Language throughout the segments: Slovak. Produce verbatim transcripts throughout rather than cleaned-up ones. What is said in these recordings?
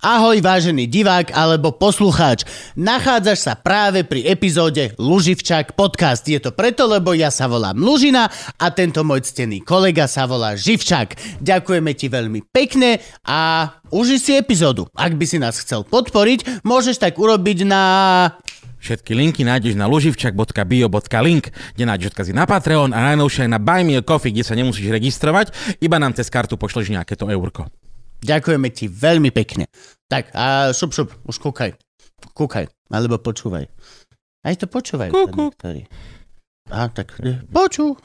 Ahoj, vážený divák alebo poslucháč. Nachádzaš sa práve pri epizóde Luživčák podcast. Je to preto, lebo ja sa volám Lužina a tento môj ctený kolega sa volá Živčák. Ďakujeme ti veľmi pekne a uži si epizódu. Ak by si nás chcel podporiť, môžeš tak urobiť na... Všetky linky nájdeš na luživčak bodka bio bodka link, kde nájdeš odkazy na Patreon a najnovšie aj na Buy Me a Coffee, kde sa nemusíš registrovať, iba nám cez kartu pošleš nejaké to eurko. Ďakujeme ti veľmi pekne. Tak a šup, šup, už kúkaj. Kúkaj, alebo počúvaj. Aj to počúvaj. Kúku. Á, tak počú.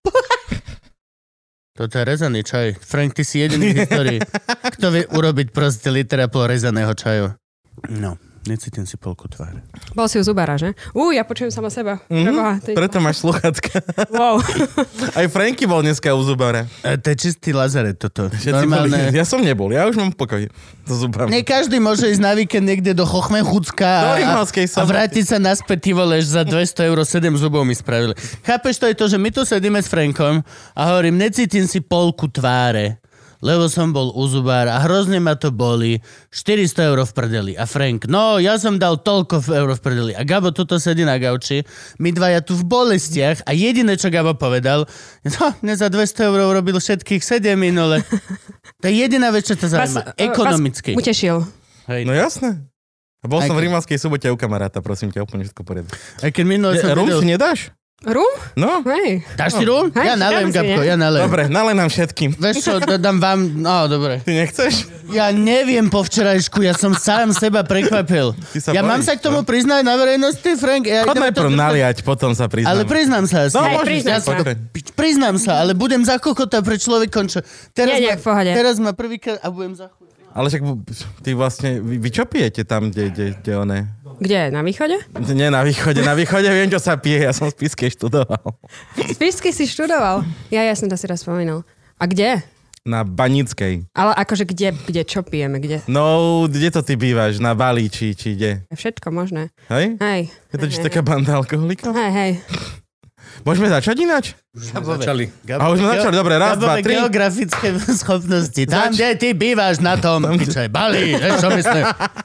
Toto je rezaný čaj. Frank, ty si jediný v histórii, kto vie urobiť proste liter a pol rezaného čaju. No. Necítim si polku tváre. Bol si u zubára, že? Ú, ja počujem sama seba. Mm-hmm. Preboha, tej... Preto máš sluchatka. Wow. Aj Franky bol dneska u zubára. E, to je čistý lazaret toto. Normálne... Boli... Ja som nebol, ja už mám pokoj so zubami. Nie každý môže ísť na víkend niekde do Chochmechucka a, a vrátiť sa naspäť, ty voleš, za dvesto eur sedem zubov mi spravili. Chápeš, to je to, že my tu sedíme s Frankom a hovorím, necítim si polku tváre. Lebo som bol u zubára a hrozne ma to boli. štyristo eur v prdeli. A Frank, no ja som dal toľko eur v prdeli. A Gabo tuto sedí na gauči. My dvaja tu v bolestiach a jediné, čo Gabo povedal, no, mne za dvesto eur urobil všetkých sedem minule. To je jediná vec, čo to zaujíma. Ekonomicky. Vás utešil. Hej. No jasné. A bol Aj som keď... v Rímavskej Sobote u kamaráta, prosím ťa, úplne všetko poriadne. Aj keď minule som Rum videl... si nedáš? Rum? No. Hej. Dáš si rum? Hej, Ja nalejem, Gabko, ja nalejem. Dobre, nalej nám všetkým. Vieš čo, dám vám... No, dobre. Ty nechceš? Ja neviem po včerajšku, ja som sám seba prekvapil. Ja bojíš, mám sa k tomu no? priznať na verejnosti, Frank? Ja Chod najprv to... naliať, potom sa priznám. Ale priznám sa asi. No, Hej, môžeš, priznám ja sa. sa. Priznám sa, ale budem za kokota pre človekom, čo... Teraz Nie, nie, ma, v pohode. Teraz ma prvýkrát a budem za chuj. Ale však ty vlastne, vy, vy čo pijete tam, kde, kde, kde one? Kde? Na východe? Nie, na východe. Na východe viem, čo sa pije. Ja som v Spiske študoval. V Spišsky si študoval. Ja, ja som to si raz spomínal. A kde? Na Banickej. Ale akože kde, kde, čo pijeme, kde? No, kde to ty bývaš? Na Bali, či, či kde? Všetko možné. Hej? Hej. Je to či taká banda alkoholikov? Hej, hej. Môžeme začať ináč? Už sme začali. A už sme začali, dobre, raz, dva, tri. Geografické schopnosti. Tam, kde ty bývaš na tom, pičaj, Bali, vieš, čo myslím.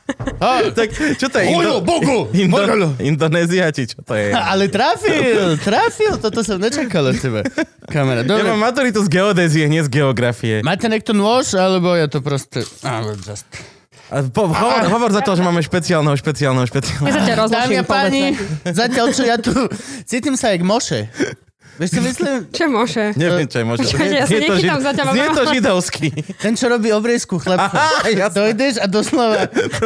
Oh. Tak, čo to je? Indo... Bogu! Indo... Indonézia, či čo to je? Ale trafil, trafil, toto som nečakal od teba. Kamera, dobre. Ja mám maturitu z geodézie, nie z geografie. Máte niekto nôž, alebo ja to proste... Ah, just... A po, hovor, hovor za to, že máme špeciálneho, špeciálneho, špeciálneho. Ja sa ťa Dámy rozložím. a páni, zatiaľ čo ja tu cítim sa jak Moše. Vieš, čo myslím? Čo môže? Neviem, čo je možno. Počkajte, ja sa Znie to nechytám žid- zatiaľ. Znie to židovský. Ten, čo robí obriezku chlapca. Aha, jasné. Dojdeš a doslova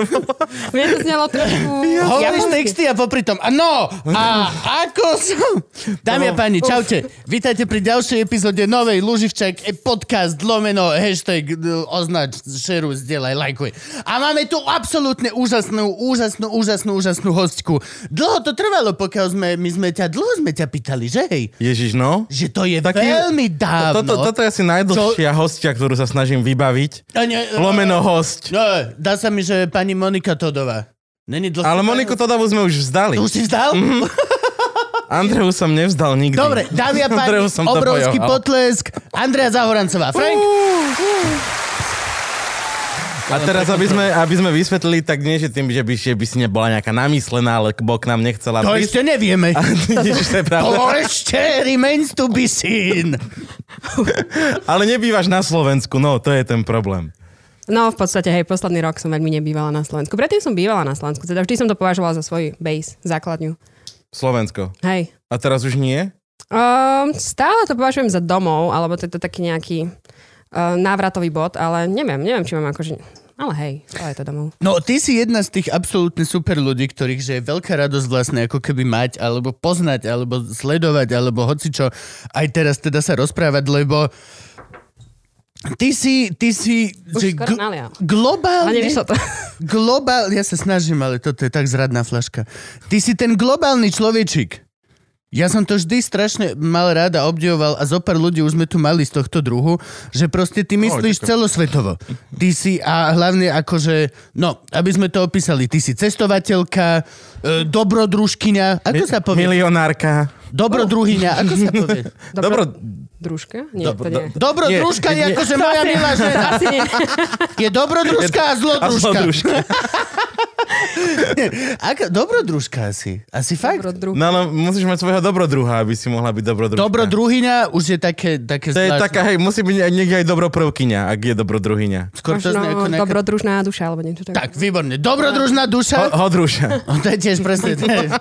Mne to znelo trošku... hovoríš japonsky. texty a popri tom. A no! A ako som... Dámy a páni, čaute. Vítajte pri ďalšej epizóde novej Luživčák podcast lomeno hashtag označ, šeruj, zdieľaj, lajkuj. A máme tu absolútne úžasnú, úžasnú, úžasnú, úžasnú hostku. Dlho to trvalo, pokiaľ sme, my sme ťa, dlho sme ťa pýtali, že hej? Ježiš, no. Že to je Taký- veľmi dávno. Toto, toto je asi najdlhšia čo? hostia, ktorú sa snažím vybaviť. A ne, Lomeno host. No, dá sa mi, že pani Monika Todová. Není dlhšie. Ale Moniku Todavu sme už vzdali. Už si vzdal? Mm-hmm. Andreu som nevzdal nikdy. Dobre, dámy a páni, Andreu som to obrovský pojohal. potlesk. Andrea Zahorancová. Frank? Uh, uh. A teraz, aby sme, aby sme vysvetlili, tak nie, že tým, že by, že by si nebola nejaká namyslená, ale bo k nám nechcela To prísť. ešte nevieme. Ježiš, to je pravda. To ešte remains to be seen. Ale nebývaš na Slovensku, no, to je ten problém. No, v podstate, hej, posledný rok som veľmi nebývala na Slovensku. Predtým som bývala na Slovensku, teda vždy som to považovala za svoj base, základňu. Slovensko. Hej. A teraz už nie? Um, stále to považujem za domov, alebo to je to taký nejaký uh, návratový bod, ale neviem, neviem, či mám akože... Ale hej, stále je to domov. No, ty si jedna z tých absolútne super ľudí, ktorých že je veľká radosť vlastne ako keby mať, alebo poznať, alebo sledovať, alebo hocičo aj teraz teda sa rozprávať, lebo ty si, ty si... Už skoro gl- nalial. globálne... Ale nevyšlo to. Globál... Ja sa snažím, ale toto je tak zradná fľaška. Ty si ten globálny človečik. Ja som to vždy strašne mal rád a obdivoval a zo pár ľudí už sme tu mali z tohto druhu, že proste ty myslíš oh, celosvetovo. Ty si a hlavne akože, no, aby sme to opísali, ty si cestovateľka, e, dobrodružkyňa, ako Mi- sa povie? Milionárka. Dobrodruhyňa, ako sa povie? Dobro... Družka? Nie, Dobro, to nie. do, Dobrodružka je akože moja milá žena. Je dobrodružka a zlodružka. Ako, dobrodružka asi. Asi fakt. Dobrodruh. No, no, musíš mať svojho dobrodruha, aby si mohla byť dobrodružka. Dobrodruhyňa už je také, také to je zvláštne. taká, hej, musí byť niekde aj dobroprvkyňa, ak je dobrodruhyňa. Skôr to znie ako Možno nejaká... dobrodružná duša, alebo niečo také. Tak, výborne. Dobrodružná duša. Ho, hodruša. O, to je tiež presne.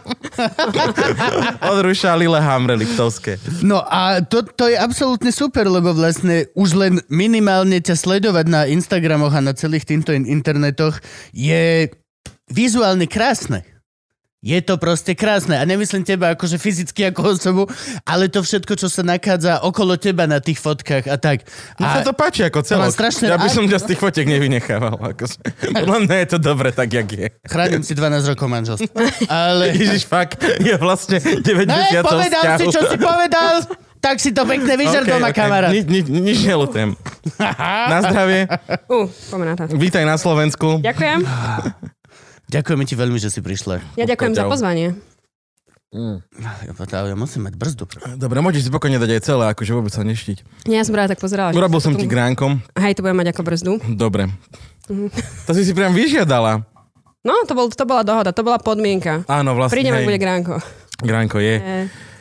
Hodruša Lillehammer Liptovské. No a to, to je absolútne super, lebo vlastne už len minimálne ťa sledovať na Instagramoch a na celých týmto internetoch je vizuálne krásne. Je to proste krásne. A nemyslím teba akože fyzicky ako osobu, ale to všetko, čo sa nachádza okolo teba na tých fotkách a tak. No sa to páči ako celok. Strašne... Ja by som ťa z tých fotiek nevynechával. Akože. Podľa mňa je to dobre tak, jak je. Chránim si dvanásť rokov manželstva. Ale... Ježiš, fakt, je vlastne deväťdesiat No, povedal vzťahu. si, čo si povedal, tak si to pekne vyžer okay, doma, okay. kamarát. Ni, ni, nič nelutujem. Na zdravie. Uh, pomenáta. Vítaj na Slovensku. Ďakujem. Ďakujeme ti veľmi, že si prišla. Ja ďakujem za pozvanie. Mm. Ja, ja musím mať brzdu. Dobre, môžeš si spokojne dať aj celé, akože vôbec sa neštiť. Nie, ja som práve tak pozerala. Urobil som ti gránkom. Hej, to budem mať ako brzdu. Dobre. Mm. To si si priam vyžiadala. No, to, bol, to bola dohoda, to bola podmienka. Áno, vlastne. Prídem, ak bude gránko. Gránko je. je.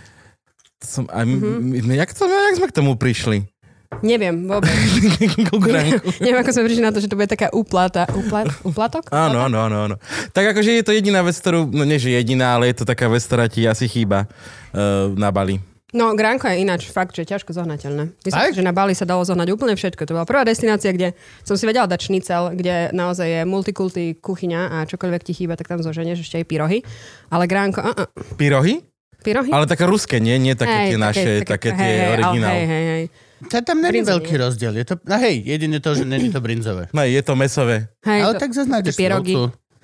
Som, a mm-hmm. jak, to, jak sme k tomu prišli? Neviem, vôbec. Neviem, neviem, ako sme prišli na to, že to bude taká úplata. Upla, uplatok? Áno, áno, áno, áno. Tak akože je to jediná vec, ktorú, no nie že jediná, ale je to taká vec, ktorá ti asi chýba uh, na Bali. No, gránko je ináč fakt, že je ťažko zohnateľné. Myslím, že na Bali sa dalo zohnať úplne všetko. To bola prvá destinácia, kde som si vedela dať šnicel, kde naozaj je multikulty kuchyňa a čokoľvek ti chýba, tak tam zoženieš ešte aj pyrohy. Ale gránko... Uh-uh. Pyrohy? Pyrohy? Ale také ruské, nie? Nie také hej, tie také, naše, také, také tie hej, originál. Hej, hej, hej. To tam není veľký rozdiel. Je to, no hej, jedine to, že není to brinzové. No, je to mesové. Hej, ale to, tak zase nájdeš pierogy.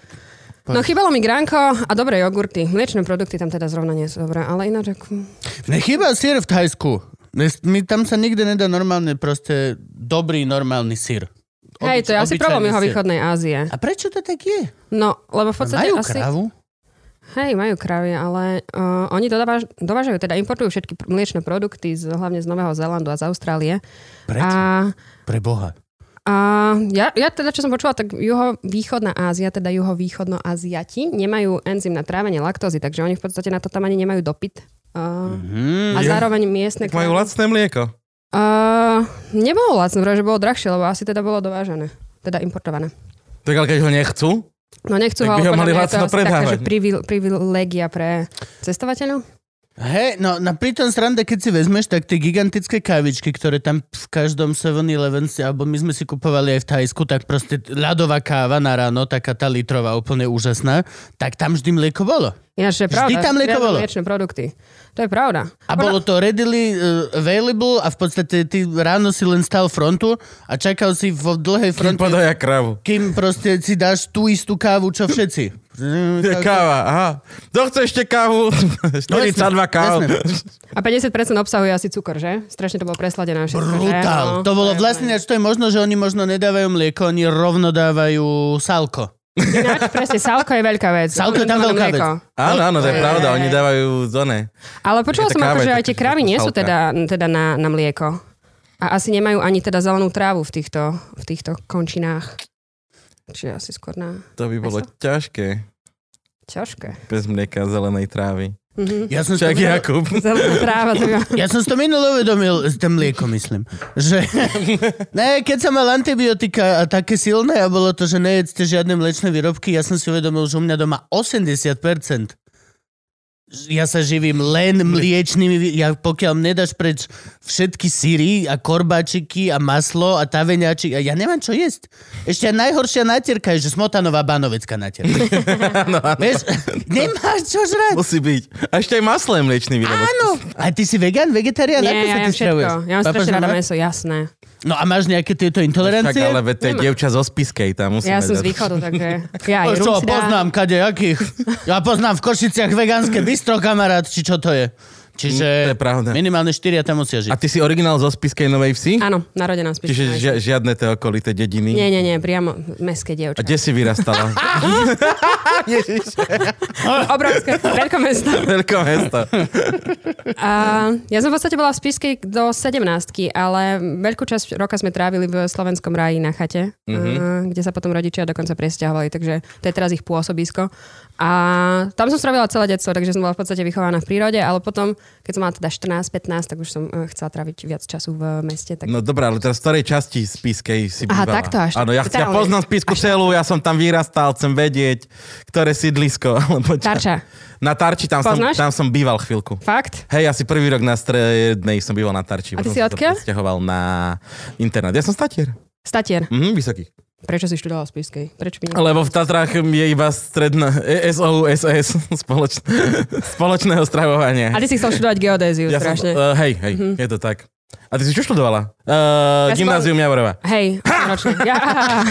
No chýbalo mi gránko a dobré jogurty. Mliečne produkty tam teda zrovna nie sú dobré, ale ináč ako... Nechýba syr v Thajsku. My tam sa nikde nedá normálne proste dobrý, normálny syr. Hej, to je asi problém jeho východnej Ázie. A prečo to tak je? No, lebo v podstate majú asi... krávu? Hej, majú kravy, ale uh, oni dodávaž, dovážajú, teda importujú všetky mliečne produkty, z, hlavne z Nového Zélandu a z Austrálie. Prečo? A, Pre Boha. A ja, ja teda, čo som počula, tak juhovýchodná Ázia, teda juhovýchodnoaziati, nemajú enzym na trávenie laktózy, takže oni v podstate na to tam ani nemajú dopyt. Uh, mm, a je. Zároveň miestne... Majú lacné mlieko? Uh, nebolo lacné, že bolo drahšie, lebo asi teda bolo dovážené, teda importované. Tak ale keď ho nechcú? No nechcú ho, ale podľa mňa je to taká, že privil, privilégia pre cestovateľov. Hej, no na pri tom srande, keď si vezmeš, tak tie gigantické kávičky, ktoré tam v každom seven eleven, alebo my sme si kupovali aj v Thajsku, tak proste ľadová káva na ráno, taká tá litrová, úplne úžasná, tak tam vždy mlieko bolo. Ináč, to je pravda. Vždy tam mlieko bolo. Mliečne produkty. To je pravda. A bolo to readily uh, available a v podstate ty ráno si len stal frontu a čakal si vo dlhej fronte. Kým podaja krávu. Kým proste si dáš tú istú kávu, čo všetci. Káva, aha. Kto chce ešte kávu? štyridsaťdva káv. A päťdesiat percent obsahuje asi cukor, že? Strašne to bolo presladené. Brutál. No, to bolo vlastne, to je možno, že oni možno nedávajú mlieko, oni rovno dávajú sálko. Ináč, presne, sálko je veľká vec. Sálko je tam veľká vec. Áno, áno, to je pravda, oni dávajú zóne. Ale počula som ako, že aj tie krávy nie sú teda, teda na, na mlieko. A asi nemajú ani teda zelenú trávu v týchto, v týchto končinách. Čiže asi skôr na... To by bolo meso? ťažké. Ťažké. Bez mlieka, zelenej trávy. Mm-hmm. Ja som Čak minul... Jakub. Zelená tráva. Ja som si to minule uvedomil, ten mlieko myslím. Že... ne, keď som mal antibiotika a také silné a bolo to, že nejedzte žiadne mliečne výrobky, ja som si uvedomil, že u mňa doma osemdesiat percent ja sa živím len mliečnými, ja pokiaľ nedáš preč všetky syry a korbáčiky a maslo a taveňačik, a ja nemám čo jesť. Ešte najhoršia natierka je, že smotanová banovecká natierka. no, áno. Vieš, nemáš čo žrať. Musí byť. A ešte aj maslo je mliečný výrobok. Áno. A ty si vegan, vegetarián? Nie, ja jem všetko. Ja mám strašne rada mäso, jasné. No a máš nejaké tieto intolerancie? Tak, ale veď to je dievča zo Spiskej, tam musíme Ja som dať. z východu, takže... Ja aj čo, poznám kadejakých. Ja poznám v Košiciach vegánske bistro, kamarát, či čo to je. Čiže mm, minimálne štyria tam musia žiť. A ty si originál zo Spišskej Novej Vsi? Áno, narodená v Spišskej Čiže Novej ži- žiadne tie okolité dediny? Nie, nie, nie, priamo mestské dievča. A kde si vyrastala? Ježiš. Obrovské, veľkomesto. Veľkomesto. A ja som v podstate bola v Spišskej do sedemnástky, ale veľkú časť roka sme trávili v Slovenskom ráji na chate, mm-hmm. kde sa potom rodičia dokonca presťahovali, takže to je teraz ich pôsobisko. A tam som strávila celé detstvo, takže som bola v podstate vychovaná v prírode, ale potom, keď som mala teda štrnásť pätnásť, tak už som chcela tráviť viac času v meste. Tak... No dobré, ale teraz v ktorej časti Spišskej si bývala? Aha, takto až. Áno, ja, ja poznám Spišku celú, ja som tam vyrastal, chcem vedieť, ktoré sídlisko. Tarča. Na Tarči, tam som, tam som býval chvíľku. Fakt? Hej, asi prvý rok na strednej som býval na Tarči. A ty si odkiaľ? Sťahoval na internát. Ja som statier. Statier? Mhm, vysoký. Prečo si študoval v Spišskej? Prečo by... Lebo v Tatrách je iba stredná es ó ú es es spoločn- spoločného stravovania. A ty si chcel študovať geodéziu, ja strašne. Som, uh, hej, hej, mm-hmm. je to tak. A ty si čo študovala? Uh, ja Gymnázium bol... Javorova. Hej, ročne. Ja.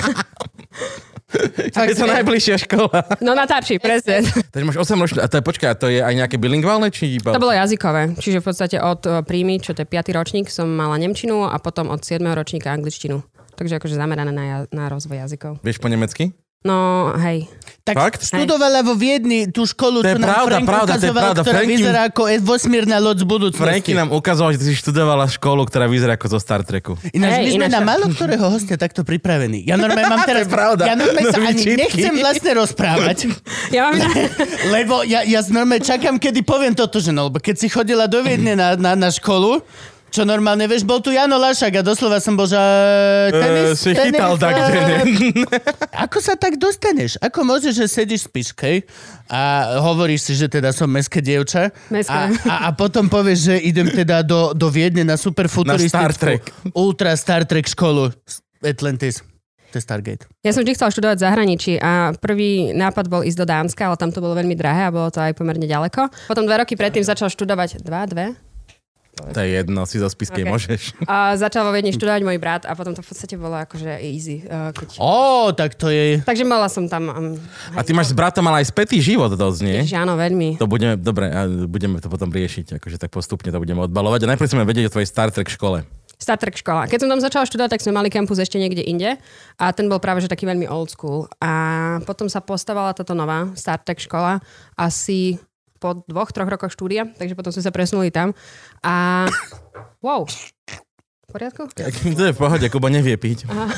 Je to najbližšia škola. No na Tarči, presne. Takže máš osem ročné, a to je, počkaj, to je aj nejaké bilingválne? Či iba... To bolo jazykové, čiže v podstate od príjmy, čo to je piaty ročník, som mala nemčinu a potom od siedmeho ročníka angličtinu. Takže akože zamerané na, ja- na rozvoj jazykov. Vieš po nemecky? No, hej. Tak Fakt? študovala vo Viedni tú školu, to čo nám pravda, Frank pravda, ukazoval, pravda, ktorá Franky... vyzerá ako vesmírna loď z budúcnosti. Franky nám ukazoval, že ty si študovala školu, ktorá vyzerá ako zo Star Treku. Ináč, Hej, my sme ináč... na málo ktorého hostia takto pripravení. Ja normálne mám teraz... To je pravda. Ja normálne sa No, ani výčitky. nechcem vlastne rozprávať. Ja mám... Lebo ja, ja normálne čakám, kedy poviem toto, že no, lebo keď si chodila do Viedne na, na, na školu, čo normálne, vieš, bol tu Jano Lašák a doslova som bol, že tenis, Uh, si tenis, chytal tak, že ne. Ako sa tak dostaneš? Ako môžeš, že sedíš v Spišskej a hovoríš si, že teda som mestské dievča a, a, a potom povieš, že idem teda do, do Viedne na superfuturistickú Na Star Trek. ultra Star Trek školu Atlantis. To je Stargate. Ja som vždy chcela študovať v zahraničí a prvý nápad bol ísť do Dánska, ale tam to bolo veľmi drahé a bolo to aj pomerne ďaleko. Potom dva roky predtým začal študovať, dva, dve? To je jedno, si zo Spišskej Okay. môžeš. A začal vo Viedni študovať môj brat a potom to v podstate bolo akože easy. Uh, keď... Ó, tak to je... Takže mala som tam... Um, A ty máš s bratom ale aj spätý život dosť, nie? Ježiš, áno, veľmi. To budeme, dobre, a budeme to potom riešiť, akože tak postupne to budeme odbalovať. A najprv chceme vedieť o tvojej Star Trek škole. Star Trek škola. Keď som tam začala študovať, tak sme mali kampus ešte niekde inde a ten bol práve že taký veľmi old school. A potom sa postavala táto nová Star Trek škola asi po dvoch, troch rokoch štúdia, takže potom sme sa presunuli tam. A wow. V poriadku? To je v pohode, Kubo nevie piť. Aha.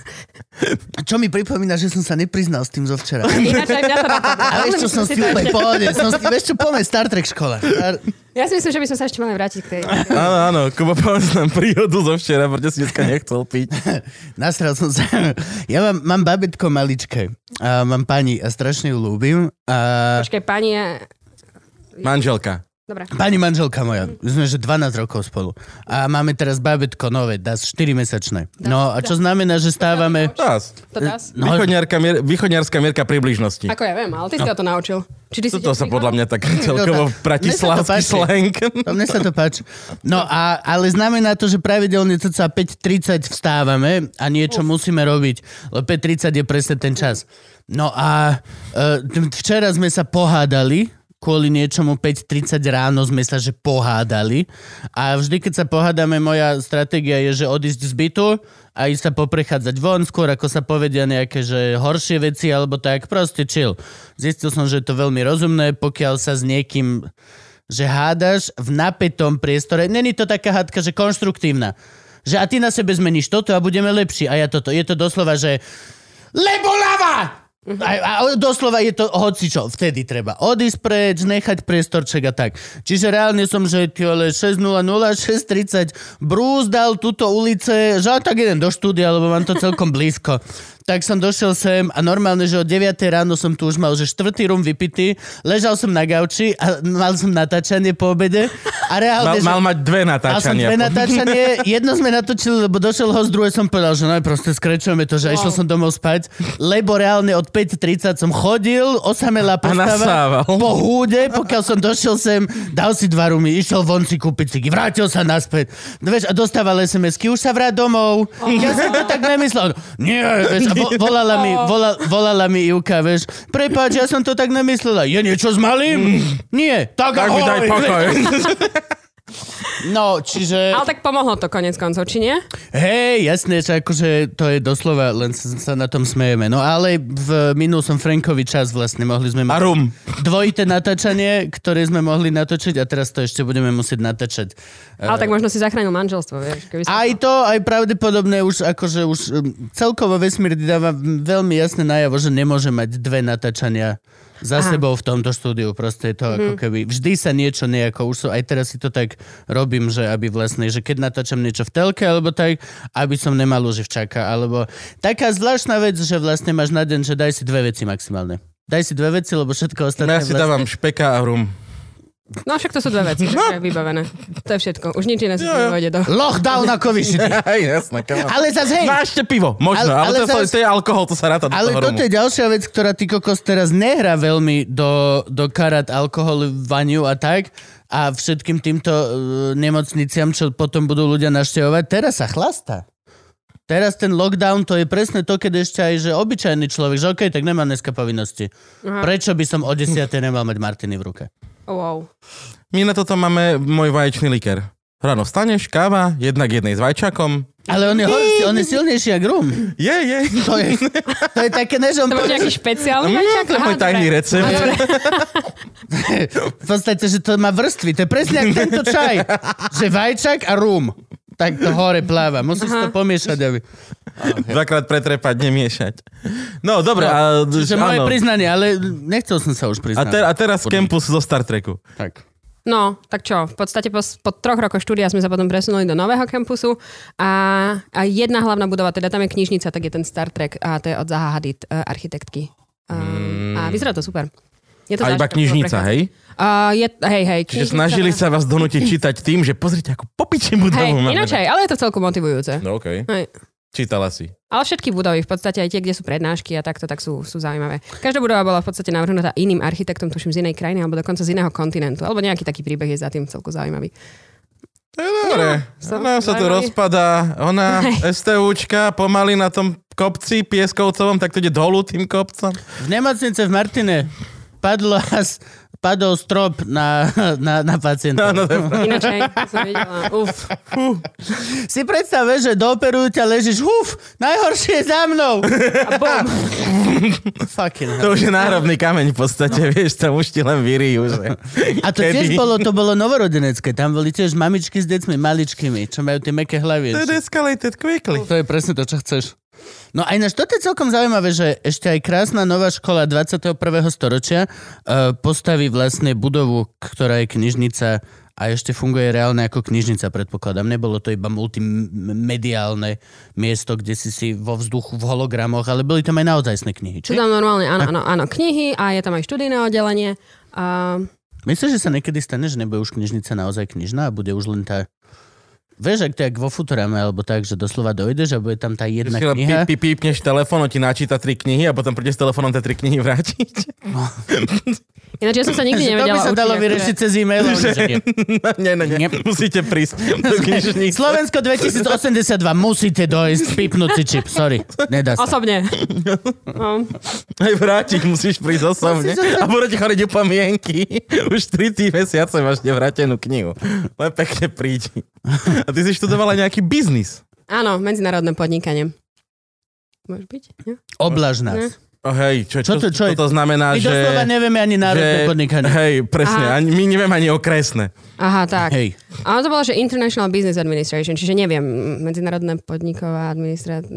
Čo mi pripomína, že som sa nepriznal s tým zo včera. Ináč aj mňa to napadlo. A vieš čo, som s tým úplne v pohode. Som s tým, vieš čo, poďme Star Trek škola. Star... Ja si myslím, že by sme sa ešte mali vrátiť k tej... Áno, áno, Kubo, povedz nám príhodu zo včera, pretože si dneska nechcel piť. Nasral som sa. Ja mám, mám babetko maličké. A mám pani a strašne ju ľúbim. A... Počkaj, pani je... Manželka. Dobre. Pani manželka moja. My sme, že dvanásť rokov spolu. A máme teraz babetko nové, dá štyrimesačné. No a čo znamená, že stávame... Dás. To dás? No, Východniarka mier, východniarska mierka približnosti. Ako ja viem, ale ty si No. ho to naučil. Či ty si Toto sa podľa mňa tak celkovo Mne bratislavský sa to slang. To mne sa to páči. No a, ale znamená to, že pravidelne cca päť tridsať vstávame a niečo Uf. musíme robiť. Lebo päť tridsať je presne ten čas. No a uh, včera sme sa pohádali, kvôli niečomu päť tridsať ráno sme sa že pohádali a vždy, keď sa pohádame, moja stratégia je, že odísť z bytu a ísť sa poprechádzať von, skôr ako sa povedia nejaké, že horšie veci alebo tak, proste chill. Zistil som, že je to veľmi rozumné, pokiaľ sa s niekým, že hádaš v napätom priestore. Není to taká hádka, že konštruktívna. Že a ty na sebe zmeníš toto a budeme lepší a ja toto. Je to doslova, že lebo lava! A, a doslova je to hocičo, vtedy treba odísť preč, nechať priestorček a tak. Čiže reálne som, že ale šesť nula nula, šesť tridsať brúzdal túto ulice, že tak idem do štúdia, lebo mám to celkom blízko. Tak som došiel sem a normálne, že od deviatej ráno som tu už mal, že štvrtý rum vypitý, ležal som na gauči a mal som natáčanie po obede a reálne... Mal, mal mať dve natáčania. Mal som dve natáčanie, jedno sme natočili, lebo došiel host, druhé som povedal, že no proste skrečujeme to, že wow. Išiel som domov spať, lebo reálne od päť tridsať som chodil, osamelá postava, po húde, pokiaľ som došiel sem, dal si dva rumy, išiel von si kúpiť cigy, vrátil sa naspäť, no, vieš, a dostával es em esky, už sa vrát domov, oh. Ja som to tak nemyslel, nie, vieš, vo, volala, mi, volala, volala mi Ivka, vieš, prepáč, ja som to tak nemyslela. Je niečo s malým? Nie. Tak, tak mi daj pokoj. No, čiže... Ale tak pomohlo to konec koncov, či nie? Hej, jasné, že akože to je doslova, len sa na tom smejeme. No ale v minul som Frankovi čas vlastne, mohli sme mať Arum. dvojité natáčanie, ktoré sme mohli natočiť a teraz to ešte budeme musieť natáčať. Ale tak možno si zachránil manželstvo, vieš. Keby aj to, aj pravdepodobne už akože už celkovo vesmír dáva veľmi jasne najavo, že nemôže mať dve natáčania za Aha. sebou v tomto štúdiu. Proste je to mm. ako keby... Vždy sa niečo nejako... Už sú, aj teraz si to tak robím, že aby vlastne, že keď natáčam niečo v telke, alebo tak, aby som nemal uživčaka, alebo... Taká zvláštna vec, že vlastne máš na deň, že daj si dve veci maximálne. Daj si dve veci, lebo všetko ostatné... Ja si vlastne... dávam špeka a rum. No však to sú dve veci, no. Vybavené. To je všetko. Už nič iné si nevojde do... Lockdown ako vyšitý. Jasné, ale zase hej. Máš pivo, možno, ale, ale, ale to, zas... to je alkohol, to sa ráta do ale toho rumu. Ale toto je ďalšia vec, ktorá ty kokos teraz nehrá veľmi do, do karát alkoholovaniu a tak a všetkým týmto uh, nemocniciam, čo potom budú ľudia naštevovať. Teraz sa chlastá. Teraz ten lockdown, to je presne to, keď ešte aj, že obyčajný človek, že okej, okay, tak nemám dneska povinnosti. Aha. Prečo by som o desiatej nemal mať martiny v ruke? Wow. My na toto máme môj vaječný likér. Ráno vstaneš, káva, jednak jednej s vajčakom. Ale on je horší, on je silnejší jak rum. Je, je. To je, to je také, než on... To bol nejaký špeciálny vajčak? To je môj tajný recept. V podstate, že to má vrstvy. To je presne jak tento čaj. Že vajčak a rum. Tak to hore pláva. Musíš Aha. to pomiešať, aby... Okay. Dvakrát pretrepať, nemiešať. No, dobre. No, a, čiže moje priznanie, ale nechcel som sa už priznať. A, ter, a teraz Campus zo Star Treku. Tak. No, tak čo, v podstate po, po troch rokoch štúdia sme sa potom presunuli do nového kampusu a, a jedna hlavná budova, teda tam je knižnica, tak je ten Star Trek a to je od Zaha Hadid, uh, architektky. Uh, mm. A vyzerá to super. Je to a iba knižnica, hej? Uh, je, hej, hej. Čiže snažili sa vás donútiť čítať tým, že pozrite, ako popiči budovu hej, máme. Ináč aj, ale je to celkom motivujúce. No okej. Okay. Čítala si. Ale všetky budovy, v podstate aj tie, kde sú prednášky a takto, tak sú, sú zaujímavé. Každá budova bola v podstate navrhnutá iným architektom, tuším z inej krajiny, alebo dokonca z iného kontinentu. Alebo nejaký taký príbeh je za tým celkom zaujímavý. To je dobré. No, ona sa tu rozpadá. Ona, STUčka, pomaly na tom kopci pieskovcovom, tak to ide dolu tým kopcom. V nemocnice v Martine padlo as... Padol strop na, na, na pacienta. No, no, Ináč aj, to som videla. Uf. Uf. Si predstav, že dooperujú ťa, ležíš, huf, najhoršie je za mnou. A bum. Fucking to už je náhrobný kameň v podstate, no. Vieš, tam už ti len vyrijú. Že... A to Kedy? tiež bolo, to bolo novorodenecké. Tam boli tiež mamičky s decmi, maličkými, čo majú tie mäkké hlavy. To je escalated quickly. To je presne to, čo chceš. No aj naš, toto je celkom zaujímavé, že ešte aj krásna nová škola dvadsiateho prvého storočia uh, postaví vlastne budovu, ktorá je knižnica a ešte funguje reálne ako knižnica, predpokladám. Nebolo to iba multimediálne miesto, kde si si vo vzduchu v hologramoch, ale boli tam aj naozajstné knihy, či? Sú tam normálne, áno, áno, áno, knihy a je tam aj študijné oddelenie. A... Myslíš, že sa niekedy stane, že nebude už knižnica naozaj knižná a bude už len tá... Vieš, ak to jak vo Futurame, alebo tak, že doslova dojdeš a bude tam tá jedna že kniha. Pí, pí, pípneš telefón, on ti načíta tri knihy a potom príde s telefónom tie tri knihy vrátiť. No. Ináč ja som sa nikdy nevedela učiť. To by sa dalo vyriešiť cez e-mail. Nie, nie, nie. Musíte prísť do knižnice. Slovensko dvetisícosemdesiatdva. Musíte dojsť, pipnúť si čip. Sorry, nedá sa. Osobne. No. Aj vrátiť musíš prísť osobne. A budete chodiť upomienky. Už tri mesiace máš nevrátenú knihu. Len pekne prídi. A ty si študovala nejaký biznis. Áno, medzinárodné podnikanie. Môže byť? Nie? Oblaž nás. Oh, hej, čo, čo, čo, čo, čo to znamená, my že... My doslova nevieme ani národné podnikanie. Hej, presne, ani, my nevieme ani okresné. Aha, tak. Hej. A to bolo, že International Business Administration, čiže neviem, medzinárodné podniková administrácia.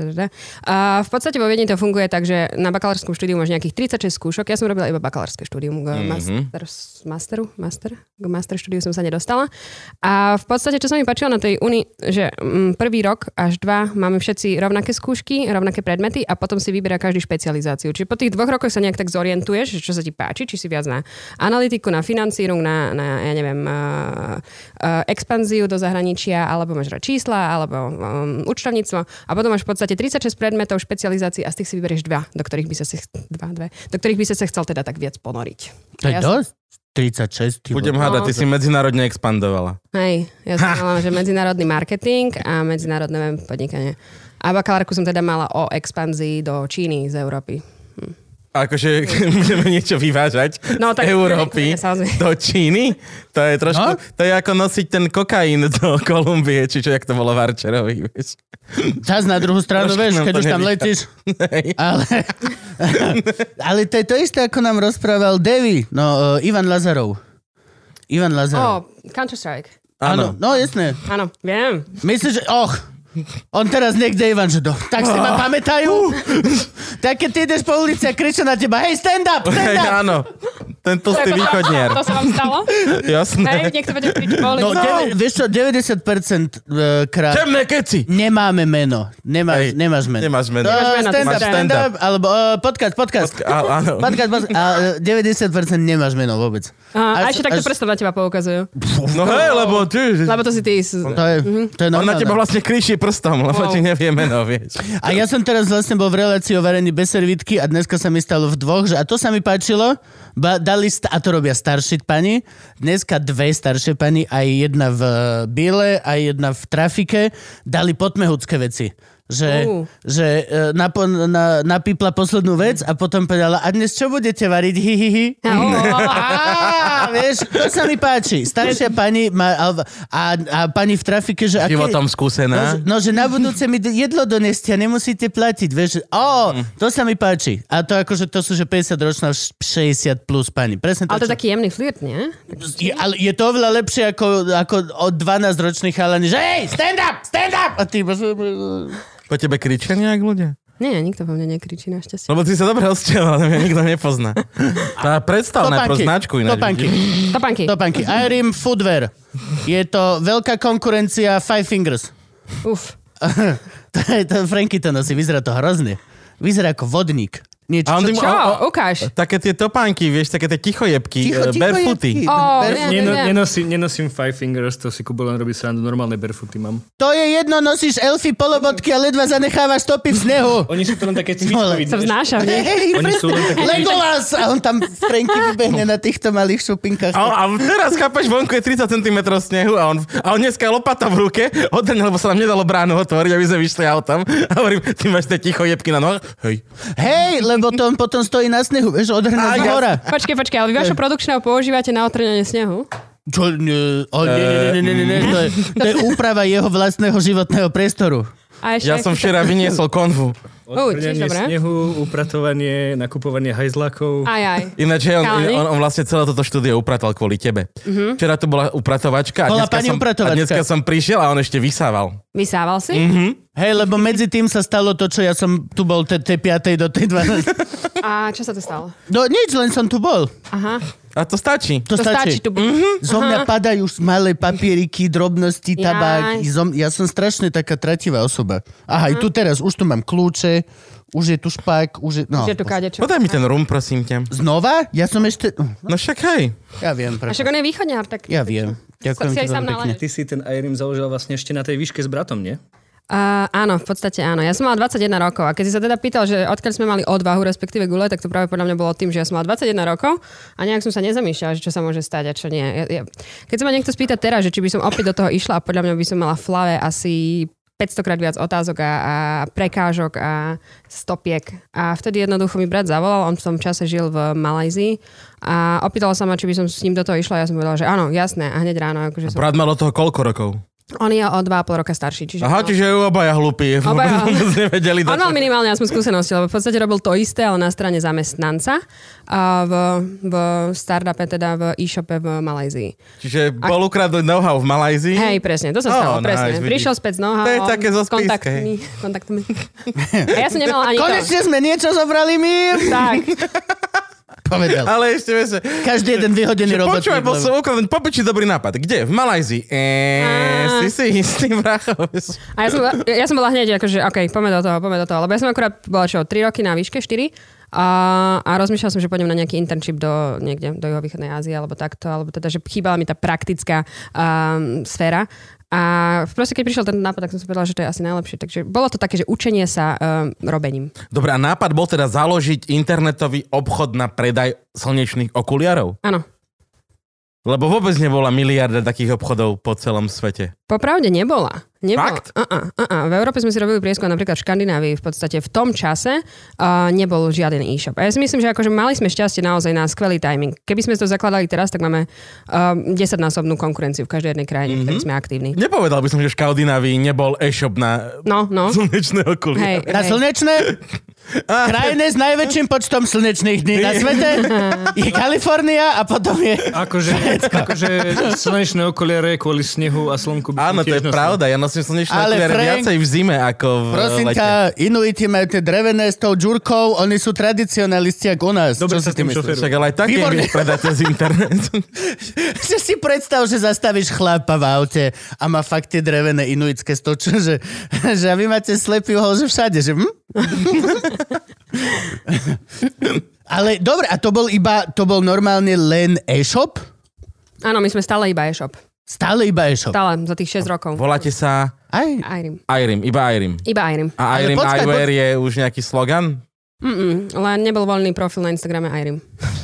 A v podstate vo Viedni to funguje tak, že na bakalárskom štúdiu máš nejakých tridsaťšesť skúšok. Ja som robila iba bakalárske štúdium. K mm-hmm. master, masteru, master, k master štúdiu som sa nedostala. A v podstate, čo sa mi páčilo na tej uni, že prvý rok až dva máme všetci rovnaké skúšky, rovnaké predmety a potom si vyberá každý špecializáciu. Čiže po tých dvoch rokoch sa nejak tak zorientuješ, čo sa ti páči, či si viac na analytiku, na financírung, na, na ja neviem, uh, uh, expanziu do zahraničia, alebo máš rád čísla, alebo um, účtovníctvo. A potom máš v podstate tridsaťšesť predmetov špecializácií a z tých si vyberieš dva, do ktorých by sa si, dva, dve, do ktorých by sa sa chcel teda tak viac ponoriť. To je ja dosť? tridsaťšesť. Budem hádať, ty si medzinárodne expandovala. Hej, ja som mala, že medzinárodný marketing a medzinárodné podnikanie. A bakalárku som teda mala o expanzii do Číny z Európy. Hm. Akože budeme niečo vyvážať no, z Európy do Číny. To je trošku, no? To je ako nosiť ten kokain do Kolumbie, či čo, jak to bolo v Archerovi, vieš. Čas na druhú stranu, trošku vieš, keď už tam letíš. Ale, ale to je to isté, ako nám rozprával Davy, no uh, Ivan Lazarov. Ivan Lazarov. Oh, Counter-Strike. Áno, no jasné. Áno, viem. Myslíš, že, och, on teraz niekde, Ivan, že do... Tak si ma pamätajú? Tak keď ty ideš po ulici a kričia na teba, hej, stand up, stand up! Hej, áno. Ten tlstý východniar. To sa vám stalo? Jasné. Hej, niekto bude kričiť po ulici. No, no. Vieš čo, deväťdesiat percent krát... Temné keci! Nemáme meno. Nemáš, hej, nemáš meno. Nemáš meno. Uh, nemáš meno stand up, stand up, alebo uh, podcast, podcast. Podka- á, áno. Podcast, podcast. A deväťdesiat percent nemáš meno vôbec. A, a ešte takto až... prstom na teba poukazujú. No hej, lebo ty... Lebo to si ty... To je, to je normálne. On na teba vlastne kričí prstom, lebo wow. Ti nevie meno, vieš. A ja som teraz vlastne bol v relácii o varení bez servítky a dneska sa mi stalo v dvoch, že a to sa mi páčilo, ba, dali, st- a to robia staršie pani, dneska dve staršie pani, aj jedna v Bíle, aj jedna v Trafike, dali potmehúcké veci. Že, uh. že na, na, napípla poslednú vec a potom povedala, a dnes čo budete variť? Hi, hi, hi. Á, vieš, to sa mi páči. Staršia pani má, a, a pani v Trafike, že... Životom skúsená. No, no, že na budúce mi jedlo doneste a nemusíte platiť. Vieš, ó, to sa mi páči. A to akože to sú, že päťdesiatročná, šesťdesiat plus pani. Presne to, ale to je čo... taký jemný flirt, nie? Je, ale je to oveľa lepšie ako, ako od dvanásťročných chalani, že hej, stand up, stand up! A ty... Po tebe kričia nejak ľudia? Nie, nikto po mne nekričí, našťastie. Lebo ty sa dobre odsťahoval, ale mňa nikto nepozná. Tá predstav najprv značku ináč. Topanky. Topanky. Topanky. Irim Footwear. Je to veľká konkurencia Five Fingers. Uf. to je, to, Franky to nosí, vyzerá to hrozne. Vyzerá ako vodník. Niečo, čo? Čo? O, ukáž. Také tie topánky, vieš, také tie tichojebky, Ticho, barefooty. Oh, Baref- nie, nie. Nenosím, nenosím Five Fingers, to si Kubo len robí srandu, normálne barefooty mám. To je jedno, nosíš elfy, polobotky a ledva zanechávaš stopy v snehu. Oni sú to len také cvičkovi. Sa vznáša, nie? Oni sú len také... Legolas! A on tam Franky vybehne na týchto malých šupinkách. A, a teraz, chápaš, vonku je tridsať centimetrov snehu a on, a on dneska lopata v ruke, odhrňa, lebo sa nám nedalo bránu otvoriť, aby sme vyšli autom. A hovorím, ty máš tie tichojebky na nohách? Hej. Hej, lebo to on potom stojí na snehu, vieš, odhrná z hora. Počkej, počkej, ale vy vašho produkčného používate na otrňanie snehu? Čo? Nie, oh, nie, nie, nie, nie, nie, nie. To, je, to je úprava jeho vlastného životného priestoru. A ešte ja som včera vyniesol konvu. Odtrňanie snehu, upratovanie, nakupovanie hajzlakov. Aj, aj. Ináč, on, on, on vlastne celé toto štúdio upratoval kvôli tebe. Uh-huh. Včera tu bola upratovačka a dneska, som, a dneska som prišiel a on ešte vysával. Vysával si? Uh-huh. Hej, lebo medzi tým sa stalo to, čo ja som tu bol tej te piatej do tej dvanástej. A čo sa tu stalo? No nič, len som tu bol. Aha. A to stačí. To, to stačí. stačí tu mm-hmm. Zo mňa padajú malé papieriky, drobnosti, tabák. Zom... Ja som strašne taká trativá osoba. Aha, i tu teraz, už tu mám kľúče, už je tu špák, už je... No. Už je tu kadečo. Podaj mi ten rum, prosím ťa. Znova? Ja som ešte... No však hej. Ja viem. Prečo. A však on je východňár, tak... Ja viem. Ďakujem ti veľmi pekne. Ty si ten Irim založil vlastne ešte na tej výške s bratom, nie? Uh, áno, v podstate áno. Ja som mala dvadsaťjeden rokov a keď si sa teda pýtal, že odkiaľ sme mali odvahu, respektíve gule, tak to práve podľa mňa bolo tým, že ja som mala dvadsaťjeden rokov a nejak som sa nezamýšľala, že čo sa môže stať a čo nie. Ja, ja, keď sa ma niekto spýta teraz, že či by som opäť do toho išla a podľa mňa by som mala v hlave asi päťstokrát viac otázok a, a prekážok a stopiek. A vtedy jednoducho mi brat zavolal, on v tom čase žil v Malajzii a opýtal sa ma, či by som s ním do toho išla. Ja som povedala, že áno, jasné a hneď ráno. Akože som... Brat mal od toho koľko rokov? On je o dva a pol roka starší. Čiže Aha, čiže ju obaja hlupí. Obaja. Nevedeli on mal minimálne aspoň skúsenosti, lebo v podstate robil to isté, ale na strane zamestnanca a v, v startupe, teda v e-shope v Malajzii. Čiže bol ukradnúť know-how v Malajzii? Hej, presne, to sa stalo, oh, presne. Nice, Prišiel späť s know-how. To je také zo kontaktmi, kontaktmi. A ja som nemala ani konečne to. Sme niečo zobrali my. Tak. Povedal. Ale ešte vieš... Každý jeden vyhodený robot. Počúvaj, bol som ukradnúť, popiči dobrý nápad. Kde? V Malajzii. Eee, si si istý, bracho. A ja som, ja som bola hneď, akože, okej, okay, poďme do toho, poďme do toho. Lebo ja som akurát bola čo, tri roky na výške, štyri. A, a rozmýšľala som, že pôjdem na nejaký internship do niekde, do juhovýchodnej Ázie, alebo takto, alebo teda, že chýbala mi tá praktická um, sféra. A proste, keď prišiel ten nápad, tak som si povedala, že to je asi najlepšie. Takže bolo to také, že učenie sa um, robením. Dobre, a nápad bol teda založiť internetový obchod na predaj slnečných okuliarov? Áno. Lebo vôbec nebola miliarda takých obchodov po celom svete. Popravde nebola. Nebola. Fakt? Uh-uh, uh-uh. V Európe sme si robili prieskum, napríklad v Škandinávii v podstate v tom čase uh, nebol žiaden e-shop. A ja si myslím, že akože mali sme šťastie naozaj na skvelý timing. Keby sme to zakladali teraz, tak máme uh, desaťnásobnú konkurenciu v každej jednej krajine, mm-hmm. v ktorej sme aktívni. Nepovedal by som, že v Škandinávii nebol e-shop na no, no. slnečné okuliare. Hej, na hej. slnečné? Krajine s najväčším počtom slnečných dní na svete je Kalifornia a potom je... Akože, akože slnečné okuliare kvôli snehu a slnku. Áno, to je pravda. Ja nosím slnečné okuliare viacej v zime ako v prosím lete. Prosím ťa, Inuiti majú tie drevené s tou džurkou, oni sú tradicionalisti ako u nás. Dobre, čo si ty myslíš? Však ale aj také vieš predať z internetu. Že si predstav, že zastavíš chlapa v aute a má fakt tie drevené inuitské stočo, že, že vy máte slepý uhol, že všade, že hm? Ale dobre, a to bol iba, to bol normálne len e-shop? Áno, my sme stále iba e-shop. Stále iba e-shop? Stále, za tých šesť rokov. Voláte sa... Aj? Irim. Irim, iba Irim. Iba Irim. A Irim Eyewear je už nejaký slogan? Mm-mm, len nebol voľný profil na Instagrame Irim.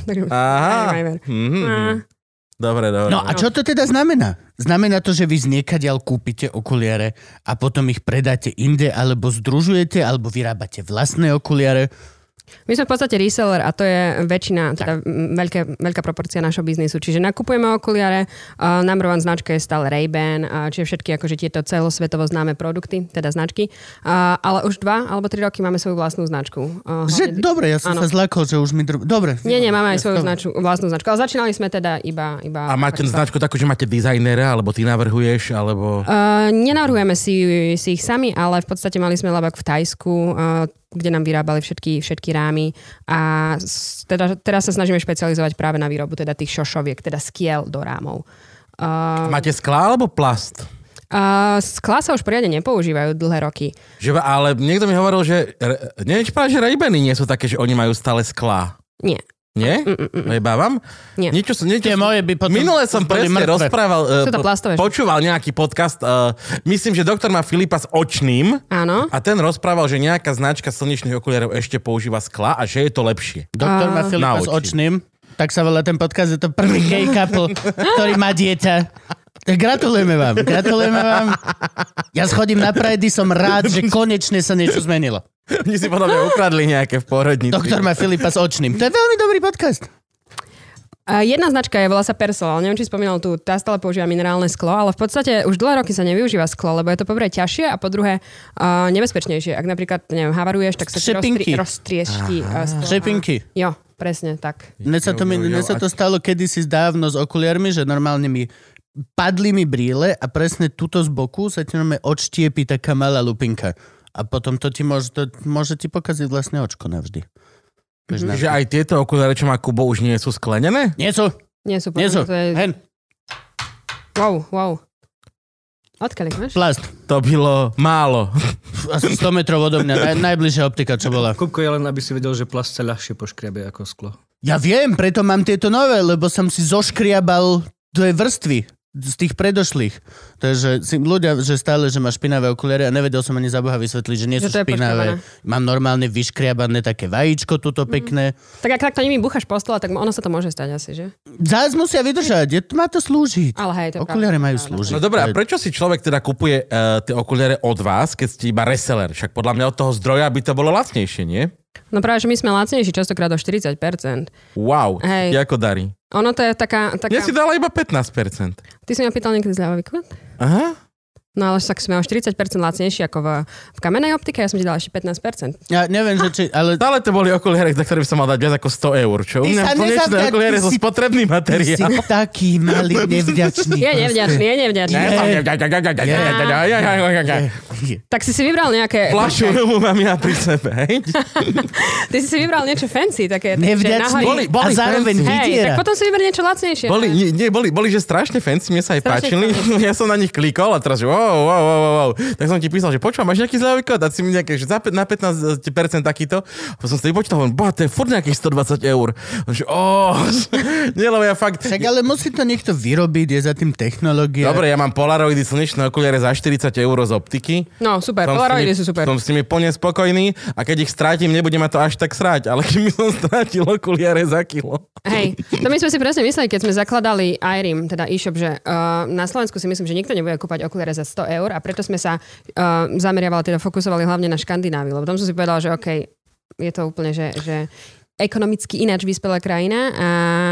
Aha. Mm-hmm. Dobre, dobre. No a čo to teda znamená? Znamená to, že vy z niekadiaľ kúpite okuliare a potom ich predáte inde, alebo združujete, alebo vyrábate vlastné okuliare? My sme v podstate reseller a to je väčšina, teda veľké, veľká proporcia našho biznisu. Čiže nakupujeme okuliare, uh, number one značka je stále Ray-Ban, uh, čiže všetky akože tieto celosvetovo známe produkty, teda značky. Uh, ale už dva alebo tri roky máme svoju vlastnú značku. Uh, že, hlavne... Dobre, ja som ano. sa zlakol, že už mi... Dru... Dobre. Nie, nie, máme aj svoju značku, vlastnú značku. Ale začínali sme teda iba... iba a máte značku takú, že máte dizajnera, alebo ty navrhuješ, alebo... Uh, nenavrhujeme si, si ich sami, ale v podstate mali sme labak v Thajsku, uh, kde nám vyrábali všetky, všetky rámy a teda, teraz sa snažíme špecializovať práve na výrobu teda tých šošoviek, teda skiel do rámov. Uh, Máte sklá alebo plast? Uh, sklá sa už poriadne nepoužívajú dlhé roky. Že, ale niekto mi hovoril, že neviem, či práve, že Ray-Bany nie sú také, že oni majú stále sklá. Nie. Nie? Nebávam? Nie. Niečo som... Niečo, moje by potom minule som presne rozprával, uh, počúval nejaký podcast, uh, myslím, že doktor má Filipa s očným. Áno. A ten rozprával, že nejaká značka slnečných okuliarov ešte používa skla a že je to lepšie. Doktor uh, má Filipa s očným. Tak sa volá ten podcast, je to prvý gay couple, ktorý má dieťa. Gratulujeme vám, gratulujeme vám. Ja schodím na Pride, som rád, že konečne sa niečo zmenilo. Oni si podľa mňa ukradli nejaké v porodnici. Doktor má Filipa s očným. To je veľmi dobrý podcast. Uh, jedna značka je, volá sa Persol, ale neviem, či spomínal tu, tá stále používa minerálne sklo, ale v podstate už dlhé roky sa nevyužíva sklo, lebo je to poprvé ťažšie a po druhé uh, nebezpečnejšie. Ak napríklad, neviem, havaruješ, tak sa ti roztri- roztriešti uh, sklo. Šepinky. Jo, presne tak. Mne sa to, mne sa to stalo kedysi dávno s okuliarmi, že normálne mi padli mi brýle a presne tuto z boku sa ti normálne odštiepi taká malá lupinka. A potom to ti môže, to môže ti pokaziť vlastne očko navždy. Mm-hmm. Že aj tieto okuliare, čo má Kubo, už nie sú sklenené? Nie sú. Nie sú. Nie sú. Je... Hen. Wow, wow. Odkiaľ ich máš? Plast. To bylo málo. Asi sto metrov odo mňa. Naj, najbližšia optika, čo bola. Kupko je len, aby si vedel, že plast sa ľahšie poškriabe ako sklo. Ja viem, preto mám tieto nové, lebo som si zoškriabal dve vrstvy z tých predošlých. Takže si ľudia, že stále, že má špinavé okuliare a nevedel som ani za Boha vysvetliť, že nie sú špinavé. Mám normálne vyškriabané také vajíčko, tuto pekné. Mm. Tak ak takto nimi búchaš po stole, tak ono sa to môže stať asi, že? Zás musia vydržať, je, má to slúžiť. Ale hej, to okuliare pravda, majú pravda. slúžiť. No dobré, a prečo si človek teda kupuje uh, tie okuliare od vás, keď ste iba reseller? Však podľa mňa od toho zdroja by to bolo lacnejšie, nie? No práve, že my sme lacnejší častokrát o štyridsať percent. Wow, hej. Ako darí? Ono to je taká... taká... Ja si dala iba pätnásť percent. Ty si ma pýtal niekedy zľavový kvot? Aha. No ale však sme o štyridsať percent lacnejší ako v, v kamennej optike, ja som ti dala ešte pätnásť percent. Ja neviem, že či... Ale... Stále to boli okuliare, za ktoré by som mal dať viac ako sto eur, čo? U mňa konečné okuliare sú spotrebný materiál. Ty si taký malý nevďačný. Je nevďačný, je nevďačný. Tak si si vybral nejaké... Flašu rumu mám ja pri sebe, hej? Ty si si vybral niečo fancy, také... Nevďačný boli, boli a zároveň vydiera. Tak potom si vyber niečo lacnejšie. Boli, nie, boli, boli, že strašne fancy, mne sa aj páčili. Ja som na nich klikol a teraz, že ó, oh, wow, wow, wow, wow. Tak som ti písal, že počúvam, máš nejaký zľavový kód? A si mi nejaké, že na pätnásť percent takýto. A som si počítal, hovorím, boha, to je furt nejakých stodvadsať eur. Že, oh, nie, lebo ja fakt... Však ale musí to niekto vyrobiť, je za tým technológia. Dobre, ja mám polaroidy slnečné okuliare za štyridsať eur z optiky. No, super, som polaroidy sú super. Som s nimi plne spokojný a keď ich strátim, nebude ma to až tak srať, ale keď mi som strátil okuliare za kilo. Hej, to my sme si presne mysleli, keď sme zakladali iRim, teda e-shop, že uh, na Slovensku si myslím, že nikto nebude kúpať okuliare za sto eur a preto sme sa uh, zameriavali, teda fokusovali hlavne na Škandináviu, lebo tam som si povedala, že OK, je to úplne, že, že ekonomicky ináč vyspelá krajina a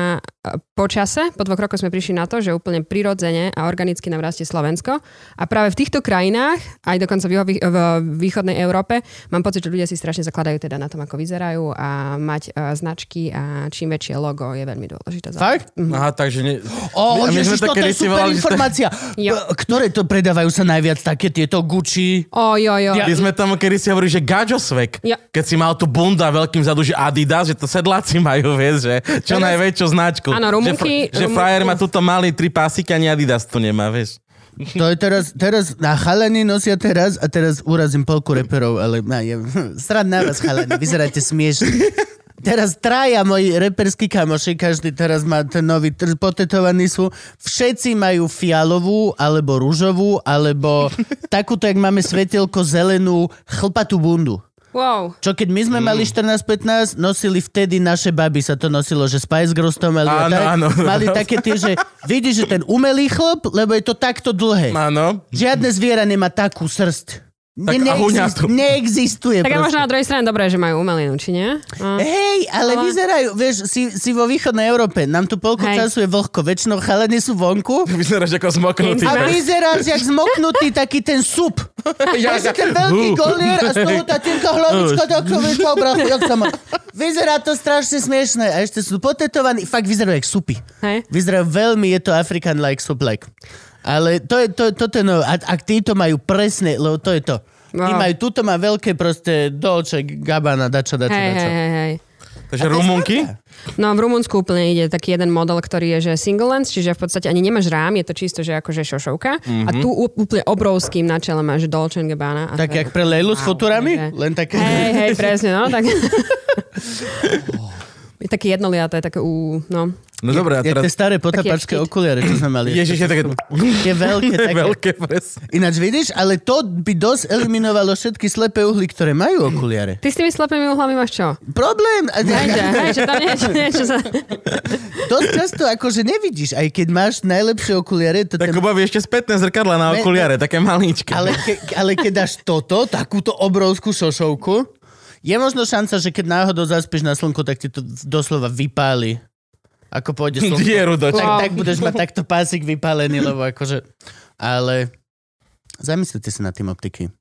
po čase, po dvoch rokoch sme prišli na to, že úplne prirodzene a organicky nám rastie Slovensko a práve v týchto krajinách, aj dokonca v, v, v východnej Európe, mám pocit, že ľudia si strašne zakladajú teda na tom, ako vyzerajú a mať uh, značky a čím väčšie logo je veľmi dôležité. Fakt? Mhm. Aha, takže... Ne... Ó, ježiš, toto je super volali, informácia. Ste... Ktoré to predávajú sa najviac také tieto Gucci? Ó, jo, jo. My sme tam kedy si hovorili, že Gaďosvek. Ja. Keď si mal tú bundu a veľkým zadu, že Adidas, že to sedláci majú, vieš, že čo teraz... najväčšiu značku. Áno, Rumunky. Že, fr- že frajer má tuto malý tri pásika, ani Adidas tu nemá, vieš. To je teraz, teraz na chalani nosia teraz a teraz urazím polku reperov, ale na, je, srad na vás chalani, vyzeráte smiešne. Teraz traja moji reperskí kamoši, každý teraz má ten nový tr- potetovaný sú, všetci majú fialovú, alebo ružovú, alebo takúto, jak máme svetelko, zelenú, chlpatú bundu. Wow. Čo keď my sme mm. mali štrnásť pätnásť, nosili vtedy naše baby, sa to nosilo, že Spice Girls to mali. Áno, tak, áno. Mali také tie, že vidíš, že ten umelý chlop, lebo je to takto dlhé. Áno. Žiadne zviera nemá takú srst. Tak ne, neexist, neexistuje. Tak proste. a možno na druhej strane dobré, že majú umelinu, či nie? A... Hej, ale, ale vyzerajú, vieš, si, si vo východnej Európe, nám tu polku Hej. času je vlhko, väčšinou chalení sú vonku. Vyzeráš ako zmoknutý. A vyzeráš jak zmoknutý taký ten sup. Ja si ten veľký golier a z toho tá tenká hlavička, taká veľká obrachu, jak sa má. Vyzerá to strašne smiešné a ešte sú potetovaní, fakt vyzerajú jak supy. Hej. Vyzerajú veľmi, je to African-like soup-like. Ale to je, to, toto je no, a, a títo majú presne, lebo to je to. Wow. Tí majú, tuto má veľké proste Dolce, Gabbana, dačo, dačo, hej, dačo. Hej, hej, Takže Rumunky? No v Rumunsku úplne ide taký jeden model, ktorý je, že single lens, čiže v podstate ani nemáš rám, je to čisto, že akože šošovka. Mm-hmm. A tu úplne obrovským na čele máš Dolce and Gabbana. Tak jak pre Leilu wow, s Futurami? Že... Len také... Hej, hej, presne, no. Tak... je také jednoliaté, také u... No. No dobré, a teraz... tie staré potapačské okuliare, čo sme mali. Ježiš, je také... Je veľké, také. Veľké, presne. Ináč vidíš, ale to by dosť eliminovalo všetky slepé uhly, ktoré majú okuliare. Ty s tými slepými uhlami máš čo? Problém. Hejde, hej, že tam niečo, niečo sa... Dosť často akože nevidíš, aj keď máš najlepšie okuliare... To tak ten... baví ešte spätné zrkadla na okuliare, ne, také malíčke. Ale, ke, ale keď dáš toto, takúto obrovskú šošovku, je možno šanca, že keď náhodou zaspíš na slnku, tak ti to doslova vypáli. Ako pôjde slnko. Dieru do tak, tak budeš mať takto pásik vypálený, lebo akože... Ale zamyslite sa na tým optiky.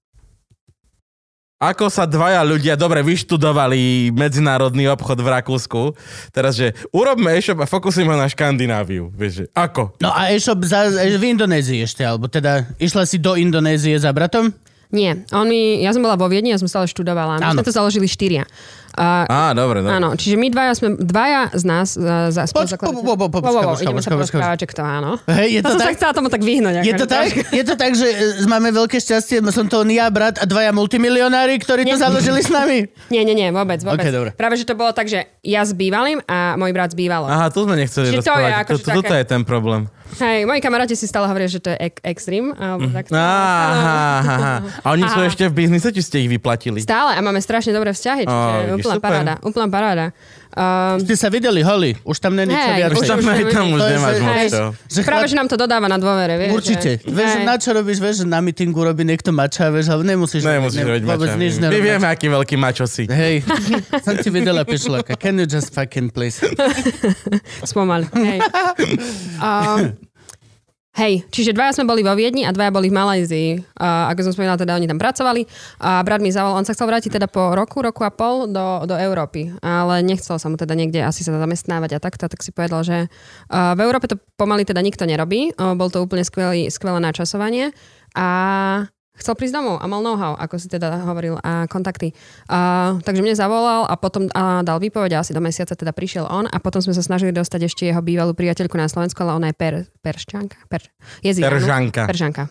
Ako sa dvaja ľudia dobre vyštudovali medzinárodný obchod v Rakúsku, teraz, že urobme e-shop a fokusujme na Škandináviu. Vieš, že ako? No a e-shop za, v Indonézii ešte, alebo teda išla si do Indonézie za bratom? Nie, on mi, ja som bola vo Viedni, ja som stále študovala. My sme to založili štyria. Uh, Á, dobre, dobre. Áno, čiže my dvaja sme, dvaja z nás uh, za spoluzakladateľov. Po, po, po, po, po, ideme sa porozprávať, že kto áno. Hej, je to ja som tak? sa chcela tomu tak vyhnúť. Je to tak? Je to tak, že máme veľké šťastie, som to ja, brat a dvaja multimilionári, ktorí to založili s nami? Nie, nie, nie, vôbec, vôbec. Okay, dobre. Práve, že to bolo tak, že ja s bývalým a môj brat s bývalom. Aha, tu sme nechceli rozprávať. Toto je ten problém. Hej, moji kamaráti si stále hovoria, že to je ek- extrém. Alebo tak. Aha, aha. A oni aha. sú ešte v biznise, či ste ich vyplatili? Stále a máme strašne dobré vzťahy, čiže oh, úplná super. paráda. Úplná paráda. Um, ste sa videli holi, už tam není čo viac. Už tam, už tam už nemáš moc čo. Práve, že nám to dodáva na dôvere, vieš. Určite. Že... Vieš, na čo robíš, vieš, že na meetingu robí niekto mača, vieš, ale nemusíš... Nemusíš robiť mača. My vieme, aký veľký mačo si. Hej, som ti videla pišľaka. Can you just fucking please? Spomal. Hej. Um, Hej, čiže dvaja sme boli vo Viedni a dvaja boli v Malajzii. Uh, ako som spomínala, teda oni tam pracovali. A brat mi zavolal, on sa chcel vrátiť teda po roku, roku a pol do, do Európy. Ale nechcel sa mu teda niekde asi sa zamestnávať a takto. Tak si povedal, že uh, v Európe to pomaly teda nikto nerobí. Uh, bol to úplne skvelý, skvelé načasovanie. A chcel prísť domov a mal know-how, ako si teda hovoril, a kontakty. Uh, takže mne zavolal a potom uh, dal výpoveď a asi do mesiaca teda prišiel on a potom sme sa snažili dostať ešte jeho bývalú priateľku na Slovensku, ale ona je per, peršťanka. Per, Peržanka. Peržanka.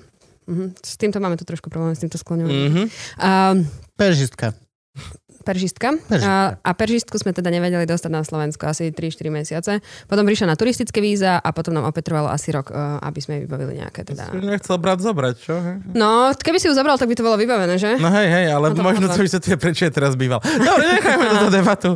Uh-huh. S týmto máme tu trošku problém, s týmto skloňom. Mm-hmm. Uh, Peržistka. Peržistka. A, a peržistku sme teda nevedeli dostať na Slovensko asi tri štyri mesiace. Potom prišla na turistické víza a potom nám opäť trvalo asi rok, uh, aby sme vybavili nejaké teda... Si nechcel brať zobrať, čo? No, keby si ju zobral, tak by to bolo vybavené, že? No hej, hej, ale no možno to vysvetluje, prečo je teraz býval. Dobre, nechajme túto debatu.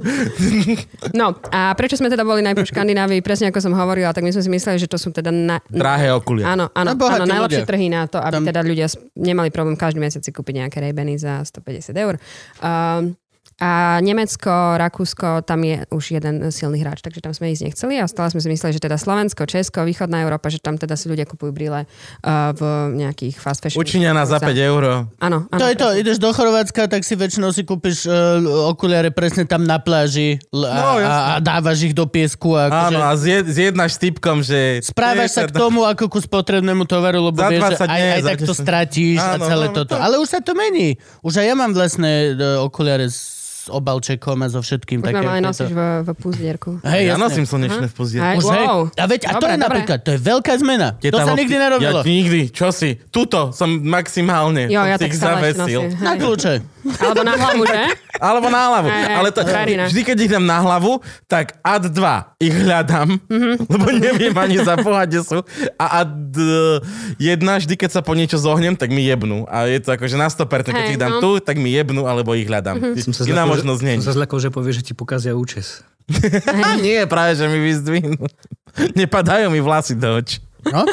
No, a prečo sme teda boli najprv v Škandinávii, presne ako som hovorila, tak my sme si mysleli, že to sú teda... Na... Drahé okulie. Áno, áno, no, áno najlepšie ľudia. trhy na to, aby Tam... teda ľudia nemali problém každý mesiac si kúpiť nejaké Ray-Bany za stopäťdesiat eur. Um, A Nemecko, Rakúsko, tam je už jeden silný hráč, takže tam sme ísť nechceli a stále sme si mysleli, že teda Slovensko, Česko, východná Európa, že tam teda si ľudia kupujú brýle uh, v nejakých fast fashion. Učinená za päť eur. Áno, áno. To je to, ideš do Chorvátska, tak si väčšinou si kúpiš uh, okuliare presne tam na pláži l- a, No, a, a dávaš ich do piesku. A Áno, akože... a zjed, zjednaš typkom, že... Správaš sa k tomu ako ku spotrebnému tovaru, lebo Za vieš, že dvadsať aj, nie, aj za tak to desať. stratíš a Áno, celé áno, toto. to- Ale už sa to mení. Už aj ja mám vlastné uh, okuliare s s obalčekom a so všetkým. Už také, mám aj to- nosiš v, v púzdierku. Hej, Ja jasné. nosím slnečné v pozdier. Aj- Už, hej. Wow. A veď, a to Dobre, je dobre. napríklad, to je veľká zmena. To sa nikdy nerobilo. Ja nikdy, čo si? Tuto som maximálne. Jo, som ja si tak ich stále ešte zavesil. nosím. Na Hej. kľúče. Alebo na hlavu, že? Alebo na hlavu. Hej, hej, Ale to, Karina. vždy, keď ich dám na hlavu, tak ad dva ich hľadám, mm-hmm. lebo neviem ani za boha, kde sú. A ad jedna, vždy, keď sa po niečo zohnem, tak mi jebnú. A je to akože na sto percent, keď Hej, ich dám no. tu, tak mi jebnú, alebo ich hľadám. Mm-hmm. Som sa Iná zlakol, možnosť nie. že, som sa zlakol, že povie, že ti pokazia účes. Nie, práve, že mi vyzdvihnú. Nepadajú mi vlasy do očí. No?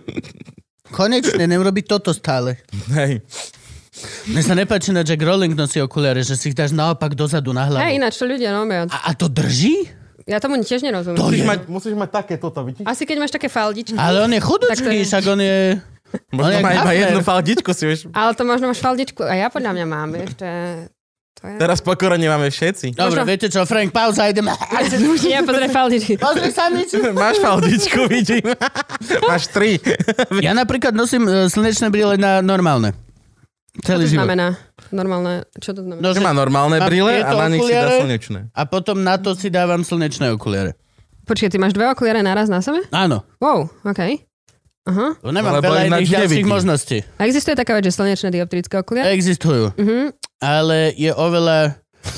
Konečne, neurobiť toto stále. Hej. Mne sa nepáči na Jack Rowling nosí okuliare, že si ich dáš naopak dozadu na hlavu. Hej, ináč to ľudia robia. A, a to drží? Ja tomu tiež nerozumiem. To Musíš je- mať, musíš mať také toto, vidíš? Asi keď máš také faldičky. Ale on je Tak to chudočký, je- však on je... Možno jak má iba Hafner. jednu faldičku, si vieš. Ale to možno máš faldičku. A ja podľa mňa mám, vieš, to je... To je... Teraz pokorene máme všetci. Dobre, Možno- viete čo, Frank, pauza, idem. Ja pozrie faldičky. Pozri sa, Miči. Máš faldičku, vidím. Máš tri. Ja napríklad nosím e, slnečné brýle na normálne. Čo Celý to život. znamená? Normálne, čo to znamená? No, Že má normálne mám brýle a tieto na nich si dá okuliare. slnečné. A potom na to si dávam slnečné okuliare. Počkej, ty máš dve okuliare naraz na sebe? Áno. Wow, okej. Aha. To nemám Lebo veľa ináč iných ďalších nevidím. možností. A existuje taká vec, že slnečné dioptrické okuliare? Existujú. Mhm. Ale je oveľa...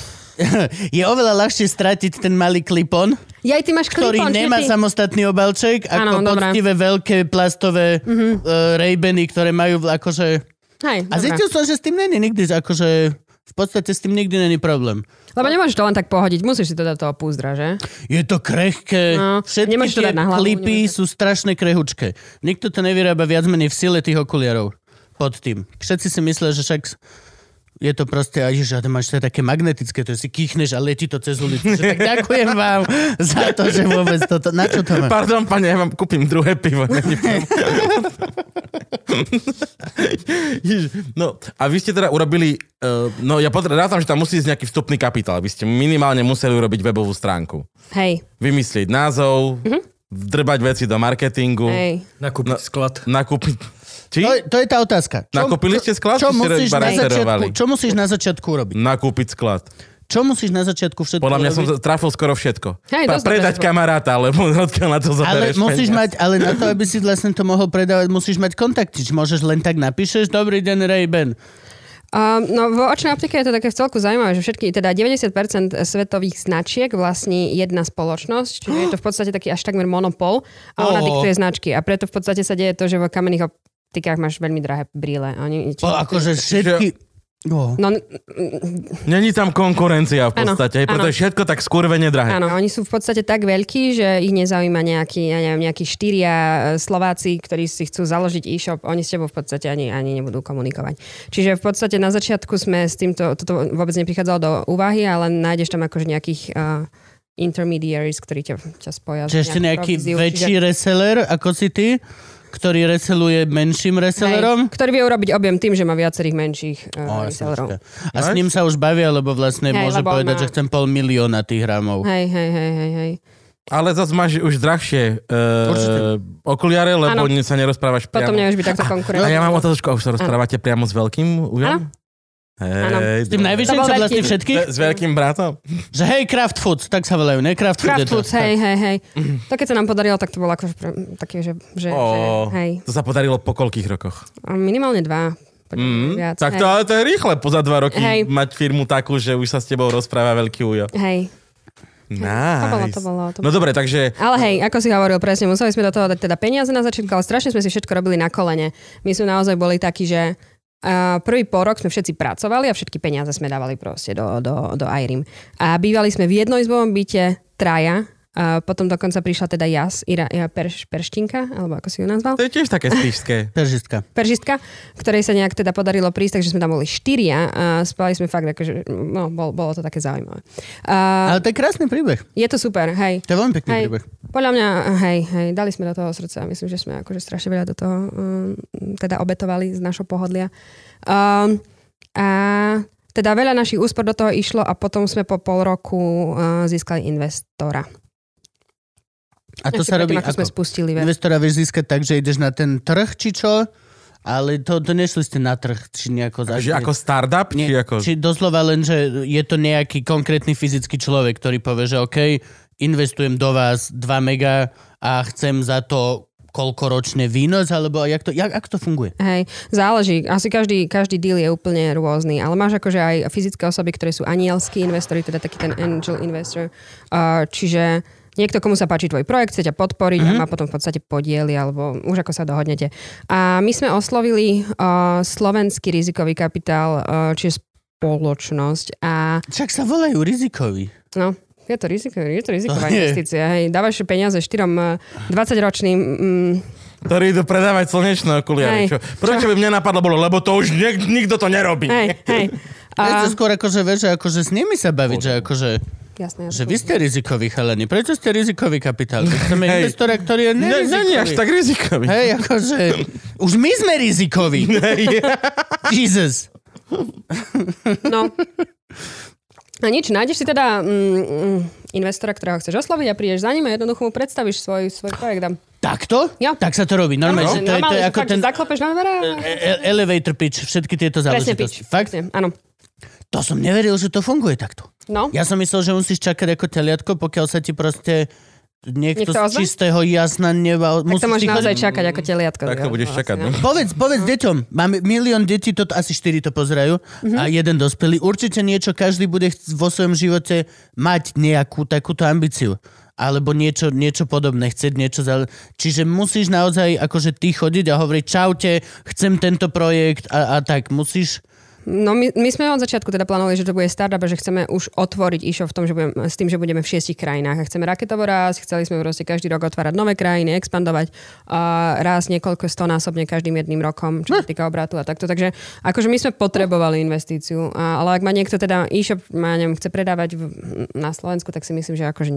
je oveľa ľahšie stratiť ten malý klipon, Ja aj ty máš ktorý klipon, nemá ty... samostatný obalček, ako Áno, dobré. poctivé veľké plastové mm-hmm. uh, Ray-Bany, ktoré majú v- akože... Hej, A dobré. zistil som, že s tým není nikdy, akože... V podstate s tým nikdy není problém. Lebo nemôžeš to len tak pohodiť, musíš si to dať toho púzdra, že? Je to krehké. No, Všetky nemôžeš to tie dať na hlavu, klipy nemôžeš. sú strašne krehučké. Nikto to nevyrába viac menej v sile tých okuliarov pod tým. Všetci si myslia, že však je to proste, a ježiš, a to máš to také magnetické, to si kýchneš a letí to cez ulicu. Že tak ďakujem vám za to, že vôbec toto... Na čo to má? Pardon, pane, ja vám kúpim druhé pivo. Není problém. Ježiš, no, a vy ste teda urobili, uh, no ja potrebujem, rátam, že tam musí ísť nejaký vstupný kapitál. Vy ste minimálne museli urobiť webovú stránku. Hej, Vymyslieť názov, Mhm. vdrbať veci do marketingu, hej. Nakúpiť No. sklad. nakúpiť... Či? To, je- to je tá otázka. Nakúpili ste sklad, Čo či ste musíš, iba na začiatku, referovali? čo musíš na začiatku urobiť? Nakúpiť sklad. Čo musíš na začiatku všetko Podľa mňa som urobiť? trafil skoro všetko. Hej, Pa, dosť predať dobre. kamaráta, lebo odkiaľ na to Ale zoberieš musíš peniaz. mať, ale na to, aby si vlastne to mohol predávať, musíš mať kontakty. Či môžeš len tak napíšeš, dobrý deň, Ray-Ban. Um, no v očnej optike je to také v celku zaujímavé, že všetky, teda deväťdesiat percent svetových značiek vlastní jedna spoločnosť, čiže je to v podstate taký až takmer monopol a ona Oho. diktuje značky a preto v podstate sa deje to, že v kamenných optikách máš veľmi drahé brýle. Oni, či, O, akože všetky... O. no, Není tam konkurencia v Áno, podstate, aj preto áno. je všetko tak skurvene drahé. áno, oni sú v podstate tak veľkí, že ich nezaujíma nejaký, ja neviem, nejakí štyria e, Slováci, ktorí si chcú založiť e-shop, oni s tebou v podstate ani, ani nebudú komunikovať. Čiže v podstate na začiatku sme s týmto, toto vôbec neprichádzalo do úvahy, ale nájdeš tam akože nejakých uh, intermediaries, ktorí ťa, ťa spoja. s Čiže ešte nejakou nejaký províziou, väčší čiže- reseller, ako si ty, ktorý reseluje menším resellerom? Hej, ktorý vie urobiť objem tým, že má viacerých menších O, uh, jasne, resellerov. jasne. A s ním sa už bavia, lebo vlastne Hej, môže lebo povedať, má- že chcem pol milióna tých gramov. Hej, hej, hej, hej, hej. Ale zase máš už drahšie Určite. uh, okuliare, lebo Áno. ne- sa nerozprávaš priamo. Potom nevieš byť takto A konkurenčný. ja mám otázku, a už sa rozprávate priamo s veľkým ujom? Áno. Hej, s tým najvyšším, čo vlastne všetkých? S veľkým bratom? Že hej, Kraft Foods, tak sa volajú, ne? Kraft Foods. Kraft Foods, hej, hej, hej. To keď sa nám podarilo, tak to bolo akože také, že, že, oh, že hej. To sa podarilo po koľkých rokoch? Minimálne dva. Mm, viac, tak to, ale to je rýchle, poza dva roky hej. mať firmu takú, že už sa s tebou rozpráva veľký ujo. Hej. Nice. To bolo, to bolo, to bolo. No dobre, takže... Ale hej, ako si hovoril presne, museli sme do toho dať teda peniaze na začiatku, ale strašne sme si všetko robili na kolene. My sme naozaj boli takí, že uh, prvý pol rok sme všetci pracovali a všetky peniaze sme dávali proste do, do, do iRim. A bývali sme v jednoizbovom byte traja. A potom dokonca prišla teda Jas, Ira, ja, Perš, Perštinka, alebo ako si ju nazval? To je tiež také spíšské. Peržistka. Peržistka, ktorej sa nejak teda podarilo prísť, takže sme tam boli štyria a spali sme fakt, akože, no, bol, bolo to také zaujímavé. Uh, Ale to je krásny príbeh. Je to super, hej. To je veľmi pekný hej. príbeh. Podľa mňa, hej, hej, dali sme do toho srdca. Myslím, že sme akože strašne veľa do toho um, teda obetovali z našho pohodlia. Um, a teda veľa našich úspor do toho išlo a potom sme po pol roku uh, získali investora. A to sa robí ako? Sme spustili, investora vieš získať tak, že ideš na ten trh, či čo? Ale to, to nešli ste na trh, či nejako... Že ako startup? Nie, či, ako... či doslova len, že je to nejaký konkrétny fyzický človek, ktorý povie, že OK, investujem do vás dva mega a chcem za to koľkoročný výnos, alebo jak to, jak, ako to funguje? Hej, záleží. Asi každý, každý deal je úplne rôzny, ale máš akože aj fyzické osoby, ktoré sú anielskí investori, teda taký ten angel investor. Uh, čiže niekto, komu sa páči tvoj projekt, chce ťa podporiť mm-hmm. a má potom v podstate podiely, alebo už ako sa dohodnete. A my sme oslovili uh, slovenský rizikový kapitál, uh, čiže spoločnosť. A... Však sa volajú rizikový. No, je to, riziko, je to riziková no, investícia. Hej. Dávaš peniaze štyrom dvadsaťročným... Mm, ktorí idú predávať slnečné okuliare. Čo? Prečo by mne napadlo bolo? Lebo to už nik- nikto to nerobí. Hej, hej. A... Je to skôr akože, vieš, akože s nimi sa baviť, že akože... Jasné, že vy ste rizikový chalani. Prečo ste rizikový kapitál? My chceme investora, ktorý je nerizikový. Nie, nie až tak rizikový. Hej, akože... Už my sme rizikoví. Jesus. No. A nič, nájdeš si teda mm, investora, ktorého chceš osloviť a prídeš za ním a jednoducho mu predstavíš svoj, svoj projekt. Takto? Jo. Tak sa to robí. Normálne. No, no, to, to je ako fakt, ten... zaklopeš na dvere. E- elevator pitch, všetky tieto záležitosti. Fakt? Presne, áno. To som neveril, že to funguje takto. No. Ja som myslel, že musíš čakať ako teliatko, pokiaľ sa ti proste niekto, niekto z čistého jasna neba... Tak to môžeš naozaj čakať ako teliatko. Tak to budeš čakať, no. Povedz, povedz deťom. Máme milión detí, to, asi štyri to pozerajú mm-hmm. a jeden dospelý. Určite niečo, každý bude vo svojom živote mať nejakú takúto ambíciu. Alebo niečo, niečo podobné, chcieť niečo... Za... Čiže musíš naozaj akože ty chodiť a hovoriť čaute, chcem tento projekt a, a tak musíš... No my, my sme od začiatku teda plánovali, že to bude startup a že chceme už otvoriť e-shop v tom, že budeme, s tým, že budeme v šiestich krajinách. A chceme raketovo rásť, chceli sme proste každý rok otvárať nové krajiny, expandovať a rásť niekoľko stonásobne každým jedným rokom, čo sa týka obratu a takto. Takže akože my sme potrebovali investíciu, a, ale ak má niekto teda e-shop, má, neviem, chce predávať v, na Slovensku, tak si myslím, že akože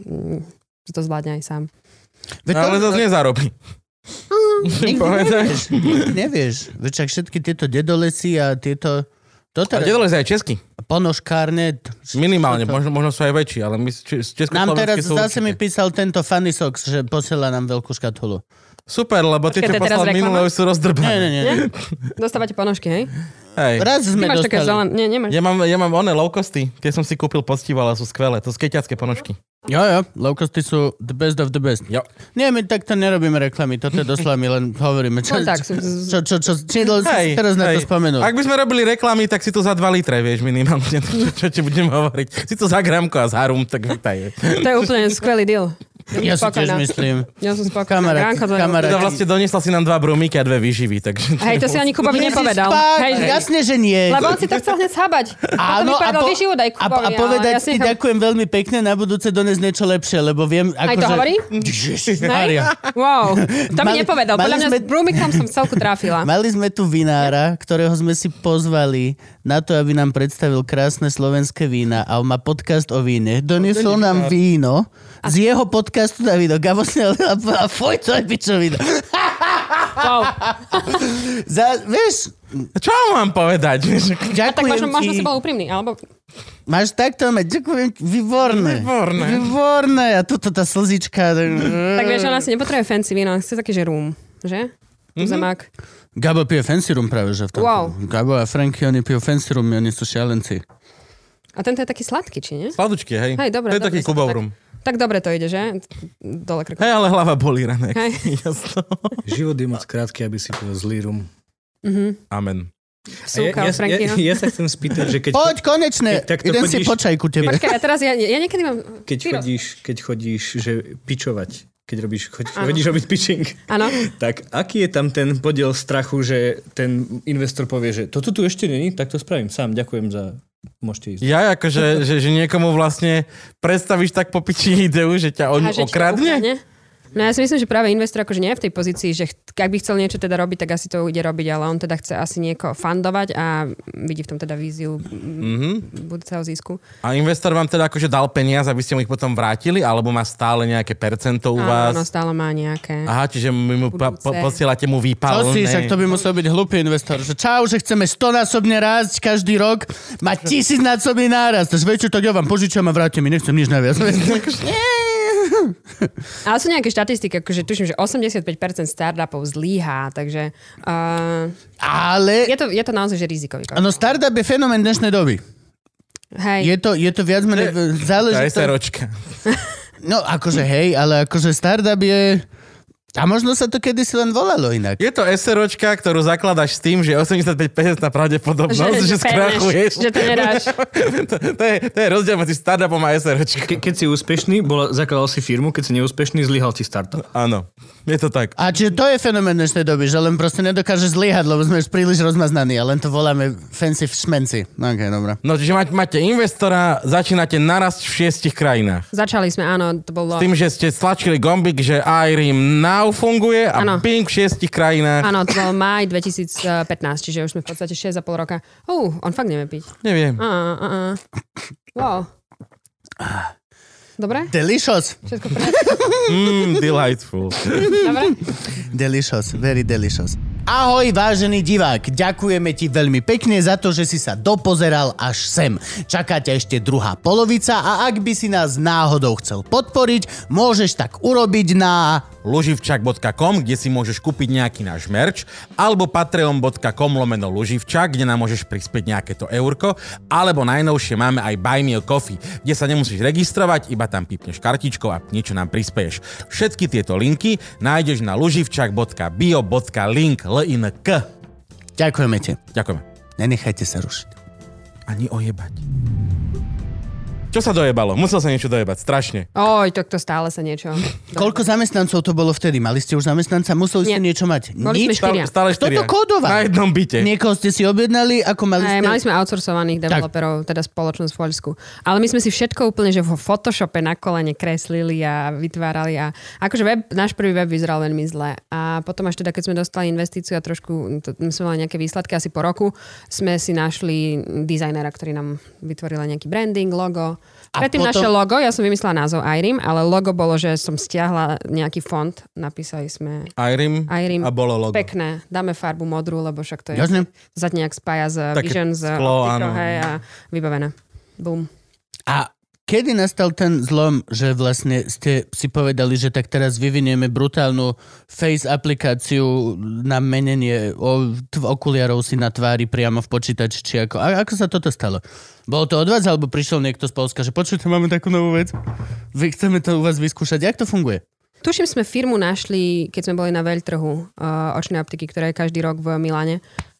že to zvládne aj sám. No, ale to nezarobí. Nikdy nevieš. Nikdy nevieš. Veď všetky tieto dedolesy a tieto... Toto... A dedolesy aj česky. Ponožkárne. Minimálne, možno, možno sú aj väčší, ale my z československé nám teraz sú zase určite. Mi písal tento Funny Socks, že posiela nám veľkú škatulu. Super, lebo tie, čo poslal minulé, sú rozdrbané. Nie, nie, nie. nie? Dostávate ponožky, hej? Hej. Raz sme nemáš dostali. Také zelen... Nie, nemáš. Ja mám, ja mám one low costy, tie som si kúpil poctivo, ale sú skvelé. To skejťacké ponožky. Jo, jo, low costy sú the best of the best. Jo. Nie, my takto nerobíme reklamy, toto je doslova, my len hovoríme. Čo, no, tak, čo, čo, čo, čo, či hej, teraz na to spomenul. Ak by sme robili reklamy, tak si to za dva litre, vieš, minimálne, čo, čo ti budem hovoriť. Si to za gramko a za rum, tak vítaj. To je úplne skvelý deal. Ja si tiež myslím. Ja som spokojná. Kamarát, kamarát. Teda vlastne doniesla si nám dva brumíky a dve výživy, takže... Hej, to si ani Kubovi nepovedal. Hej, jasne, že nie. Lebo on si to chcel hneď schabať. Áno, a, po, výživu, daj Kubovi, a, a povedať ti nechám... ďakujem veľmi pekne, na budúce dones niečo lepšie, lebo viem... Ako aj to že... hovorí? Ježišmária. Wow, to mi mali, nepovedal. Podľa mňa sme... s brumikom som celku trafila. Mali sme tu vinára, ktorého sme si pozvali na to, aby nám predstavil krásne slovenské vína a on má podcast o víne. Doniesol nám víno z jeho podcastu Davido. Gabo snel a foj, to je pičovina. Wow. Za, vieš... Čo mám povedať? Ďakujem tak možno, ti. Možno si bol úprimný, alebo... Máš takto mať, ďakujem ti, výborné. Výborné. Výborné. A tuto tá slzička. Tak vieš, ona si nepotrebuje fancy víno, chce taký, že rum, že? tu mm-hmm. zemák. Gabo pije fancy rum práve, že v tom. Wow. Gabo a Franky, oni pijú fancy rum, oni sú šialenci. A tento je taký sladký, či nie? Sladučky, hej. Hej, dobre. To je dobre, taký Kubov tak, rum. Tak dobre to ide, že? Dole krkom. Hej, ale hlava bolí, Ranek. Život je moc krátky, aby si pil zlý rum. Mm-hmm. Amen. Súka, ja, ja, ja, ja sa chcem spýtať, že keď... Poď, konečne! Keď, Idem chodíš, si počaj ku tebe. Počkaj, a teraz ja, ja niekedy mám... Keď chodíš, keď chodíš, že pičovať, keď robíš, chod, chodíš robiť pitching, áno. Tak aký je tam ten podiel strachu, že ten investor povie, že toto tu ešte není, tak to spravím sám, ďakujem za... Môžete ísť. Ja akože, že, že niekomu vlastne predstavíš tak po piči ideu, že ťa on Aha, okradne? Že no ja si myslím, že práve investor akože nie je v tej pozícii, že ak by chcel niečo teda robiť, tak asi to ide robiť, ale on teda chce asi niekoho fundovať a vidí v tom teda víziu mm-hmm. budúceho zisku. A investor vám teda akože dal peniaz, aby ste mu ich potom vrátili, alebo má stále nejaké percento u vás? Áno, stále má nejaké. Aha, čiže my mu po, po, posielate mu výpal. Čo si, však to by musel byť hlupý investor. Že čau, že chceme stonásobne rásť každý rok, mať tisícnásobný nárast. Takže viete, tak ja vám požičam a vrátim mi, nechcem nič naviac. Ale sú nejaké štatistiky, akože tuším, že osemdesiatpäť percent startupov zlíhá, takže... Uh, Ale... Je to, je to naozaj, že rizikový. Áno, startup je fenomén dnešnej doby. Hej. Je to, je to viac menej... Záleží to... SROčka. No, akože hej, ale akože startup je... A možno sa to kedysi len volalo inak. Je to SROčka, ktorú zakladaš s tým, že osemdesiatpäť percent pravdepodobnosť, že, že skrachuješ. Že to nedáš. to, to, je, to je rozdiel medzi startupom a SROčkou. Ke, keď si úspešný, bol, zakladal si firmu, keď si neúspešný, zlyhal si startup. Áno, je to tak. A čiže to je fenomén dnešnej doby, že len proste nedokáže zlyhať, lebo sme už príliš rozmaznaní a len to voláme fancy šmenci. No okej, okay, dobrá. No, čiže máte investora, začínate narast v šiestich krajinách. Začali sme, áno, to bolo... S tým, že ste stlačili gombík, že iReam now funguje a ano. Bing v šiestich krajinách. Áno, to bol máj dvetisícpätnásť, čiže už sme v podstate šesť a pol roka. Uh, on fakt nevie piť. Neviem. Uh, uh, uh. Wow. Dobre? Delicious. Všetko mm, delightful. Dobre? Delicious, very delicious. Ahoj, vážený divák, ďakujeme ti veľmi pekne za to, že si sa dopozeral až sem. Čaká ťa ešte druhá polovica a ak by si nás náhodou chcel podporiť, môžeš tak urobiť na luživčak bodka com, kde si môžeš kúpiť nejaký náš merch, alebo patreon bodka com lomeno luživčak, kde nám môžeš prispieť nejaké to eurko, alebo najnovšie máme aj Buy Me a Coffee, kde sa nemusíš registrovať, iba tam pipneš kartičkou a niečo nám prispieš. Všetky tieto linky nájdeš na luživčak bodka bio bodka link L I N K. Ďakujeme ti. Ďakujeme. Nenechajte sa rušiť. Ani ojebať. Čo sa dojebalo? Musel sa niečo dojebať, strašne. Oj, tak to stále sa niečo... Koľko zamestnancov to bolo vtedy? Mali ste už zamestnanca? Museli ste Nie. niečo mať? Boli Nič? sme štyria. Stále štyria. Kto to kódoval? Na jednom byte. Niekoho ste si objednali? Ako mali ste... Aj, mali sme outsourcovaných developerov, teda spoločnosť v Poľsku. Ale my sme si všetko úplne, že v Photoshope na kolene kreslili a vytvárali. A akože web, náš prvý web vyzeral veľmi zle. A potom až teda, keď sme dostali investíciu a trošku, to, my sme mali nejaké výsledky, asi po roku, sme si našli dizajnera, ktorý nám vytvoril nejaký branding, logo. Predtým potom... naše logo, ja som vymyslela názov iReam, ale logo bolo, že som stiahla nejaký font, napísali sme iReam, iReam a bolo logo. Pekné, dáme farbu modrú, lebo však to je, Jasne. sa nejak spája s také Vision, s optikou, hej, a vybavené. Boom. A kedy nastal ten zlom, že vlastne ste si povedali, že tak teraz vyvinieme brutálnu face aplikáciu na menenie okuliarov si na tvári priamo v počítači, či ako? A ako sa toto stalo? Bolo to od vás, alebo prišiel niekto z Poľska, že počujte, máme takú novú vec? Vy chceme to u vás vyskúšať. Jak to funguje? Tuším, sme firmu našli, keď sme boli na veľtrhu uh, očnej optiky, ktorá je každý rok v Miláne.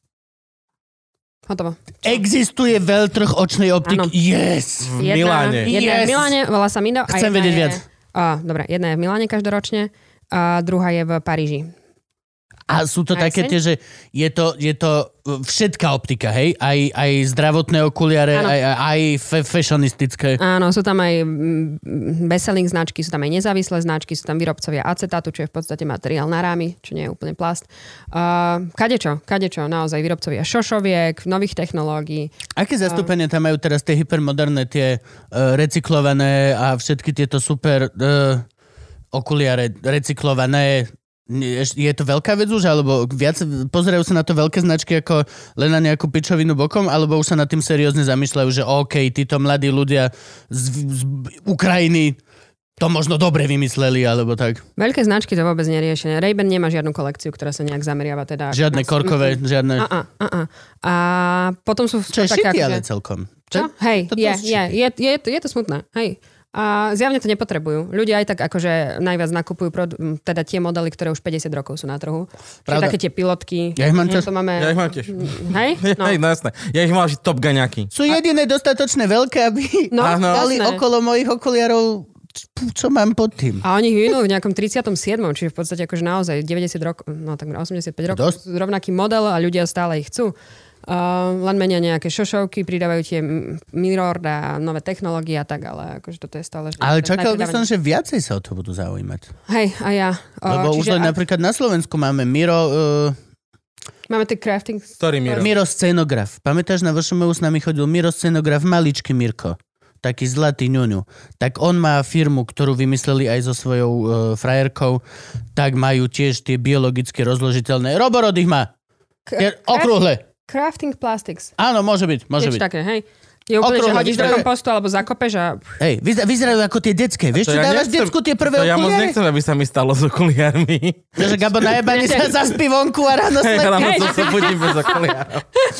Hotovo. Existuje veľtrh očnej optiky? Ano. Yes! V jedna, Miláne. Jedna yes. je v Miláne, volá sa Mindo. Chcem vedieť je, viac. Uh, dobre, jedna je v Miláne každoročne, a druhá je v Paríži. A sú to také tie, že je to, je to všetká optika, hej? Aj, aj zdravotné okuliare, aj, aj f- fashionistické. Áno, sú tam aj best-selling značky, sú tam aj nezávislé značky, sú tam výrobcovia acetátu, čo je v podstate materiál na rámy, čo nie je úplne plast. Uh, kadečo, kadečo, naozaj výrobcovia šošoviek, nových technológií. Aké zastúpenie tam majú teraz tie hypermoderné, tie uh, recyklované a všetky tieto super uh, okuliare recyklované? Je to veľká vec už, alebo viac pozerajú sa na to veľké značky ako len na nejakú pičovinu bokom, alebo už sa nad tým seriózne zamýšľajú, že OK, títo mladí ľudia z, z Ukrajiny to možno dobre vymysleli, alebo tak. Veľké značky to vôbec neriešené. Ray-Ban nemá žiadnu kolekciu, ktorá sa nejak zameriava. Teda žiadne na... korkové, žiadne... A, a, a, a. a potom sú... Čo je šitý, ale celkom. Čo? Hej, je, je, je, je, je, je to smutné. Hej. A zjavne to nepotrebujú. Ľudia aj tak akože najviac nakupujú produ- teda tie modely, ktoré už päťdesiat rokov sú na trhu. Čiže také tie pilotky. Ja ich mám tiež. To máme... Ja ich mám tiež. Hej? No. Hej, no jasné. Ja ich mám až top gaňaky. Sú jediné dostatočne veľké, aby no, dali okolo mojich okuliarov, čo mám pod tým. A oni ich vyvinuli v nejakom tridsiatom siedmom čiže v podstate akože naozaj deväťdesiat rokov, no takmer osemdesiatpäť rokov. Sú rovnaký model a ľudia stále ich chcú. Uh, len menia nejaké šošovky, pridávajú tie mirror a nové technológie a tak, ale akože toto je stále... Ale čakal by som, že viacej sa o to budú zaujímať. Hej, a ja. Uh, Lebo už len a... napríklad na Slovensku máme Miro... Uh... Máme tie crafting... Ktorý Miro? Miro scenograf. Pamätáš, na vašom s nami chodil Miro scenograf, maličký Mirko. Taký zlatý ňuňu. Tak on má firmu, ktorú vymysleli aj so svojou uh, frajerkou, tak majú tiež tie biologicky rozložiteľné. Roborod ich má. K- okrúhle. Crafting plastics. Áno, môže byť, môže byť. Také, hej. Je úplne, okrúhle, že hodíš vyzerajú... do kompostu alebo zakopeš a... Hej, vyzerajú ako tie detské. Vieš, čo ja dávaš nechcem, decku tie prvé okuliare? Ja okuliare? moc nechcem, aby sa mi stalo s okuliarmi. Takže Gabo najebaný sa zaspí vonku a ráno hey, slepý. Ráno sa zobudím bez okuliarov.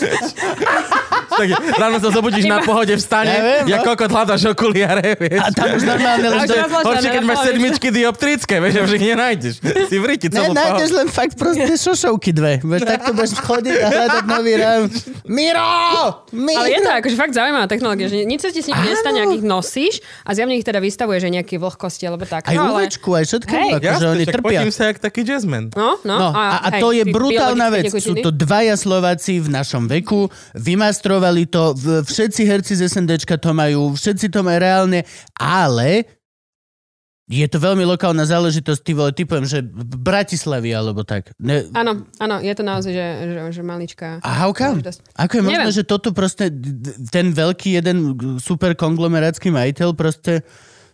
Tak, ráno sa zobudíš na pohode, vstane, ja, viem, ja no? kokot hľadaš okuliare, vieš. A tam už normálne... Horšie, keď máš sedmičky dioptrické, vieš, že ich nenájdeš. Si v riti celú pohod. Ne, nájdeš len fakt proste šošovky dve. Vieš, tak to budeš chodiť a hľadať nový rám. Miro! Miro! Ale je to akože fakt zaujímavá technológia, že nič sa ti s nimi nestane, ak ich nosíš a zjavne ich teda vystavuje, že nejaký vlhkosti alebo tak. Aj no, uvečku, aj všetko, hej, akože oni trpia. Potím sa jak taký jazzman. No, no. no a, a, a to je brutálna vec. Sú to dvaja Slováci v našom veku, vymastrovali to, všetci herci z SNDčka to majú, všetci to majú reálne, ale je to veľmi lokálna záležitosť, ty vole, typujem, že v Bratislavi alebo tak. Ne... Áno, áno, je to naozaj, že, že, že maličká. A how come? Ako je možné, že toto proste, ten veľký jeden super konglomerátsky majiteľ proste,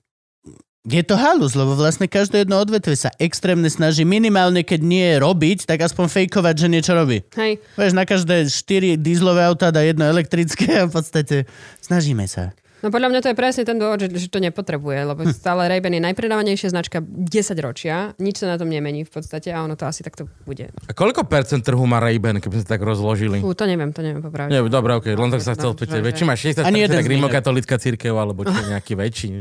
je to halus, lebo vlastne každé jedno odvetvie sa extrémne snaží minimálne, keď nie robiť, tak aspoň fejkovať, že niečo robí. Hej. Vieš, na každé štyri dízlové autá dá jedno elektrické a v podstate snažíme sa. No podľa mňa to je presne ten dôvod, že, že to nepotrebuje, lebo hm. stále Ray-Ban je najpredávanejšia značka desať ročia, nič sa na tom nemení v podstate a ono to asi takto bude. A koľko percent trhu má Ray-Ban, keby sa tak rozložili? Ú, to neviem, to neviem popravde. Nie, dobre, okej, okay. Len tak sa chcel pýtať. Väčší má šesťdesiat percent tak rimokatolícka cirkev, alebo čo nejaký väčší.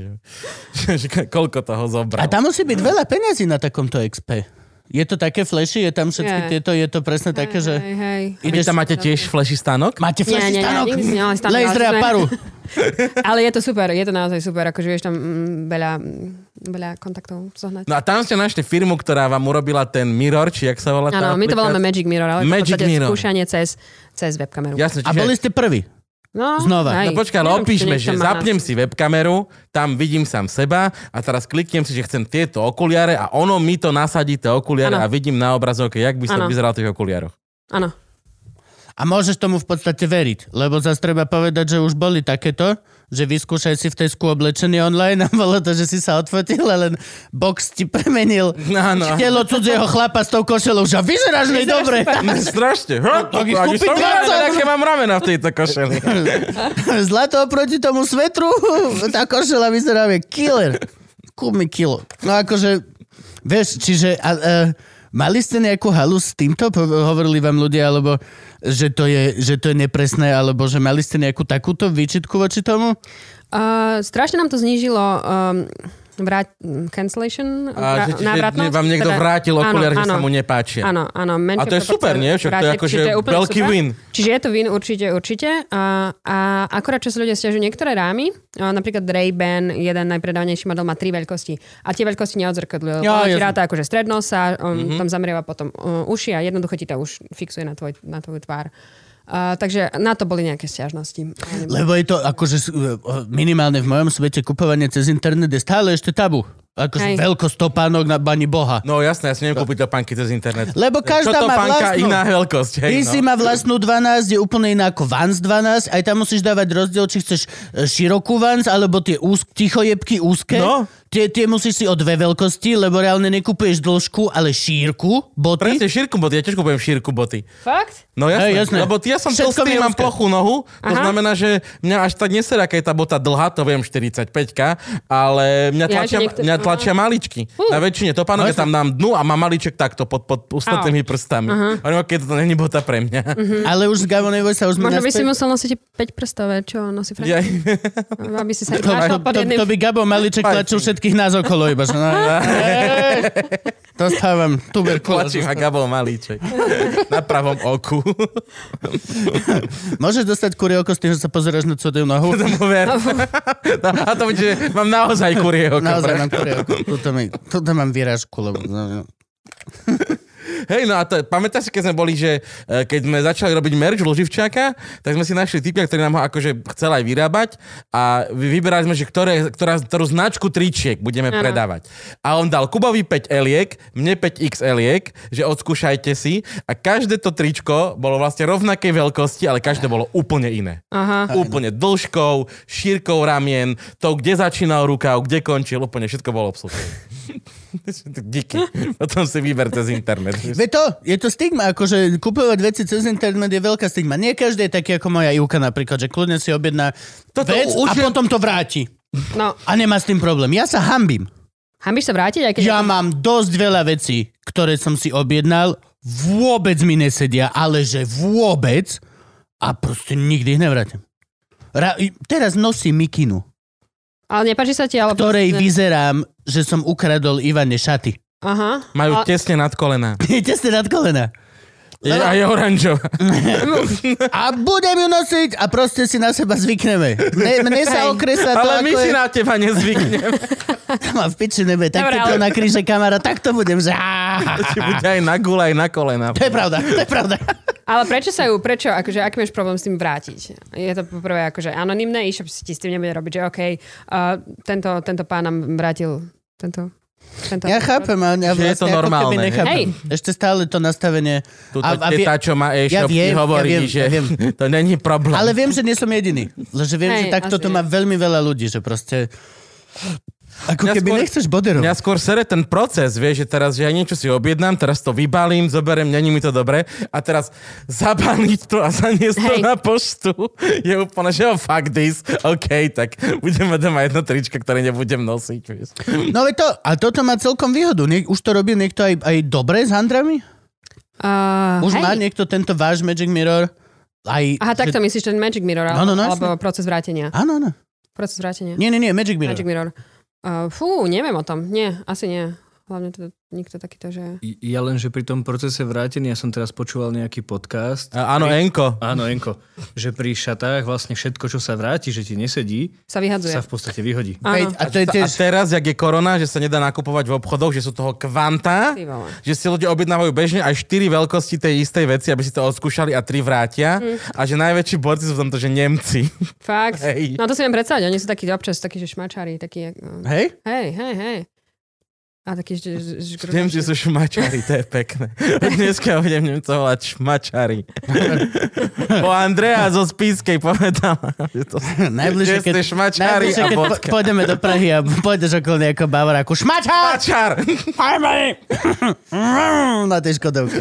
Že, koľko toho zobral. A tam musí byť veľa peňazí na takomto expe. Je to také flashy? Je tam všetky yeah. tieto? Je to presne hey, také, že... Hej, hej. Ideš... Vy tam máte tiež flashy stánok? Máte flashy nie, nie, stánok? Nie, nie, nie, Laser a paru. Ale je to super, je to naozaj super, akože vieš tam mm, veľa, veľa kontaktov zohnať. No a tam ste našli firmu, ktorá vám urobila ten mirror, či jak sa volá tá Áno, my to voláme Magic Mirror, ale Magic v podstate Mirror. skúšanie cez, cez webkameru. Jasne, čiže... A boli ste prví? No, znova. Aj, no počkaj, ale opíšme, že zapnem si webkameru, tam vidím sám seba a teraz kliknem si, že chcem tieto okuliare a ono mi to nasadí tie okuliare ano. A vidím na obrazovke, jak by som ano. Vyzeral v tých okuliaroch. Áno. A môžeš tomu v podstate veriť, lebo zase treba povedať, že už boli takéto, že vyskúšaj si v Tesku oblečený online a bolo to, že si sa odfotil a len box ti premenil no, no. telo cudzieho chlapa s tou košelou, že vyzeráš nej dobre. No, strašne. Tak ich kúpi dvadsať. Aké mám ramena v tejto košeli. Zlato oproti tomu svetru, tá košela vyzerá je killer. Kúp mi kilo. No akože, vieš, čiže... A, a, mali ste nejakú halu s týmto? Hovorili vám ľudia, alebo že to je, že to je nepresné, alebo že mali ste nejakú takúto výčitku voči tomu? Uh, strašne nám to znížilo um, vrát, cancellation, a, vrá, návratnosť. Vám niekto teda, vrátil okuliare, že sa mu nepáčia. Áno, áno. A to je super, nie? Však to je akože veľký super. Win. Čiže je to win, určite, určite. A, a akorát, čo sa ľudia stiažujú, niektoré rámy, napríklad Ray-Ban, jeden najpredávanejší model, má tri veľkosti. A tie veľkosti neodzrkadľujú. Ja, ti ráta akože strednosa, on mm-hmm. tam zameriava potom uh, uši a jednoducho ti to už fixuje na, tvoj, na tvoju tvár. Uh, takže na to boli nejaké sťažnosti. Lebo je to akože minimálne v mojom svete kupovanie cez internet je stále ešte tabu. Akože veľkosť topánok na bani boha. No jasné, ja si neviem kúpiť topánky cez internet. Lebo každá má vlastnú... iná veľkosť. Hej, Ty no. si má vlastnú dvanásť, je úplne iná ako Vans dvanásť, aj tam musíš dávať rozdiel, či chceš širokú Vans, alebo tie úzk, tichojebky úzke. No. Tie, tie musíš si o dve veľkosti, lebo reálne nekupuješ dĺžku, ale šírku boty. Presne, šírku boty, ja tiež kúpujem šírku boty. Fakt? No jasné, Hej, jasné. lebo ja som tlstý, mám plochú nohu, to Aha. znamená, že mňa až tak neserá, keď je tá bota dlhá, to viem štyridsaťpäťka, ale mňa tlačia, ja, niekto... mňa tlačia maličky. Uh. Na väčšine topánok ja tam dám dnu a mám malíček takto pod, pod ústretnými prstami. Uh-huh. Keď to není bota pre mňa. Uh-huh. Ale už z Gavonovej sa už možno by si musel nosiť päť prstové, čo nosí Frank? Ja. Aby si sa to, to, to, to by Gabo malíček tlačil všetkých nás okolo iba. No, to stávam tuberkulózu. Tlačím a Gabo malíček. Na pravom oku. Môžeš dostať kurie oko s tým, že sa pozeráš na cudzú nohu? A to bude, že mám naozaj kurie oko. Naozaj mám kurie oko. Tuto, mi, tuto mám výražku. Lebo... Hej, no a to, pamätáš si, keď sme boli, že keď sme začali robiť merch Luživčáka, tak sme si našli typia, ktorý nám ho akože chcel aj vyrábať a vyberali sme, že ktoré, ktorá, ktorú značku tričiek budeme ano. predávať. A on dal Kubovi päť eliek, mne päť iks eliek, že odskúšajte si a každé to tričko bolo vlastne rovnakej veľkosti, ale každé bolo úplne iné. Aha. Úplne dĺžkou, šírkou ramien, to, kde začínal rukav, kde končil, úplne všetko bolo obslužené. Díky. Potom si vyber cez internet. Veď to, je to stigma, akože kupovať veci cez internet je veľká stigma. Nie každý je taký ako moja Ivka napríklad, že kľudne si objedná Toto vec už a je... potom to vráti. No. A nemá s tým problém. Ja sa hambím. Hambíš sa vrátiť? Aj keď ja je... mám dosť veľa vecí, ktoré som si objednal, vôbec mi nesedia, ale že vôbec a proste nikdy ich nevrátim. Ra... Teraz nosím mikinu. Ale nepáči sa ti, ale... Ktorej proste... vyzerám, že som ukradol Ivane šaty. Aha. Majú a... tesne nad kolená. tesne nad kolená. Je, a je oranžová. A budem ju nosiť a proste si na seba zvykneme. Ne, mne sa okresá to, ale my si je... na teba nezvykneme. Ma v piči nebe, tak keď to na kríže kamara, tak to budem, že... To ti bude aj na gule, aj na kolená. To je pravda, to je pravda. Ale prečo sa ju, prečo, akože, aký máš problém s tým vrátiť? Je to poprvé akože anonymné, e-shop si ti s tým nebude robiť, že okej, okay, uh, tento, tento pán nám vrátil tento... Tento ja chápem, ale ja vlastne, je to normálne. Hej. Ešte stále to nastavenie... Tuto a, a vie... tá, čo má e-shop, ja hovorí, ja viem, že ja viem. To není problém. Ale viem, že nie som jediný. Že viem, hej, že takto to má veľmi veľa ľudí, že proste... Ako mňa keby skôr, nechceš boderovať. Mňa skôr sere ten proces, vieš, že teraz, že ja niečo si objednám, teraz to vybalím, zoberiem, není mi to dobre a teraz zabaliť to a zaniesť to na poštu je úplne, že oh, fuck this, OK, tak budeme doma jedno tričko, ktoré nebudem nosiť, vieš. No to, a toto má celkom výhodu. Nie, už to robí niekto aj, aj dobre s handrami? Uh, už hej. Má niekto tento váš Magic Mirror? Aj, Aha, tak to že... myslíš ten Magic Mirror, no, no, no, alebo proces vrátenia? Áno, áno. Proces vrátenia. Nie, nie, nie, Magic Mirror. Magic Mirror. Uh, fú, neviem o tom. Nie, asi nie. Hlavne teda nikto takýto, že... Ja len, že pri tom procese vrátenia som teraz počúval nejaký podcast. A, áno, pri... Enko. Áno, Enko. Že pri šatách vlastne všetko, čo sa vráti, že ti nesedí, sa vyhadzuje. Sa v podstate vyhodí. Hej, a, to je tiež... a teraz, jak je korona, že sa nedá nakupovať v obchodoch, že sú toho kvanta, že si ľudia objednávajú bežne aj štyri veľkosti tej istej veci, aby si to odskúšali a tri vrátia. Mm. A že najväčší borci sú v tomto, že Nemci. Fakt. Hej. No to si viem predstaviť. Oni sú takí občas takí, že šmačári. Takí, no... Hej? Hej, hej, hej. A taký, že... že Nemci sú šmačári, to je pekné. Dneska budem Nemcov volať šmačári. Po Andrea zo Spískej povedala, že to najbližšie, keď, šmačári najbližšie, a keď bodka. Po, pôjdeme do Prahy a pôjdeš okolo nejakého Bavoráku. Šmačár! Šmačár! Na tej Škodovke.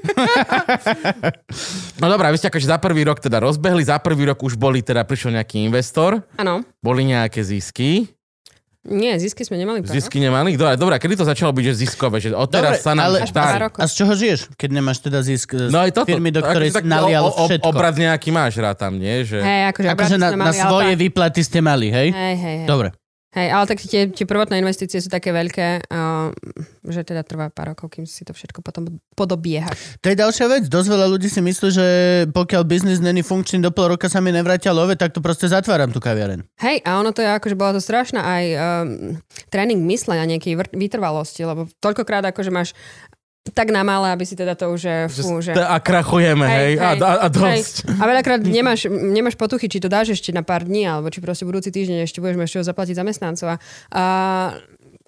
No dobrá, vy ste akože za prvý rok teda rozbehli, za prvý rok už boli teda, prišiel nejaký investor. Áno. Boli nejaké zisky. Nie, zisky sme nemali. Zisky nemali? Dobre, dobre, kedy to začalo byť, že ziskové? Že odteraz sa nám štár. A z čoho žiješ, keď nemáš teda zisk z no firmy, do ktorej si nalial všetko? Obrad nejaký máš rád tam, nie? Že... Hej, akože, akože na, na svoje ale... výplaty ste mali, hej? Hej, hej, hej. Dobre. Hej, ale tak tie, tie prvotné investície sú také veľké, uh, že teda trvá pár rokov, kým si to všetko potom podobieha. To je ďalšia vec. Dosť veľa ľudí si myslí, že pokiaľ biznis není funkčný do pol roka sa mi nevrátia love, tak to proste zatváram tú kaviareň. Hej, a ono to je akože bola to strašná aj um, tréning myslenia nejakej vr- vytrvalosti, lebo toľkokrát akože máš tak na malé, aby si teda to už... Fú, že... A krachujeme, hej, hej, hej a, a dosť. Hej. A veľakrát nemáš, nemáš potuchy, či to dáš ešte na pár dní, alebo či proste budúci týždeň ešte budeš ešte zaplatiť zamestnancov. A, a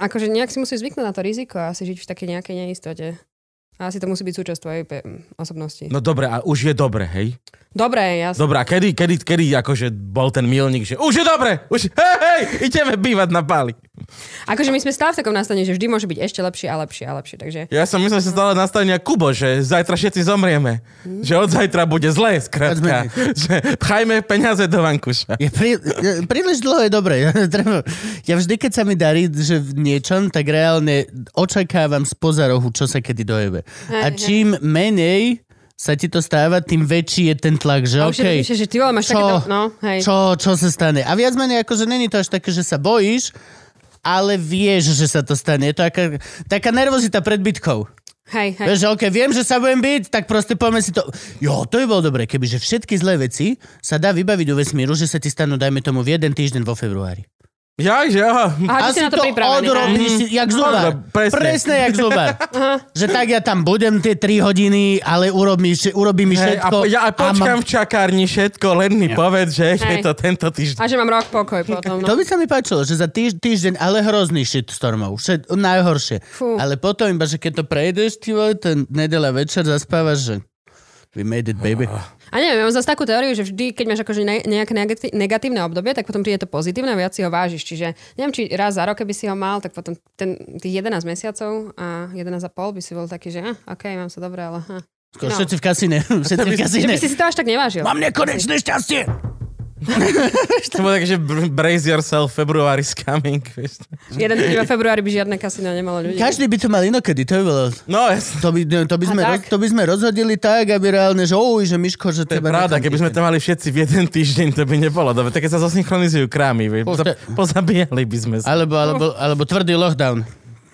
akože nejak si musíš zvyknúť na to riziko a asi žiť v takej nejakej neistote. A asi to musí byť súčasť tvojej osobnosti. No dobre, a už je dobre, hej? Dobre, jasne. Dobre, a kedy, kedy, kedy akože bol ten milník, že už je dobre, už, hej, hej, ideme bývať na Bali. Akože my sme stále v takom nastavení, že vždy môže byť ešte lepšie a lepšie a lepšie, takže... Ja som myslel, že sa stále nastavenia Kubo, že zajtra všetci zomrieme. Hmm. Že od zajtra bude zlé, skrátka. Že pchajme peniaze do vankuša. Je prí, príliš dlho je dobre. Ja vždy, keď sa mi darí, že v niečom, tak reálne očakávam spoza rohu, čo sa kedy dojebe. A čím menej sa ti to stáva, tým väčší je ten tlak, že okej, okay, že ty máš čo, takéto, no, hej. čo, čo sa stane. A viac menej, akože není to až také, že sa bojíš, ale vieš, že sa to stane. Je to taká, taká nervozita pred bitkou. Hej, hej. Vieš, že okej, okay, viem, že sa budem byť, tak proste poďme si to... Jo, to by bolo dobre, kebyže všetky zlé veci sa dá vybaviť do vesmíru, že sa ti stanú, dajme tomu, v jeden týždeň vo februári. Ja, že aha. Aha, a si na to, to pripravený, odrobíš, si, jak zubar. No, presne. presne jak zubar. Že tak ja tam budem tie tri hodiny, ale urobím, urobím mi všetko. Hey, a, ja počkám a mám... v čakárni všetko, len mi ja. povedz, že je to tento týždeň. A že mám rok pokoj potom. No. To by sa mi páčilo, že za týž, týždeň, ale hrozný shitstormov. Všet, najhoršie. Fú. Ale potom iba, že keď to prejdeš, ty vole, ten nedeľa večer zaspávaš, že we made it, baby. A neviem, mám zase takú teóriu, že vždy, keď máš akože nejaké negatívne obdobie, tak potom príde to pozitívne a viac si ho vážiš. Čiže neviem, či raz za rok, keby si ho mal, tak potom ten, tých jedenásť mesiacov a jedenásť a pol by si bol taký, že ah, okej, okay, mám sa dobre, ale... Ah. No. Všetci v kasíne. Všetci v kasíne. Že by si si to až tak nevážil. Mám nekonečné šťastie! To bolo také, že brace yourself, February is coming. Jeden v februári by žiadne kasíno nemalo ľudí. Každý by to mal inokedy, to by bolo... No, jasne. To by, to by, sme, roz, to by sme rozhodili tak, aby reálne, že ouj, že Miško, že... To je pravda, keby sme to mali všetci v jeden týždeň, to by nebolo dobre. Tak keď sa zosynchronizujú krámy, Poza, pozabíjali by sme sa. Alebo, alebo, alebo tvrdý lockdown.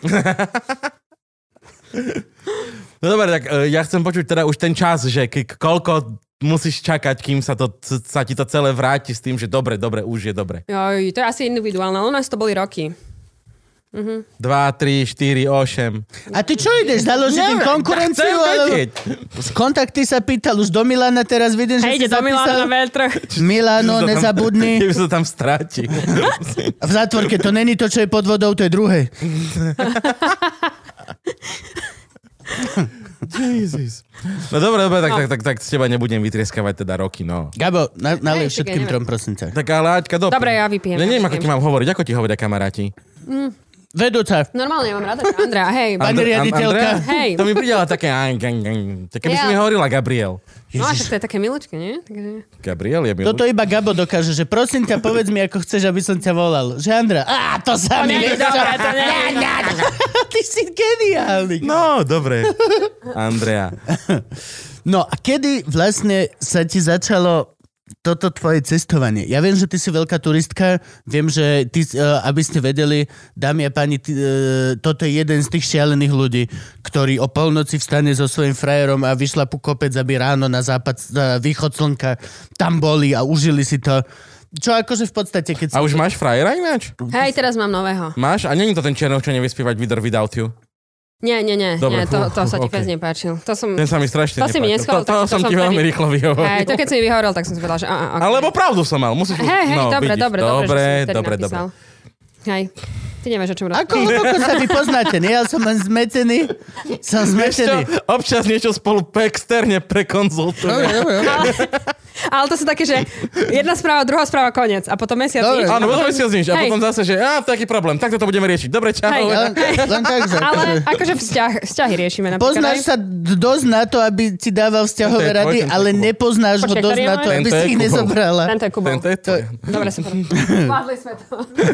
No dobre, tak ja chcem počuť teda už ten čas, že k- koľko musíš čakať, kým sa, to, sa ti to celé vráti s tým, že dobre, dobre, už je dobre. Joj, to je asi individuálne, ale u nás to boli roky. Uh-huh. dva, tri, štyri, osem. A ty čo ideš? Založiť im konkurenciu? Ja Z kontakty sa pýtal už do Milana, teraz vidím, že Hej, si do Milana na Veltroch. Milano, nezabudni. Keby sa tam stráti. V zátvorke to není to, čo je pod vodou, to je druhé. Jesus. No dobre, dobre, tak, no. tak, tak, tak s teba nebudem vytrieskavať teda roky, no. Gabo, na, nalej všetkým trom, prosím ťa. Tak ale Aťka, dobre. Dobre, ja vypijem. Ja neviem, ako ti mám hovoriť, ako ti hovoria kamaráti. Mm. Vedúca. Normálne, ja mám rada Andrea, hej. Pani riaditeľka. Hej. To mi pridala také... Keby si mi hovorila Gabriel. No a však to je také miločké, nie? Takže... Gabriel je miločké. Toto iba Gabo dokáže, že prosím ťa, povedz mi, ako chceš, aby som ťa volal. Že Andra, á, to sa mi nechce. Ty si geniálny. No, dobre. Andrea. No a kedy vlastne sa ti začalo toto tvoje cestovanie? Ja viem, že ty si veľká turistka, viem, že ty, aby ste vedeli, dámy a páni, ty, toto je jeden z tých šialených ľudí, ktorý o polnoci vstane so svojím frajerom a vyšla pu kopec, aby ráno na západ, na východ slnka tam boli a užili si to. Čo akože v podstate, keď... A už máš frajera ináč? Hej, teraz mám nového. Máš? A není to ten Černoch, čo nevie spievať With or Without You? Nie, nie, nie, Dobre, nie to, to sa ti okay. pes nepáčil. To som, Ten sa mi strašne to nepáčil. Si mi neschol, to, to, to som ti veľmi rýchlo vyhovoril. Hej, to keď si mi vyhovoril, tak som si povedal, že... A, a, okay. Alebo pravdu som mal. Musíš... Hej, hej, no, dobre, vidíš. dobre, dobre, dobre, že som dobre, napísal. Hej, ty nevieš, o čom rozprávať. Ako hlboko sa vy poznáte, nie? Ja som len zmetený. Som zmetený. Čo, občas niečo spolu externe prekonzultujeme. ale, ale to sú také, že jedna správa, druhá správa, koniec. A potom mesiac nič. Áno, potom mesiac nič. A potom zase, že á, taký problém, takto to budeme riešiť. Dobre, čau. Hej, len, len tak, že... Ale akože vzťah, vzťahy riešime napríklad. Poznáš sa dosť na to, aby ti dával vzťahové rady, ale nepoznáš ho dosť na to, aby si ich nezobrala. Tento je Kubov. Dobre, super. Zvládli sme to.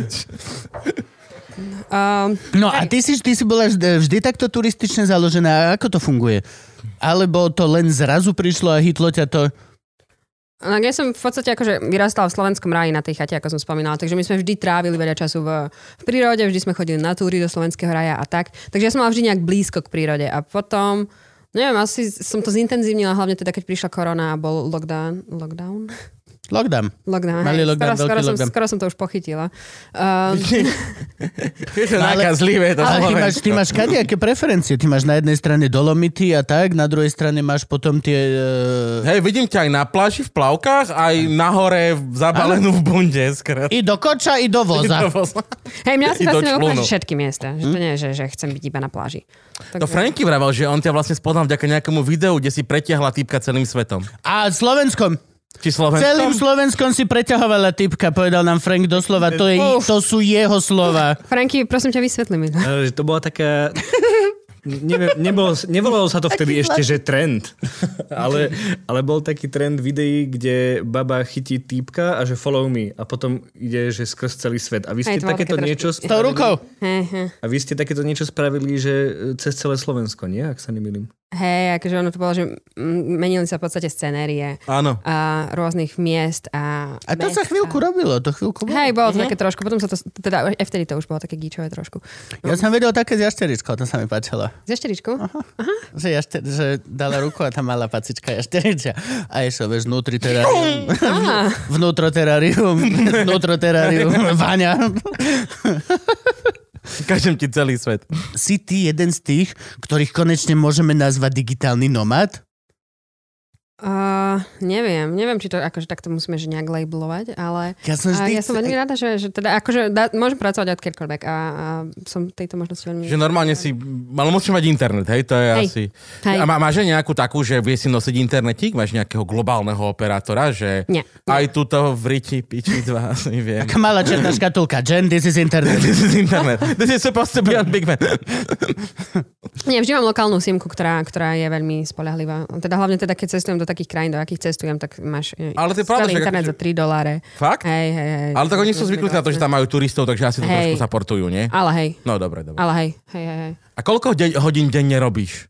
Um, no a ty si, ty si bola vždy, vždy takto turistične založená. Ako to funguje? Alebo to len zrazu prišlo a hitlo ťa to? No, ja som v podstate akože vyrastala v slovenskom ráji na tej chate, ako som spomínala. Takže my sme vždy trávili veľa času v, v prírode, vždy sme chodili na túry do slovenského raja a tak. Takže ja som mala vždy nejak blízko k prírode. A potom, neviem, asi som to zintenzívnila, hlavne teda, keď prišla korona a bol lockdown. Lockdown? Lockdown. Lockdown, Mali hej. lockdown, skoro, skoro, som, lockdown. skoro som to už pochytila. Um, Je to nakazlivé. To ale ty máš, ty máš kadejaké preferencie. Ty máš na jednej strane Dolomity a tak, na druhej strane máš potom tie... Uh... Hej, vidím ťa aj na pláži v plavkách, aj nahore zabalenú v bunde. Skrat. I do koča, i do voza. Hej, mňa si I do fascinuje úplne člunu. že všetky miesta. Že to nie je, že, že chcem byť iba na pláži. To Franky vravel, že on ťa vlastne spoznal vďaka nejakému videu, kde si pretiahla týpka celým svetom. A Slovenskom. Či Slovenskom? Celým Slovenskom si preťahovala typka, povedal nám Frank doslova. To, je, to sú jeho slova. Franky, prosím ťa, vysvetli mi. Ale to bola taká... Neviem, nebolo, nevolalo sa to vtedy ešte, že trend. Ale, ale bol taký trend videí, kde baba chytí týpka a že follow me. A potom ide, že skrz celý svet. A vy ste Hej, to bolo takéto také niečo trošku- S tou rukou. Hej, hej. A vy ste takéto niečo spravili, že cez celé Slovensko, nie? Ak sa nemýlim. Hej, akože ono to bolo, že mm, menili sa v podstate scenérie Áno. a rôznych miest a... A to mest sa chvíľku robilo, to chvíľku bolo. Hej, bolo to také trošku, potom sa to, teda aj vtedy to už bolo také gíčové trošku. Ja som vedel také z jašteričkou, to sa mi páčilo. Z jašteričkou? Že, jašter, že dala ruku a tam mala pacička jašteričia. A išlo, vieš, vnútri terárium. Vnútro terárium. Vnútro terárium. Váňa. Kažem ti celý svet. Si ty jeden z tých, ktorých konečne môžeme nazvať digitálny nomad? Uh, neviem, neviem, či to akože takto musíme že nejak labelovať, ale Ja som a vždy... ja som veľmi rada, že, že teda akože dá, môžem pracovať od kedykoľvek a, a som tejto možnosti veľmi... Že normálne si, ale musíš mať internet, hej, to je Hej. asi... Hej. A má, máš aj nejakú takú, že vie si nosiť internetík? Máš nejakého globálneho operátora, že Nie. aj túto v Riti, piči dva, asi viem. Taká malá černá škatulka. Jen, this is internet. This is internet. This is supposed to be on Big Man. Nie, vždy mám lokálnu simku, ktorá, ktorá je veľmi spoľahlivá. Teda hlavne teda, keď cestujem do takých krajín, do akých cestujem, tak máš Ale to je pravda, skvelý že internet akože- za tri doláre. Fakt? Hej, hej, hej. Ale tak oni sú zvyknutí na to, že tam majú turistov, takže asi to Hej. trošku supportujú, nie? Ale hej, No dobre, dobre. ale hej, hej, hej, hej. A koľko de- hodín denne robíš?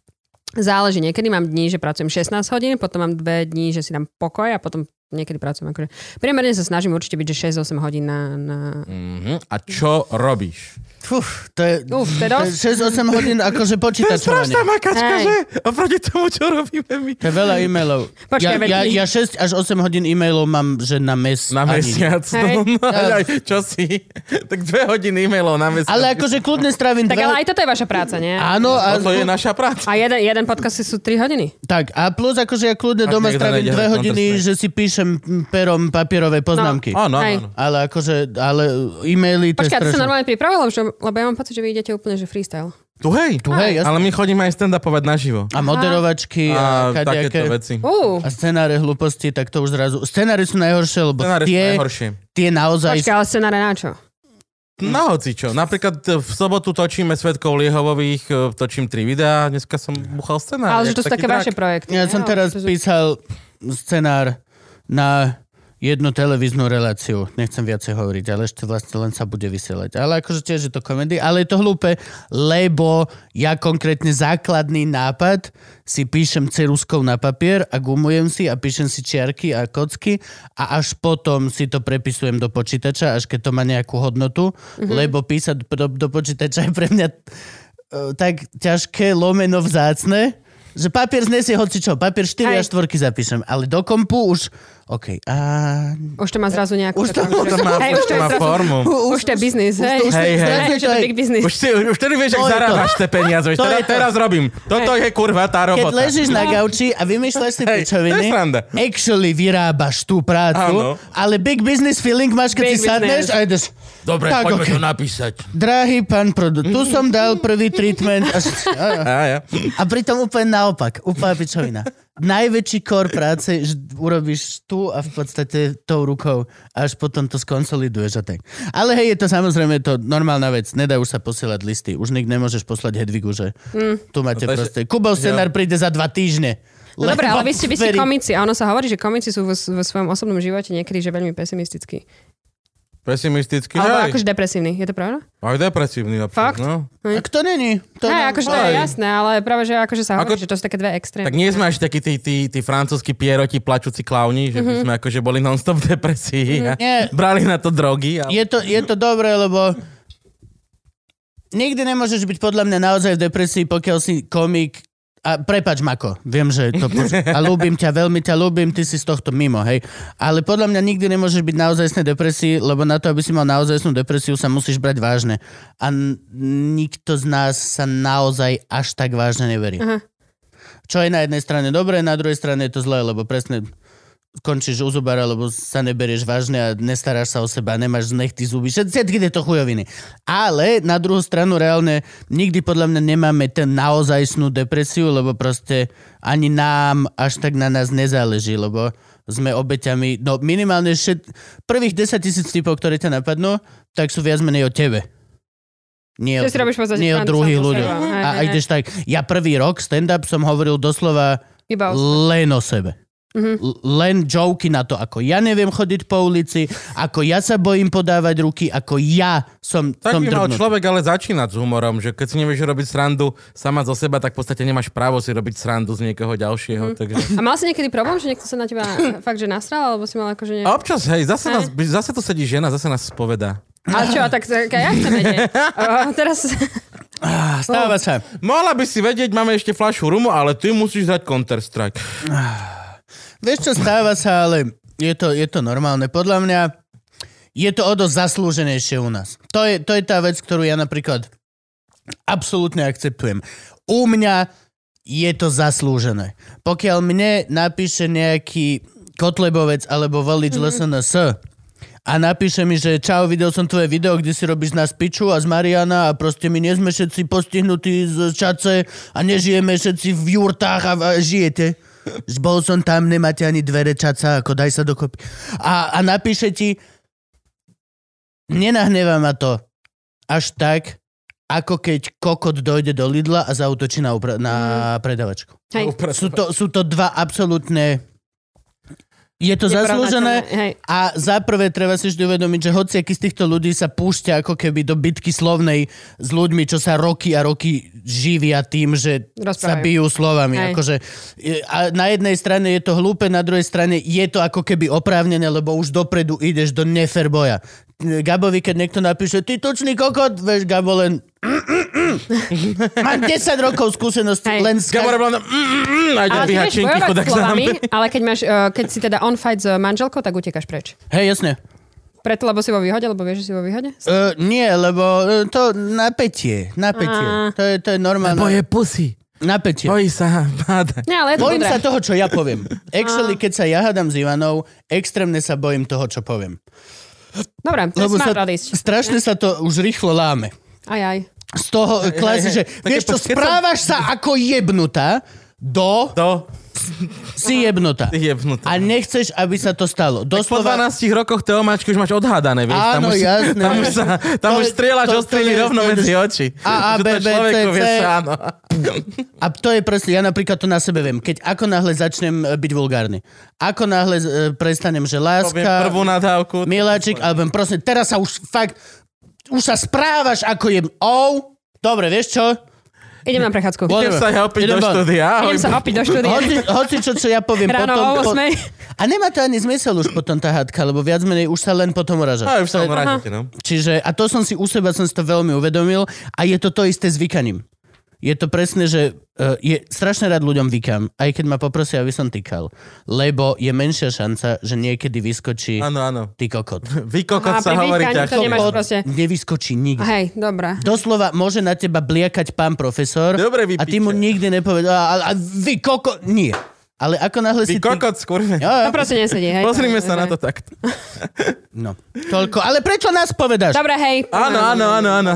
Záleží, niekedy mám dní, že pracujem šestnásť hodín, potom mám dve dní, že si dám pokoj a potom niekedy pracujem akože... Priemerne sa snažím určite byť, že šesť osem hodín na... na... Uh-huh. A čo robíš? Fuf, to je, Uf, to je dosť. šesť osem hodín akože počítačovanie. makačka, Hej. že? Oproti tomu, čo robíme my. To je veľa e-mailov. Počkaj, ja, veď ja, my- ja šesť až osem hodín e-mailov mám, že na mes. Na ani. mesiac. Hej. No, no, aj, čo si? Tak dve hodiny e-mailov na mesiac. Ale akože kľudne strávim Tak dve... ale aj toto je vaša práca, nie? Áno, a, No, to je naša práca. A jeden, jeden podcast sú tri hodiny. tak, a plus akože ja kľudne Ak doma niekto strávim nájde dve Counter hodiny, Strike. že si píšem perom papierové poznámky. Áno, Hej. áno. Ale akože, ale e-maily, to je Počkaj, ty sa strašné. normálne pripravil, lebo, lebo ja mám pocit, že vy idete úplne, že freestyle. Tu hej. Tu, hej, jasne. Ale my chodíme aj stand-upovať naživo. A moderovačky A a, takéto kadejaké. veci. Uh, A scenáre hlúposti, tak to už zrazu... Scenáre sú najhoršie, lebo Scenáre sú tie, najhoršie. tie naozaj... počkaj, ale scenáre na čo? No hocičo. Napríklad v sobotu točíme Svetkov Liehovových, e, točím tri videá, dneska som buchal scenár. Ale že jak to sú taký také drak. vaše projekty. Ja nie? som teraz To sú- písal scenár na jednu televíznu reláciu. Nechcem viacej hovoriť, ale ešte vlastne len sa bude vysielať. Ale akože tiež je to komedy, ale je to hlúpe, lebo ja konkrétne základný nápad si píšem ceruskou na papier a gumujem si a píšem si čiarky a kocky a až potom si to prepisujem do počítača, až keď to má nejakú hodnotu, mm-hmm. lebo písať do, do počítača je pre mňa uh, tak ťažké, lomeno vzácne, že papier znesie hocičo, papier štyri a Hej. štvorky zapíšem, ale do kompu už, OK, a... Už to má zrazu nejakú... Už to- takú- To má, Hej, už to to je má zrazu- formu. Už to je biznis, hej. už to- Hej, hej. Hej, už je to big business. Už, si, už vtedy vieš, To ak je to. zarábaš tie peniaze. Vieš, To teraz, je to. teraz robím. Toto je kurva tá Keď robota. ležíš na gauči a vymýšľaš si Hej, pičoviny, to je sranda. actually vyrábaš tú prácu, Áno. ale big business feeling máš, keď Big si sadneš business. a ideš... Dobre, Tak, poďme okej. to napísať. Drahý pán producent, tu som dal prvý treatment a, a, Á, ja. a pritom úplne naopak, úplne pičovina. Najväčší kor práce že urobíš tu a v podstate tou rukou až potom to skonsoliduješ a tak. Ale hej, je to samozrejme to normálna vec. Nedá už sa posielať listy. Už nik nemôžeš poslať Hedvigu, že mm. tu máte No to je- proste. Kubov scenár príde za dva týždne. No dobre, ale Lebo vy ste, vy ste verí- komici a ono sa hovorí, že komici sú vo, vo svojom osobnom živote niekedy že veľmi pesimistickí. Pesimistický, Alebo hej. akože depresívny. Je to pravda? Aj depresívny. občas, Fakt? No. A kto není? To Hej, nie- akože to je Hej. jasné, ale práve, že akože sa hovorí, Ako- že to sú také dve extrémy. Tak nie sme až takí tí, tí, tí francúzski pieroti, plačúci klauni, že by sme akože boli non-stop v depresii a Nie. brali na to drogy. A... Je to, je to dobré, lebo nikdy nemôžeš byť podľa mňa naozaj v depresii, pokiaľ si komik A prepáč, Mako, viem, že to... A ľúbim ťa, veľmi ťa ľúbim, ty si z tohto mimo, hej. Ale podľa mňa nikdy nemôžeš byť naozajstnej depresii, lebo na to, aby si mal naozajstnú depresiu, sa musíš brať vážne. A n- nikto z nás sa naozaj až tak vážne neverí. Aha. Čo je na jednej strane dobré, na druhej strane je to zlé, lebo presne končíš u zubára, lebo sa neberieš vážne a nestaráš sa o seba, nemáš nechty zuby, všetky tieto chujoviny. Ale na druhú stranu reálne nikdy podľa mňa nemáme ten naozajstnú depresiu, lebo proste ani nám až tak na nás nezáleží, lebo sme obeťami, no minimálne všet, prvých desať tisíc typov, ktoré ťa napadnú, tak sú viac menej o tebe. Nie od, nie od druhých ľudí. A, a ideš tak, ja prvý rok stand-up som hovoril doslova len o sebe. Mm-hmm. Len joky na to, ako ja neviem chodiť po ulici, ako ja sa bojím podávať ruky, ako ja som tak som by mal človek ale začínať s humorom, že keď si nevieš robiť srandu sama zo seba, tak v podstate nemáš právo si robiť srandu z niekoho ďalšieho. Mm. Takže... A mal si niekedy problém, že niekto sa na teba fakt, že nasral, alebo si mal akože... Ne... Občas, hej, zase, nás, zase tu sedí žena, zase nás spovedá. A čo, tak, tak ja chcem vedieť. Uh, teraz... Ah, stáva sa. Mohla by si vedieť, máme ešte fľašu rumu, ale ty musíš dať Counter-Strike. Vieš čo, stáva sa, ale je to, je to normálne. Podľa mňa je to o dosť zaslúženejšie u nás. To je, to je tá vec, ktorú ja napríklad absolútne akceptujem. U mňa je to zaslúžené. Pokiaľ mne napíše nejaký Kotlebovec alebo volič mm-hmm. el es en es a napíše mi, že čau, videl som tvoje video, kde si robíš nás piču a z Mariana a proste my nie sme všetci postihnutí z Čace a nežijeme všetci v jurtách a, a žijete. Bol som tam, nemáte ani dvere Čaca, ako daj sa dokopy. A, a napíše ti, nenahnevá ma to až tak, ako keď kokot dojde do Lidla a zaútočí na, upra- na predavačku. Sú to, sú to dva absolútne... Je to zaslúžené a za prvé treba si vždy uvedomiť, že hociaký z týchto ľudí sa púšťa ako keby do bitky slovnej s ľuďmi, čo sa roky a roky živia tým, že rozprávajú. Sa bijú slovami. Akože, a na jednej strane je to hlúpe, na druhej strane je to ako keby oprávnené, lebo už dopredu ideš do nefer boja. Gabovi, keď niekto napíše, ty tučný kokot, vieš, Gabo len... Mám desať rokov skúsenosti len s... Gabo len... Ale ty vieš bojovať slovami, ale keď, máš, keď si teda on fight s manželkou, tak utekáš preč. Hej, jasne. Preto, lebo si vo výhode? Lebo vieš, že si vo výhode? Uh, nie, lebo to napätie. Napätie. A... To, je, to je normálne. Lebo je pusy. Napätie. Bojí sa bádať. Bojím sa toho, čo ja poviem. Actually, keď sa ja hádam s Ivanou, extrémne sa bojím toho, čo poviem. Dobre, to je smart odísť. Strašne sa to už rýchlo láme. Aj, aj. Z toho klasy, že vieš čo, správaš sa ako jebnutá do... Do... Si jebnutá. jebnutá. A nechceš, aby sa to stalo. Doslova... Tak po dvanástich rokoch tej omáčky už máš odhádané, vieš. Áno, tam už, jasné. Tam už, sa, tam to, už strieľač ostrelí rovno to, medzi oči. A, A, B, B, C, C. Áno. A to je presne, ja napríklad to na sebe viem. Keď ako náhle začnem byť vulgárny. Ako náhle prestanem, že láska... Poviem prvú nadávku. Miláčik, alebo prosím, teraz sa už fakt... Už sa správaš ako je... Oh, dobre, vieš čo? Idem na prechádzku. Idem sa ja opiť do štúdia. Idem sa opiť do štúdia. Hoci, hoci čo, čo ja poviem Ráno potom... o osmej. Po... A nemá to ani zmysel už potom tá hádka, lebo viac menej už sa len potom uraža. A už sa len uražate, no. Čiže, a to som si u seba, som si to veľmi uvedomil a je to to isté s vykaním. Je to presne, že uh, je strašne rád ľuďom vykam, aj keď ma poprosia, aby som týkal. Lebo je menšia šanca, že niekedy vyskočí áno, áno. ty kokot. Vy kokot sa hovorí ťažko. Kokot nevyskočí nikdy. Hej, dobré. Doslova môže na teba bliakať pán profesor dobre, a ty mu nikdy nepovedal, a, a vy kokot, nie. Ale ako náhle vy si... Vy kokot, ty... skurve. To proste nesedí, hej. Pozrime sa na to takto. No, toľko. Ale prečo nás povedáš? Dobre, hej. Áno, áno, áno, áno.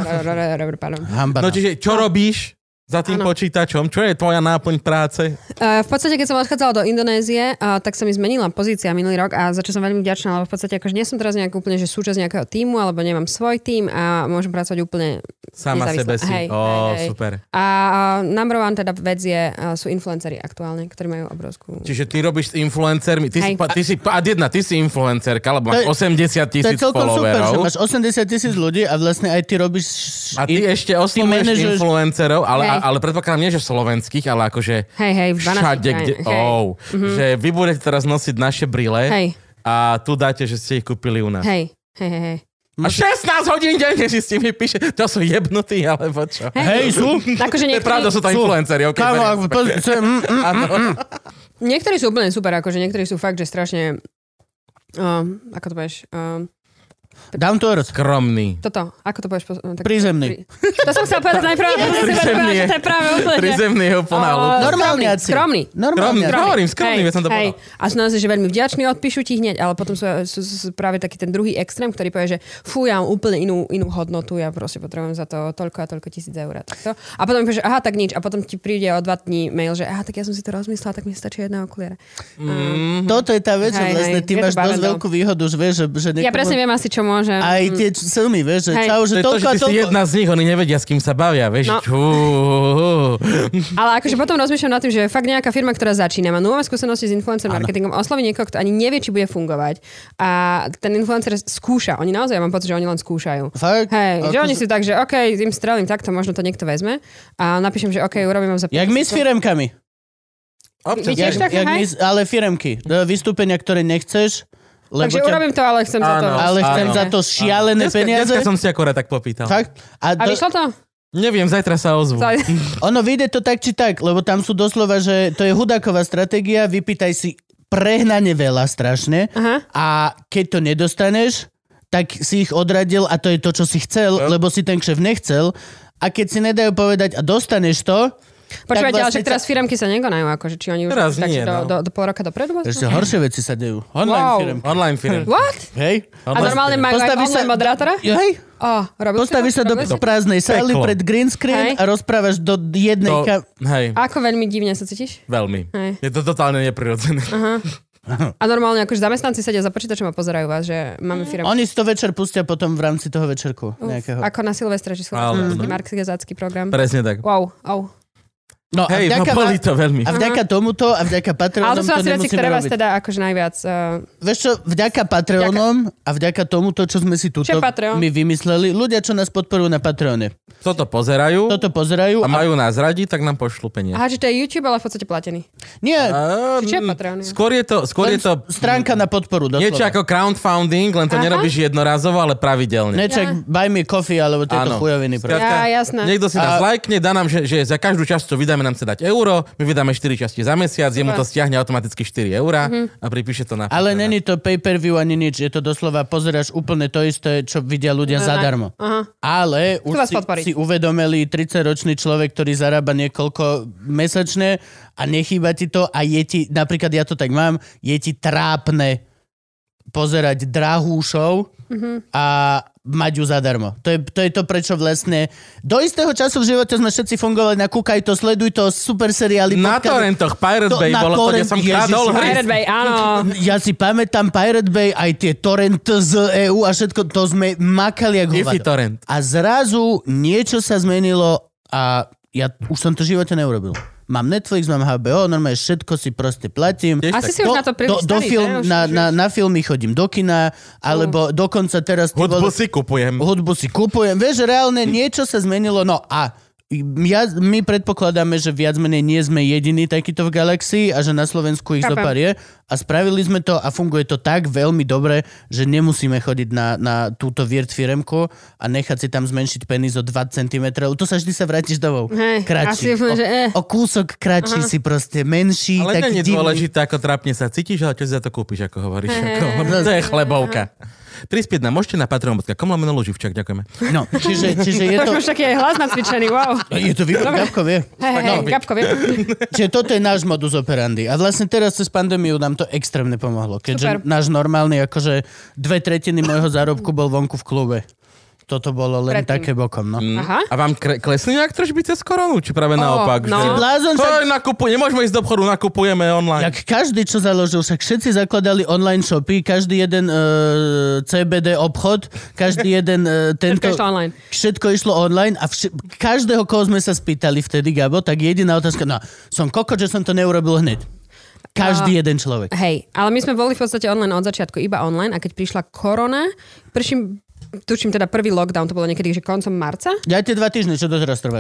Dobre, no čiže, čo robíš za tým ano. Počítačom? Čo je tvoja náplň práce? Uh, v podstate, keď som odchádzala do Indonézie, uh, tak sa mi zmenila pozícia minulý rok a za čo som veľmi vďačná, lebo v podstate akože nie som teraz nejak úplne že súčasť nejakého tímu, alebo nemám svoj tím a môžem pracovať úplne sama sebe si. Hej, Ó, hej, hej. super. A uh, number one teda vec je, uh, sú influenceri aktuálne, ktorí majú obrovskú... Čiže ty robíš s influencermi, ty si, ty si, a jedna, ty si influencerka, lebo máš osemdesiat tisíc followerov. To je celkom super, že máš osemdesiat tisíc ľudí a vlastne aj ty robíš... A ty ešte oslovuješ influencerov, ale, ale predpokladám nie, že slovenských, ale akože hej, hej, všade, kde... Oh, mm-hmm. Že vy budete teraz nosiť naše brýle hej. a tu dáte, že ste ich kúpili u nás. Hej, hej, hej. A šestnásť hodín denne si s tými píše, to sú jebnutí, alebo čo? Hej, sú. Akože To je pravda, sú to influenceri. Okay, Kámo, ak... Niektorí sú úplne super, akože niektorí sú fakt, že strašne... Uh, ako to povieš? Uh, Down to earth. Skromný. Toto, ako to povieš? Po, tak, Prízemný. To som chcel povedať najprv, to som chcel povedať, že to je práve úplne. Prízemný je úplne Uh, Normálniaci. Skromný. Normálne. Skromný. Hovorím, skromný, veď som to hej. povedal. A sú naozaj, že veľmi vďační, odpíšu ti hneď, ale potom sú, sú, sú, sú práve taký ten druhý extrém, ktorý povie, že fú, ja mám úplne inú, inú hodnotu, ja proste potrebujem za to toľko a toľko tisíc eur. Takto. A potom mi povie, že aha, tak nič. A potom ti príde o dva dní mail, že aha, tak ja som si to rozmyslela, tak mi stačí jedna okuliara. Mm. Toto je tá vec, že Hej, vlastne hej, ty je to máš dosť bavendou. veľkú výhodu, že vieš, že, že Ja niekomu... presne viem asi, čo môžem. Aj tie silmy, vieš, že Hej. čau, že To je to, toľko že a ty si toľko. jedna z nich, oni nevedia, s kým sa bavia, vieš. No. Čú. Ale akože potom rozmýšľam nad tým, že fakt nejaká firma, ktorá začína, má nové skúsenosti s influencer marketingom, osloví niekoho, kto ani nevie, či bude fungovať. A ten influencer skúša. Oni naozaj, ja mám pocit, že oni len skúšajú. Fakt? Hej, že Ako oni sa- sú tak, že OK, im strelím takto, možno to niekto vezme. A napíšem, že OK, urobím vám za... Jak my s firemkami. Občas, Vy tiež hej. tak? Jak hej? my, s- ale firemky. Vystúpenia, ktoré nechceš, lebo Takže urobím to, ale chcem za to... Áno. ale chcem Áno. za to šialené Dneska, peniaze. dneska som si akorát tak popýtal. Fakt? A, A do, vyšlo to? Neviem, zajtra sa ozvu. ono vyjde to tak či tak, lebo tam sú doslova, že to je hudáková stratégia, vypýtaj si prehnane veľa strašne Aha. a keď to nedostaneš, tak si ich odradil a to je to, čo si chcel, No. lebo si ten kšef nechcel a keď si nedajú povedať a dostaneš to, Počúvajte, ale vlastne však teraz firemky sa nekonajú, akože či oni už Teraz tak, nie, že do, no. do, do pol roka dopredu? vlastne? ešte horšie veci sa dejú. Online Wow. firemky. Online firm. What? Hej? A normálne majú aj Postaví online moderátora? Hej? Oh, robil Postaví si to? sa do Robil si to? prázdnej sály Peklo. pred green screen Hej. a rozprávaš do jednej... To, Ka- hej, Ako veľmi divne sa cítiš? veľmi. Hej. Je to totálne neprirodzené. A normálne akože zamestnanci sedia za počítačom a pozerajú vás, že máme firmu. Oni si to večer pustia potom v rámci toho večerku. Nejakého. Ako na Silvestra, že sú Ale- taký marketingácky program. Presne tak. Wow, wow. No a Hej, no vďaka, boli to veľmi. a vďaka tomuto a vďaka Ale Patreonom to sú to asi veci, nemusíme ktoré vás robiť. teda akože najviac... Uh, Vieš čo, vďaka Patreonom a vďaka tomuto, čo sme si tuto Čo je Patreon? my vymysleli, ľudia, čo nás podporujú na Patreone, Toto pozerajú toto pozerajú a a... majú nás radi, tak nám pošlú peniaze. aha, že to je YouTube, ale v podstate platený. Nie, A, Čo je mm, Patreon? Skôr je to, skôr len je to stránka na podporu, doslova. niečo ako crowdfunding, len to Aha. nerobíš jednorazovo, ale pravidelne. Niečo Ja. ako buy me coffee, alebo tieto Áno. chujoviny. proste. Skrátka, Ja, jasné. Niekto si nás A- lajkne, dá nám, že, že za každú časť, čo vydáme, nám chce dať euro, my vydáme štyri časti za mesiac, jemu to stiahne automaticky štyri eurá a pripíše to na... Ale není to pay-per-view ani nič, je to doslova, pozeráš úplne to isté, čo vidia ľudia zadarmo. Aha. Ale už vás si, podporiť. si uvedomili tridsaťročný človek, ktorý zarába niekoľko mesačne a nechýba ti to a je ti, napríklad ja to tak mám, je ti trápne pozerať drahú show Mhm. a mať ju zadarmo. To je, to je to, prečo vlastne do istého času v živote sme všetci fungovali na kúkaj to, sleduj to, super seriály. Na podcast- torrentoch, Pirate To- Bay, na bolo to, kde torrent- som Ježiši, kradol hry. Pirate Bay, áno. Ja si pamätám Pirate Bay, aj tie torrent z é ú a všetko, to sme makali jak Wi-Fi hovado. torrent. A zrazu niečo sa zmenilo a ja už som to v živote neurobil. Mám Netflix, mám há bé ó, normálne všetko si proste platím. Tiež Asi tak. si už na to príliš do, do starý, film, ne? Už- na, už- na, na filmy chodím do kina, alebo dokonca teraz... ty Hudbu vole- si kupujem. hudbu si kupujem. Vieš, že reálne niečo sa zmenilo. No a ja, my predpokladáme, že viac menej nie sme jediní takýto v galaxii a že na Slovensku ich Chápem. zopár je. A spravili sme to a funguje to tak veľmi dobre, že nemusíme chodiť na, na túto virt firemku a nechať si tam zmenšiť penis o dva centimetre. To sa vždy sa vrátiš domov. Hej, Kratší. asi úplne, že eh. O, o kúsok kratší si proste, menší, Ale taký nie je divný. dôležité, ako trápne sa cítiš, ale čo si za to kúpiš, ako hovoríš. Hej, Ako, to je chlebovka. Prispieť nám môžete na patreon bodka com lomeno Luživčak, ďakujeme. No, čiže, čiže je to... Už taký aj hlas nacvičený, wow. Je to výborné, Gabko vie. Hej, hej, hej, Gabko, vie. Čiže toto je náš modus operandi. A vlastne teraz cez pandémiu nám to extrémne pomohlo. Keďže Super. náš normálny, akože dve tretiny môjho zárobku bol vonku v klube. Toto bolo len Predtým. také bokom, no. Aha. A vám kre- klesli nejak tržby cez koronu? Či práve naopak? no. Že... Si blázon, Hoj, však- nakupuj, nemôžeme ísť do obchodu, nakupujeme online. Jak každý, čo založil, však všetci zakladali online shopy, každý jeden uh, cé bé dé obchod, každý jeden uh, tento... Všetko išlo online. Všetko išlo online a vš- každého, koho sme sa spýtali vtedy, Gabo, tak jediná otázka, no, som kokot, že som to neurobil hneď. Každý jeden človek. Hej, ale my sme boli v podstate online od začiatku, iba online a keď prišla korona, prším, tuším teda prvý lockdown, to bolo niekedy, že koncom marca. Ja tie dva týždne, čo doteraz trvajú.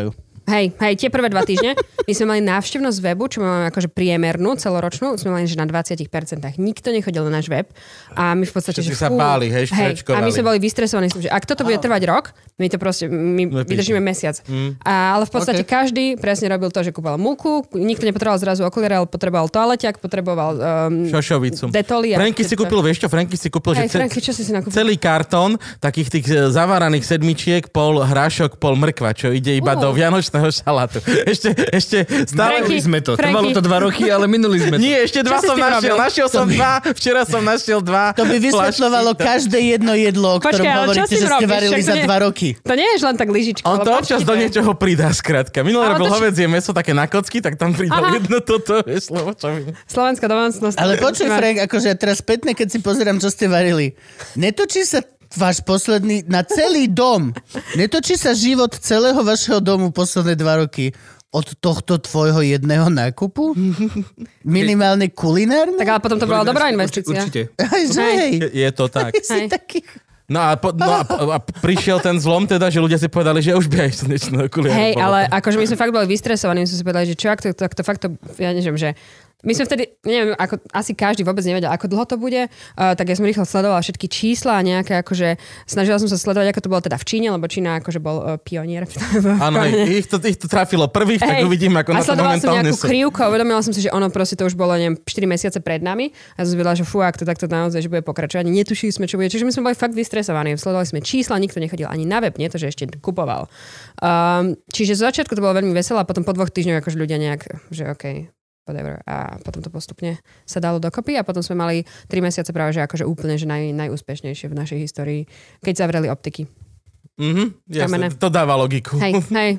Hej, hej, tie prvé dva týždne. My sme mali návštevnosť webu, čo máme akože priemernú, celoročnú, sme mali že na dvadsať percent. Nikto nechodil na náš web. A my v podstate, Všetci že sa fú, báli, hej, štrečkovali. A my sme boli vystresovaní, že ak toto bude trvať rok, my to proste, my Nepíši. vydržíme mesiac. Mm. A, ale v podstate okay. každý presne robil to, že kúpal múku, nikto nepotreboval zrazu okuliare, ale potreboval toaleťak, potreboval um, šošovicu. Detoly. Franky si kúpil, vieš čo, Franky si kúpil, hey, že Franky, čo si si nakúpil? celý kartón takých tých zavaraných sedmičiek, pol hrášok, pol mrkva, čo ide iba uh. do vianočného šalátu. Ešte, ešte stále... Minuli sme to. Franky. Trvalo to dva roky, ale minuli sme to. Nie, ešte dva som našiel. Našiel som dva. Včera som našiel dva. To by vysvetľovalo každé jedno jedlo, o ktorom Počkaj, hovoríte, že ste varili za dva roky. To nie je len tak lyžička. On to občas do niečoho pridá, skrátka. Minulý robil hovädzie mäso také na kocky, tak tam pridal Aha. jedno toto. Slovenská domácnosť. Ale počuj, Frank, akože teraz spätne, keď si pozerám, čo ste varili. Netočí sa váš posledný, na celý dom. Netočí sa život celého vašeho domu posledné dva roky od tohto tvojho jedného nákupu? Minimálne kulinárne? Tak ale potom to bola dobrá investícia. Určite. Aj, že hej. Je, je to tak. Si taký... No a, po, no a, a prišiel ten zlom teda, že ľudia si povedali, že už by aj slnečné okuliare. Hej, ale akože my sme fakt boli vystresovaní, my sme si povedali, že čo, ak to, to, to fakt to, ja neviem, že my sme vtedy, neviem, ako, asi každý vôbec nevedel, ako dlho to bude, uh, tak ja som rýchlo sledovala všetky čísla a nejaké, akože snažila som sa sledovať, ako to bolo teda v Číne, lebo Čína akože bol uh, pionier. Áno, ich to, ich to trafilo prvých, hey, tak uvidím, ako na to momentálne sú. A sledovala som nejakú krivku a uvedomila som si, že ono proste to už bolo, neviem, štyri mesiace pred nami a som si vedela, že fú, ak to takto naozaj, že bude pokračovať. Netušili sme, čo bude. Čiže my sme boli fakt vystresovaní. Sledovali sme čísla, nikto nechodil ani na web, nie to, že ešte kupoval. Um, čiže z začiatku to bolo veľmi veselé a potom po dvoch týždňoch akože ľudia nejak, že okej. Okay, whatever. A potom to postupne sa dalo dokopy a potom sme mali tri mesiace práve, že akože úplne že naj, najúspešnejšie v našej histórii, keď zavreli optiky. Mhm, jasne, to dáva logiku. Hej, hej.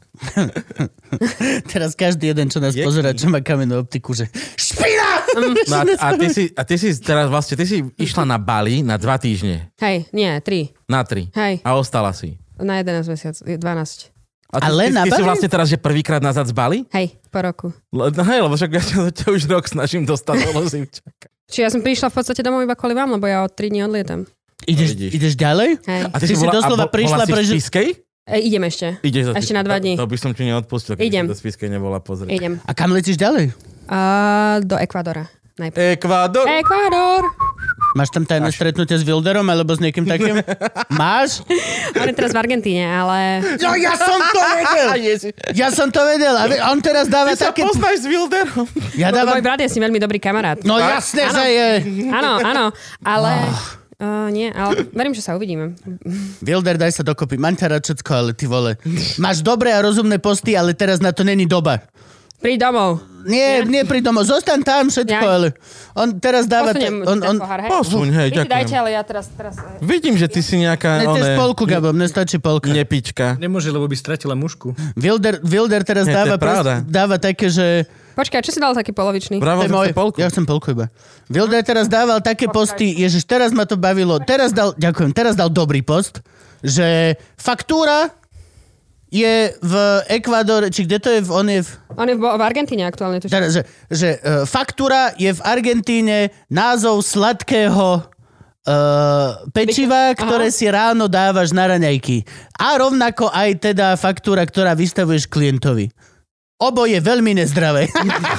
Teraz každý jeden, čo nás pozerá, čo má kamennú optiku, že špina! No a, a, ty si, a ty si teraz vlastne, ty si išla na Bali na dva týždne. Hej, nie, tri. Na tri. Hej. A ostala si. Na jedenásť mesiac, dvanásť. A ty, Ale ty, ty, ty si vlastne teraz, že prvýkrát nazad z Bali? Hej, po roku. Le, no hej, lebo však ja ťa, ťa už rok snažím dostať do Lozivčaka. Čiže ja som prišla v podstate domov iba kvôli vám, lebo ja od tri dní odlietam. Ideš, no, ideš ďalej? Hej. A ty, ty si, bola, doslova a bo, prišla bola si v Spiskej? E, idem ešte. Ideš ešte na dva dní. To, to by som ti neodpustil, keď idem. si do Spiskej nebola pozrieť. Idem. A kam letíš ďalej? Uh, do Ekvádora. Najprv. Ekvádor? Ekvádor! Máš tam tajné Máš. stretnutie s Wilderom alebo s niekým takým? Máš? On je teraz v Argentíne, ale... No ja som to vedel! Ja som to vedel. A on teraz dáva Ty také... Ty sa poznáš s Wilderom? Ja dávam... Môj brat je s ním veľmi dobrý kamarát. No a? Jasné, áno. že je. Áno, áno, ale... Uh, nie, ale verím, že sa uvidíme. Wilder, daj sa dokopy. Mám ťa rád všetko, ale ty vole. Máš dobré a rozumné posty, ale teraz na to není doba. Príď domov. Nie, nie, nie príď domov. Zostaň tam všetko, ja. Ale on teraz dáva... Posuniem on, on... pohár, hej? Posuň, hej, ďakujem. Dajte, ale ja teraz... teraz... Vidím, že ty si nejaká... Ne, to je polku, Gabo, mne stačí polka. Nepička. Nemôže, lebo by stratila mušku. Wilder, Wilder teraz nie, dáva, prost, dáva také, že... Počkaj, čo si dal taký polovičný? Bravo, môj, polku. Ja chcem polku iba. Wilder teraz dával také posty, ježiš, teraz ma to bavilo. Teraz dal, ďakujem, teraz dal dobrý post, že faktúra je v Ekvádore, či kde to je? On je v... On je v, v Argentíne aktuálne. Teda, že že uh, faktúra je v Argentíne názov sladkého uh, pečiva, Aha. ktoré si ráno dávaš na raňajky. A rovnako aj teda faktúra, ktorá vystavuješ klientovi. Oboje veľmi nezdravé.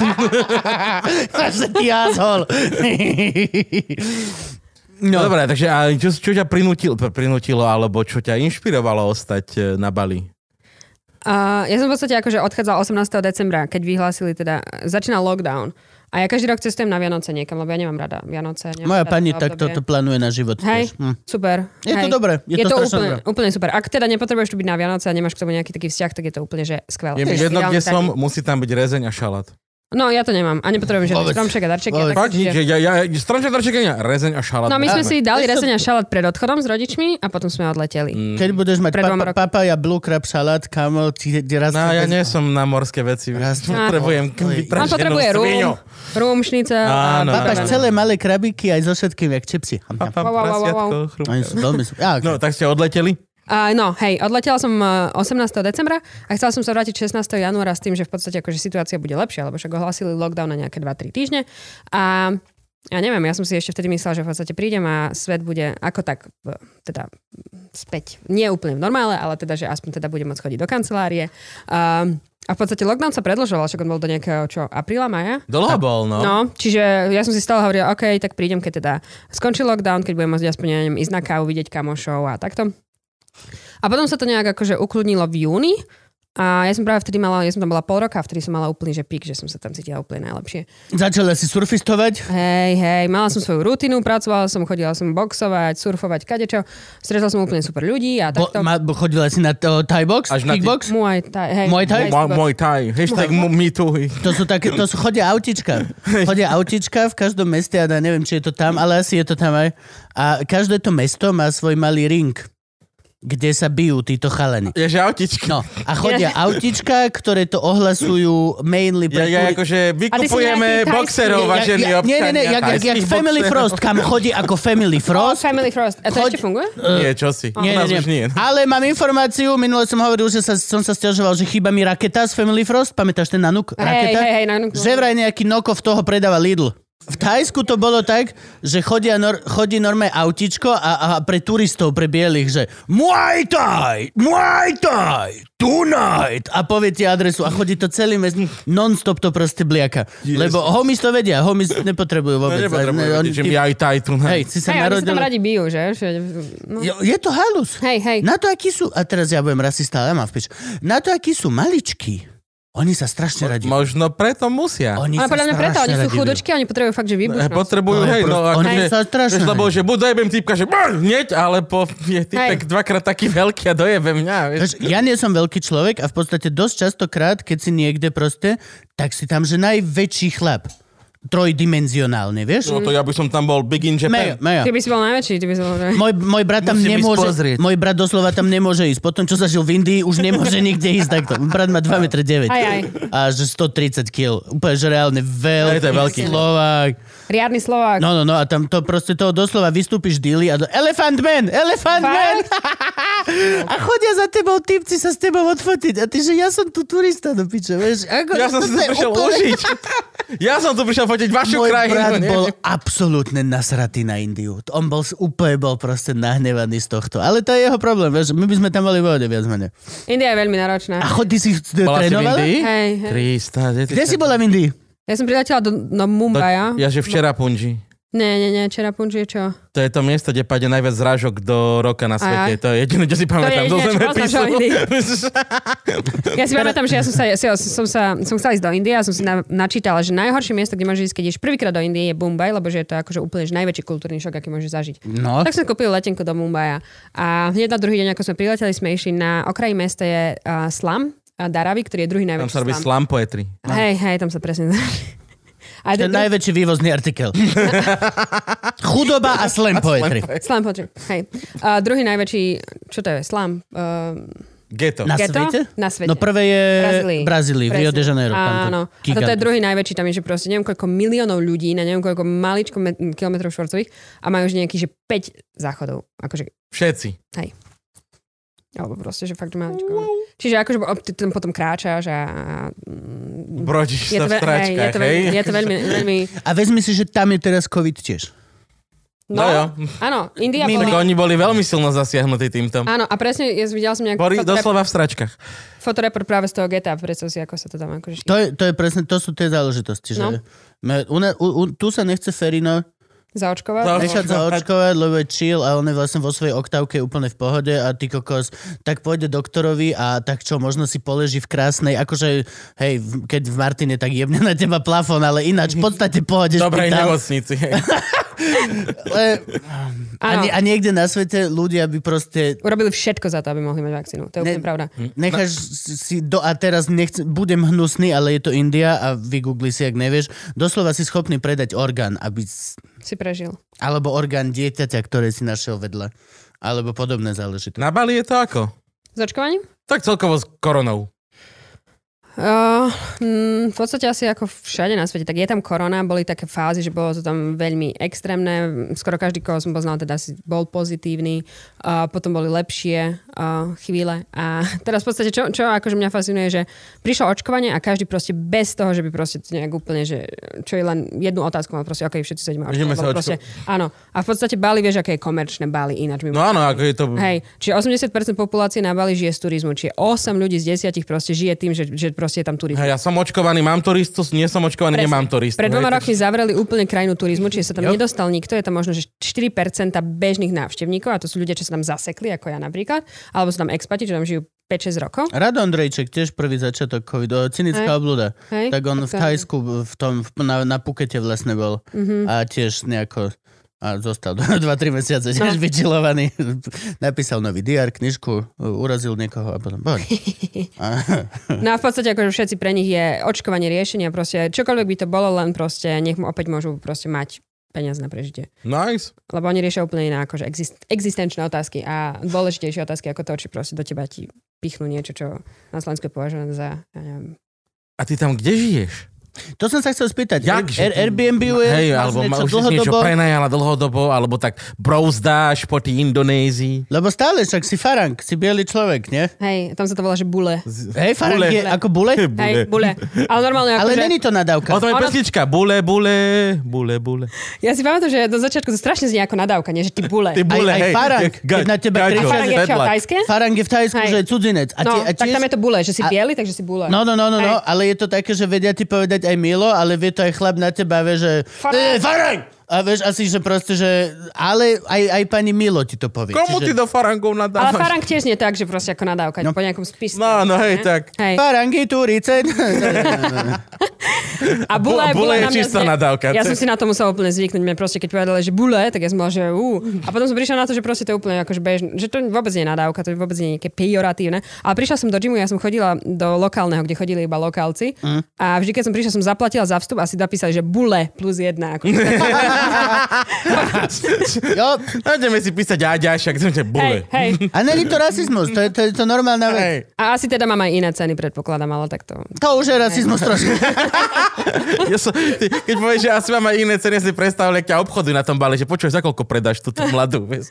Máš taký asshole. No. Dobre, takže a čo, čo ťa prinútilo, prinútilo, alebo čo ťa inšpirovalo ostať na Bali? Uh, ja som v podstate akože odchádzala osemnásteho decembra, keď vyhlásili teda, začínal lockdown. A ja každý rok cestujem na Vianoce niekam, lebo ja nemám rada Vianoce. Nemám Moja rada pani takto to plánuje na život. Hej, hm. super. Je hej. to dobré. Je, je to, to úplne, úplne super. Ak teda nepotrebuješ tu byť na Vianoce a nemáš k tomu nejaký taký vzťah, tak je to úplne že skvelé. Je mi jedno, kde som, musí tam byť rezeň a šalát. No, ja to nemám. A nepotrebujem žiadny stromček a darčeky. Fakt nič, ja, ja, stromček a darčeky, ja, rezeň a šalát. No, my sme si dali rezeň a šalát pred odchodom s rodičmi a potom sme odleteli. Mm. Keď budeš mať papa, papaja, blue crab, šalát, kamo, ti raz... No, ja nie som na morské veci. Potrebujem vypraženú potrebuje sviňu. Rum, šnicel a... Papaš celé malé krabiky aj so všetkým, jak čipsy. No, tak ste odleteli? Uh, no, hej, odletela som osemnásteho decembra a chcela som sa vrátiť šestnásteho januára s tým, že v podstate akože situácia bude lepšia, lebo však ohlasili lockdown na nejaké dva tri týždne. A Ja neviem, ja som si ešte vtedy myslela, že v podstate prídem a svet bude ako tak, teda späť, nie úplne v normále, ale teda, že aspoň teda budem môcť chodiť do kancelárie. Um, A v podstate lockdown sa predĺžoval, však on bol do nejakého, čo, apríla, maja? Dlho bol, no. No, čiže ja som si stále hovorila, OK, tak prídem, keď teda skončí lockdown, keď budem môcť aspoň, ja neviem, ísť na kávu, vidieť kamošov a takto. A potom sa to nejak akože ukludnilo v júni. A ja som práve vtedy mala, ja som tam bola pol roka, vtedy som mala úplný že pík, že som sa tam cítila úplne najlepšie. Začala si surfistovať? Hej, hej, mala som svoju rutinu, pracovala som, chodila som boxovať, surfovať, kadečo. Stretla som úplne super ľudí a takto. Bo, ma, chodila si na to, Thai box? Až na kickbox? Muay Thai, hej. Muay Thai? Muay Thai. Hashtag me too. To sú také, to sú, chodia autička. Chodia autička v každom meste a ja neviem, či je to tam, ale asi je to tam aj. A každé to mesto má svoj malý ring, kde sa bijú títo chalani. Je, že autičky. No, a chodia autička, ktoré to ohlasujú mainly pre... Ja, ja akože vykupujeme boxerov, vážení občania. Nie, nie, nie, jak, jak, jak Family Frost, kam chodí ako Family Frost. Oh, Family Frost. A to Chod... ešte funguje? Nie, čo si. Nie, nie, nie. nie. Ale mám informáciu, minule som hovoril, že sa, som sa sťažoval, že chýba mi raketa z Family Frost. Pamätáš ten nanuk? Raketa? Hej, hej, hej, nanuk. Že vraj nejaký knock-off toho predáva Lidl. V Thajsku to bolo tak, že chodia nor, chodí normálne autičko a, a pre turistov, pre bielých, že Muay Thai, Muay Thai, tonight. A povie ti adresu a chodí to celý mes, non-stop to proste bliaka. Yes. Lebo homies to vedia, homies nepotrebujú vôbec. No, nepotrebujú, ne, že Muay Thai, tonight. Hej, si sa hej, narodil... oni sa tam radi bijú, že? No. Je, je to halus. Hej, hej. Na to, akí sú... A teraz ja budem rasista, ale ja mám v pič. Na to, akí sú maličkí. Oni sa strašne radi. Možno preto musia. Oni ale podľa mňa preto, oni sú chudočky a oni potrebujú fakt, že výbušnosť. Potrebujú, hej, no oni akože, sa strašne lebo že buď dojebem typka, že hneď, ale po, je typek dvakrát taký veľký a dojebe mňa. Vieš. Ja nie som veľký človek a v podstate dosť častokrát, keď si niekde proste, tak si tam, že najväčší chlap. Trojdimenzionálne, vieš? No to ja by som tam bol big in Japan. Mejo, mejo. Ty by si bol najväčší, ty by si bol... Môj, môj brat tam Musím nemôže, môj brat doslova tam nemôže ísť. Potom, čo zažil v Indii, už nemôže nikde ísť takto. Brat má dva metre deväť. Aj, aj. A že stotridsať kilogramov. Úplne, že reálne veľký, to je veľký Slovák. Riadny Slovák. No, no, no. A tam to proste toho doslova vystúpiš díly a do... Elephant man! Elephant man! A chodia za tebou typci sa s tebou odfotiť. A ty, že ja som tu turista do piče, vieš? Ako, ja som si tu prišiel úplne... užiť. Ja som tu prišiel fotiť vašu Môj krajinu. Môj brat nie? bol absolútne nasratý na Indiu. On bol úplne bol proste nahnevaný z tohto. Ale to je jeho problém, vieš? My by sme tam mali vode viac menej. India je veľmi náročná. A chod, ty si bola trénovala? Si v Indii? Hej, hej. Krista, kde si bola v Indii? Ja som priletela do, do Mumbaja. Ja, že včera Punji. Nie, nie, nie, Cherrapunji je čo? To je to miesto, kde padne najviac zrážok do roka na svete. Aj. To je jediné, čo si pamätám. To je do jediné, Ja si pamätám, že ja som sa, som sa som chcela ísť do Indie a som si na, načítala, že najhoršie miesto, kde môžeš ísť, keď ideš prvýkrát do Indie, je Mumbai, lebo že je to akože úplne že najväčší kultúrny šok, aký môžeš zažiť. No. Tak som kúpil letenku do Mumbaja. A hneď na druhý deň, ako sme prileteli, sme išli na okraji mesta je uh, slum, uh, Dharavi, ktorý je druhý najväčší slum. Tam sa robí slum poetry. Hej, hej, tam sa presne... A to je dru... najväčší vývozný artikel. Chudoba a slam poetry. Slam poetry, hej. A druhý najväčší, čo to je, slam? Uh, Ghetto. Na Ghetto? svete? Na svete. No prvé je Brazílii, Brazílii v Rio de Janeiro. Áno. A toto je druhý najväčší, tam je, že proste neviem koľko miliónov ľudí na neviem koľko maličko met- kilometrov štvorcových a majú už nejaký, že päť záchodov. Akože... Všetci. Hej. Alebo proste, že fakt maličko. Čiže akože ty tam potom kráčaš a... Brodíš sa v stráčkach, hej? Je to veľmi, veľmi... A vezmi si, že tam je teraz COVID tiež. No, no jo. Áno, India bola... Tak oni boli veľmi silno zasiahnutí týmto. Áno, a presne, ja videla som nejakú... Boli doslova v stračkách. Fotoreport práve z toho geta, predstav si, ako sa to tam akože... To je, to je presne, to sú tie záležitosti, že... No. U, u, u, tu sa nechce Ferino... Zaočkovať? Nechať zaočkovať, lebo je chill a on je vlastne vo svojej oktávke úplne v pohode a ty kokos, tak pôjde doktorovi a tak čo, možno si poleží v krásnej, akože, hej, keď v Martine, tak jebne na teba plafón, ale ináč v podstate pohode dobrej nemocnici, hej. Le, a, nie, a niekde na svete ľudia by proste... Urobili všetko za to, aby mohli mať vakcínu. To je ne, úplne pravda. Necháš si do... A teraz nechce, budem hnusný, ale je to India a vygoogli si, ak nevieš. Doslova si schopný predať orgán, aby... Si prežil. Alebo orgán dieťaťa, ktoré si našiel vedľa. Alebo podobné záležitosti. Na Bali je to ako? S očkovaním? Tak celkovo s koronou. Uh, No, mm, v podstate asi ako všade na svete, tak je tam korona, boli také fázy, že bolo to tam veľmi extrémne, skoro každý, koho som poznal, teda si bol pozitívny, a potom boli lepšie a chvíle a teraz v podstate, čo, čo akože mňa fascinuje, že prišlo očkovanie a každý proste bez toho, že by proste nejak úplne, že čo je len jednu otázku, mal proste, okej, okay, všetci sa ideme očkovať. Proste, áno. A v podstate Bali, vieš, aké je komerčné Bali ináč. No áno, ako je to... Hej, čiže osemdesiat percent populácie na Bali žije z turizmu, čiže osem ľudí z desiatich proste žije tým, že, že proste je tam turizmus. Hej, ja som očkovaný, mám turistu, nie som očkovaný, Presne. nemám turistu. Pred dvoma rokmi zavreli úplne krajinu turizmu, čiže sa tam jo. nedostal nikto, je tam možno, že štyri percentá bežných návštevníkov, a to sú ľudia, čo sa tam zasekli, ako ja napríklad, alebo sú tam expati, čo tam žijú päť šesť rokov. Rado Ondrejček, tiež prvý začiatok covidu, cynická obľuda. Tak on v Thajsku, v tom, na, na Phukete vlastne bol mm-hmm. a tiež nejako a zostal dva tri mesiace tiež no. vyčilovaný. Napísal nový diár, knižku, urazil niekoho a potom bol. No a v podstate akože všetci pre nich je očkovanie riešenia, proste čokoľvek by to bolo, len proste nech mu opäť môžu proste mať peniaze na prežitie. Nice. Lebo oni riešia úplne iné akože exist- existenčné otázky a dôležitejšie otázky ako to, či proste do teba ti pichnú niečo, čo na Slovensku je považované za, ja neviem. A ty tam kde žiješ? To som sa chcel spýtať. Jak, Airbnb je hej, alebo ma už si niečo prenajala dlhodobo, alebo tak brouzdáš po tí Indonézii. Lebo stále však si farang, si biely človek, nie? Hej, tam sa to volá, že bule. Hej, farang bule. Je ako bule? Hej, bule. Ale normálne ako Ale že... není to nadávka. O tom je ono... pesnička. Bule, bule, bule, bule. Ja si pamätám, že do začiatku to strašne znie ako nadávka, nie? Že ty bule. Ty bule, aj, aj hej. farang, keď na teba kričia. Farang je čo, tajské? Farang je v Tajsku, že je cudzinec. A no, tak tam je to bule, že si biely, takže si bule. No, no, no, no, ale je to také, že vedia ti povedať aj milo, ale vie to aj chlap na teba, vie, že e, farang! A vieš, asi, že proste, že ale aj, aj pani Milo ti to povie. Komu čiže... ty do farangov nadávaš? Ale farang tiež nie tak, že proste ako nadávka, no. po nejakom spise. No, no, hej, ne? tak. Hej. Farangy, turice. A bule, bule, bule je čistá znie... nadávka. Ja som si na to musela úplne zvyknúť. Mne proste, keď povedali, že bule, tak ja som bola, že ú. A potom som prišla na to, že proste to je úplne akože bežné. Že to vôbec nie je nadávka, to je vôbec nie je nejaké pejoratívne. Ale prišla som do gymu, ja som chodila do lokálneho, kde chodili iba lokálci. Mm. A vždy, keď som prišla, som zaplatila za vstup a si napísali, že bule plus jedna. Ako... Jo. Ideme si písať Aďáš, ak sme bule. Hej, hej. A není to rasizmus, to je to, je to normálna vec. Hej. A asi teda mám aj iné ceny, predpokladám, ale tak to... To už je rasizmus trošku. Ja som, ty, keď povieš, že asi mám aj iné ceny, ja si predstavil, jak ťa obchodujú na tom bale, že počuj, za koľko predáš túto mladú, vieš.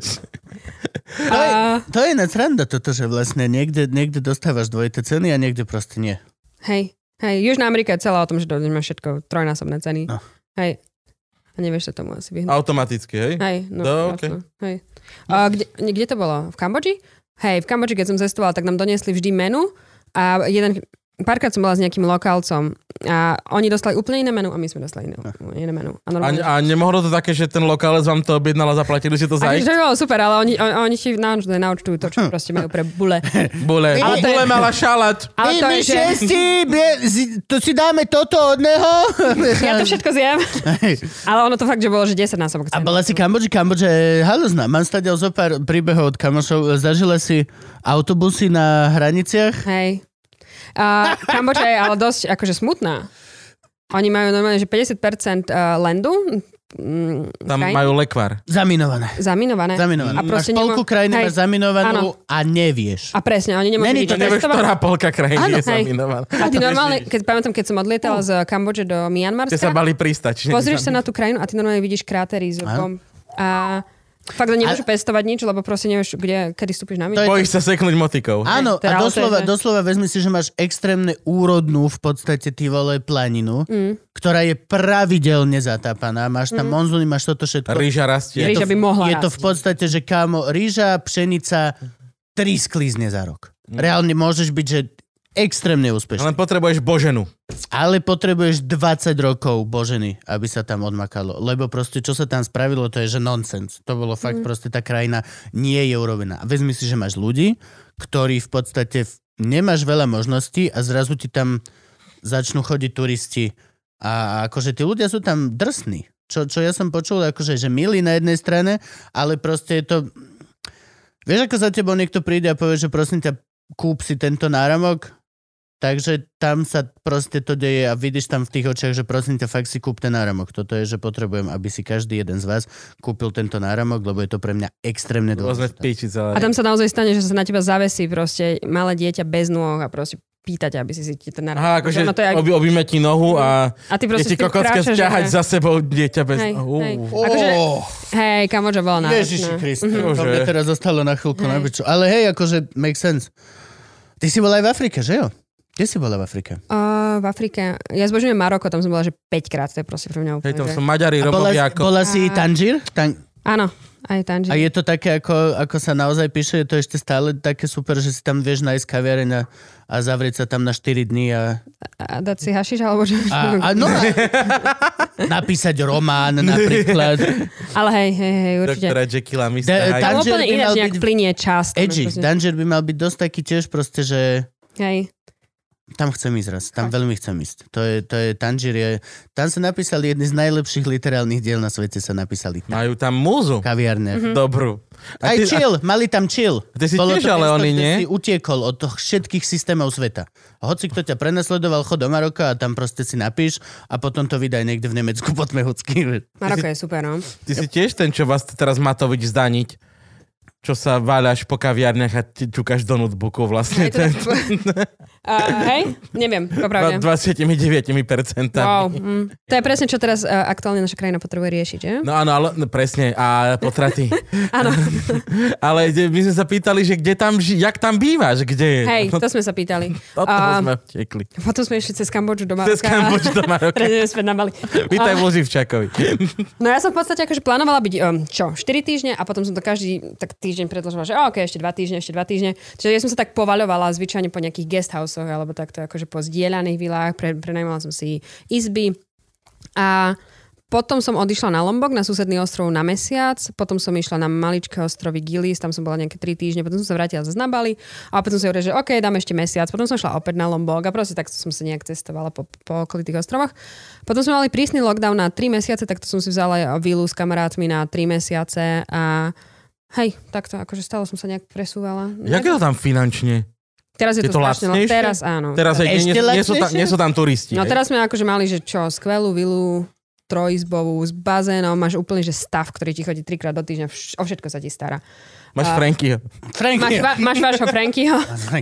To je, to je ináč randa toto, že vlastne niekde, niekde dostávaš dvojité ceny a niekde proste nie. Hej, hej, Južná Amerika je celá o tom, že máš všetko trojnásobné ceny. No. Hej. A nevieš sa tomu asi vyhnúť. Automaticky, hej? Hej, no, no okay. Hej. A kde, kde to bolo? V Kambodži? Hej, v Kambodži, keď som cestovala, tak nám doniesli vždy menu a jeden... Párkrát som bola s nejakým lokálcom a oni dostali úplne iné menu a my sme dostali iné, iné menu. A, normálne... a, a nemohlo to také, že ten lokálec vám to objednal a zaplatili si to za ich? To bolo super, ale oni, on, oni si naučtujú to, čo proste majú pre bule. Bule. Ale bule je... mala šalát. Ale to my je, šesti, že... to si dáme toto od neho. Ja to všetko zjem. Ale ono to fakt, že bolo, že desať násobok. A bola si Kambodži? Kambodža je halúzna. Mám stadiaľ zo pár príbehov od kamošov. Zažila si autobusy na hraniciach? Hej. Uh, Kambodža je ale dosť akože smutná. Oni majú normálne, že päťdesiat percent uh, landu. Mm, Tam krajiny. Majú lekvár. Zaminované. Zaminované. Zaminované. A máš polku nemo... krajiny, máš zaminovanú a nevieš. A presne, oni nemôžu nič nevieš, ktorá polka krajiny je zaminovaná. A ty normálne, keď pamätám, keď som odlietala uh. z Kambodže do Myanmarska, ste sa bali pristať. Pozrieš sa na tú krajinu a ty normálne vidíš krátery z bomb. A fakt nemôžu a... pestovať nič, lebo proste nevieš, kde, kedy vstúpiš na míň. Bojíš sa seknúť motikou. Áno, a doslova, doslova vezmi si, že máš extrémne úrodnú v podstate ty vole planinu, mm. ktorá je pravidelne zatápaná. Máš tam mm. monzúny, máš toto všetko. Rýža rastie. Rýža by mohla Je to v podstate, že kámo, rýža, pšenica, tri sklízne za rok. Mm. Reálne môžeš byť, že extrémne úspešný. Len potrebuješ boženu. Ale potrebuješ dvadsať rokov boženy, aby sa tam odmakalo. Lebo proste, čo sa tam spravilo, to je, že nonsens. To bolo fakt, mm. proste tá krajina nie je urobená. A vezmi si, že máš ľudí, ktorí v podstate nemáš veľa možností a zrazu ti tam začnú chodiť turisti. A akože tí ľudia sú tam drsní. Čo, čo ja som počul, akože, že milí na jednej strane, ale proste je to... Vieš, ako za tebou niekto príde a povie, že prosím ťa, kúp si tento náramok? Takže tam sa proste to deje a vidíš tam v tých očiach, že prosím ťa, fakt si kúp ten náramok. Toto je, že potrebujem, aby si každý jeden z vás kúpil tento náramok, lebo je to pre mňa extrémne dôležité. A tam sa naozaj stane, že sa na teba zavesí proste malé dieťa bez nôh a proste pýtať, aby si si ti ten Aha, akože no aj... obi, obíme ti nohu a, a ty proste ti kokocka stiahať za sebou dieťa bez hej, nohu. Hej, akože, hej kamože bolo náročné. Ježiši Kriste, mm-hmm. to mne teraz zostalo na chvíľku na biču. Ale hej, akože make sense. Ty si bola aj v Afrike, že jo? Kde si bola v Afrike? Uh, v Afrike. Ja zbožňujem Maroko, tam som bola, že päťkrát, to je proste pre mňa úplne. Hej, tam že... som Maďari, Romovi ako... Bola si Tanžír? Tan... Áno. Aj Tanžír. A je to také, ako, ako sa naozaj píše, je to ešte stále také super, že si tam vieš nájsť kaviareň a, a zavrieť sa tam na štyri dní a... A dať si hašiš, alebo že... A, a no, a... napísať román napríklad. Ale hej, hej, hej, určite. Doktora Jekylla, mister Hyde. Tam úplne ináč nejak byť... plinie čas. Edgy. Tanžír by mal byť dosť taký tiež proste, že... Hej. Tam chcem ísť raz, tam veľmi chcem ísť. To je, to je Tanžír, je... Tam sa napísali jedny z najlepších literálnych diel na svete sa napísali. Majú tam múzu. Kaviarne. Mhm. Dobrú. A Aj ty, chill, a... mali tam chill. Ty si Bolo tiež, ale oni nie? Si utiekol od toho všetkých systémov sveta. A hoci kto ťa prenasledoval, chod do Maroka a tam proste si napíš a potom to vydaj niekde v Nemecku po Tmehucky. Maroko je super, no. Ty si tiež ten, čo vás teraz Matovič zdaniť. Čo sa váľaš po kaviarniach a čukáš do notebooku vlastne. Hej, to... uh, hej? Neviem, popravde. dvadsaťdeväť percent. Wow. Mm. To je presne, čo teraz uh, aktuálne naša krajina potrebuje riešiť, že? No áno, ale no, presne. A potraty. Áno. Ale my sme sa pýtali, že kde tam, jak tam bývaš, kde je? Hej, to sme sa pýtali. Od toho uh, sme vtekli. Potom sme išli cez Kambodžu do Maroka. Cez Kambodžu do Maroka. Prezideme späť na Bali. Vítaj v Luživčakovi. No ja som v podstate akože plánovala byť, um, čo, štyri týždne a potom som to každý tak týždeň predĺžila, že oh, ok, ešte dva týždne, ešte dva týždne. Čiže ja som sa tak povaľovala zvyčajne po nejakých guesthousoch alebo takto akože po zdieľaných vilách, pre, prenajmala som si izby a potom som odišla na Lombok, na susedný ostrov na mesiac, potom som išla na maličké ostrovy Gilis, tam som bola nejaké tri týždne, potom som sa vrátila zase na Bali a potom som hovorila, že ok, dáme ešte mesiac, potom som šla opäť na Lombok a proste takto som sa nejak cestovala po, po okolitých ostrovoch. Potom sme mali prísny lockdown na tri mesiace, tak to som si vzala vilu s kamarátmi na tri mesiace a hej, takto, akože stále som sa nejak presúvala. Jak je to tam finančne? Teraz je, je to, to strašne, teraz áno. Teraz aj, nie, nie, sú tam, nie sú tam turisti. No teraz sme akože mali, že čo, skvelú vilu, trojizbovú, s bazénom, máš úplne, že stav, ktorý ti chodí trikrát do týždňa, vš- o všetko sa ti stará. Máš uh, Frankyho. Máš, va- máš vášho Frankyho.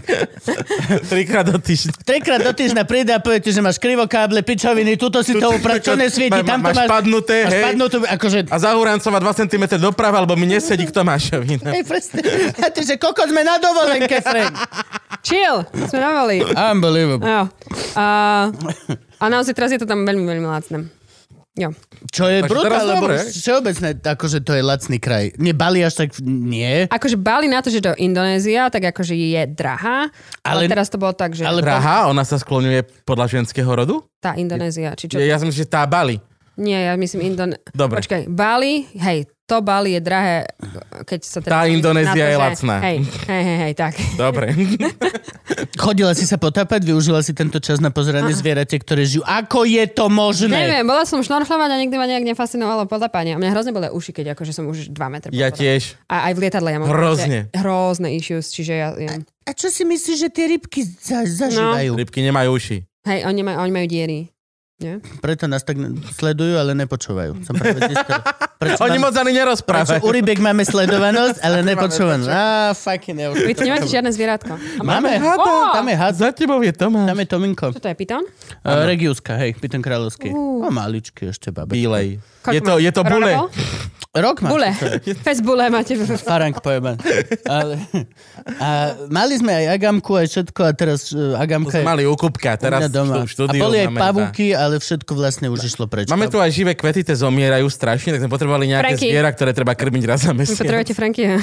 Trikrát do týždňa. Trikrát do týždňa príde a povie ti, že máš krivokáble, pičoviny, tuto si to uprav, čo nesvieti, tam to máš... Padnuté, máš hej. Padnutú, akože... A zahúrancová dva centimetre doprava, alebo mi nesedí k Tomášovi. No. Hej, presne. A ty, že koko sme na dovolenke, Frank. Chill, sme na Bali. Unbelievable. Jo. Uh, a naozaj teraz je to tam veľmi, veľmi lacné. Jo. Čo je brutál, lebo dobre. všeobecné, akože to je lacný kraj. Nie, Bali až tak nie. Akože Bali na to, že to je Indonézia, tak akože je drahá. Ale, ale teraz to bolo tak, že... Ale drahá? Ona sa skloňuje podľa ženského rodu? Tá Indonézia. Či čo? Ja, ja som myslel, že tá Bali. Nie, ja myslím Indone... Dobre. Počkaj, Bali, hej, to Bali je drahé, keď sa... Teda tá Indonézia je lacná. Hej, hej, hej, hej, tak. Dobre. Chodila si sa potápať? Využila si tento čas na pozeranie zvierate, ktoré žijú? Ako je to možné? Neviem, bola som šnorchlovať a nikdy ma nejak nefascinovalo potápanie. A mňa hrozne boli uši, keď akože som už dva metre. Ja tiež. A aj v lietadle ja mám hrozne. Hrozné issues, čiže ja... ja... A, a čo si myslíš, že tie rybky za, zažívajú? No. Rybky nemajú uši. Hej, oni, maj, oni majú diery. Nie? Preto nás tak sledujú, ale nepočúvajú. Som práve zistil. Oni moc ani nerozprávajú. Prečo u rybiek máme sledovanosť, ale nepočúvanú. Á, fucking hell. Vy tu nemáte žiadne zvieratko. Máme. Oh! Tam je had. Za tebou je Tomáš. Tam je Tominko. Čo to je, pyton? Uh, Regiuska, hej, pyton kráľovský. Uh. O, maličký ešte, babe. Bílej. Je to, je to bule. Rok má. Bule. Fes bule máte. Farank pojeban. Ale, a mali sme aj agamku, aj všetko a teraz uh, agamka je... mali úkupka, teraz doma. v štúdiu. A boli aj pavúky, ale všetko vlastne už išlo preč. Máme tu aj živé kvety, tie zomierajú strašne, tak sme potrebovali nejaké Franky. Zviera, ktoré treba krmiť raz za mesiac. Vy potrebujete Frankyho.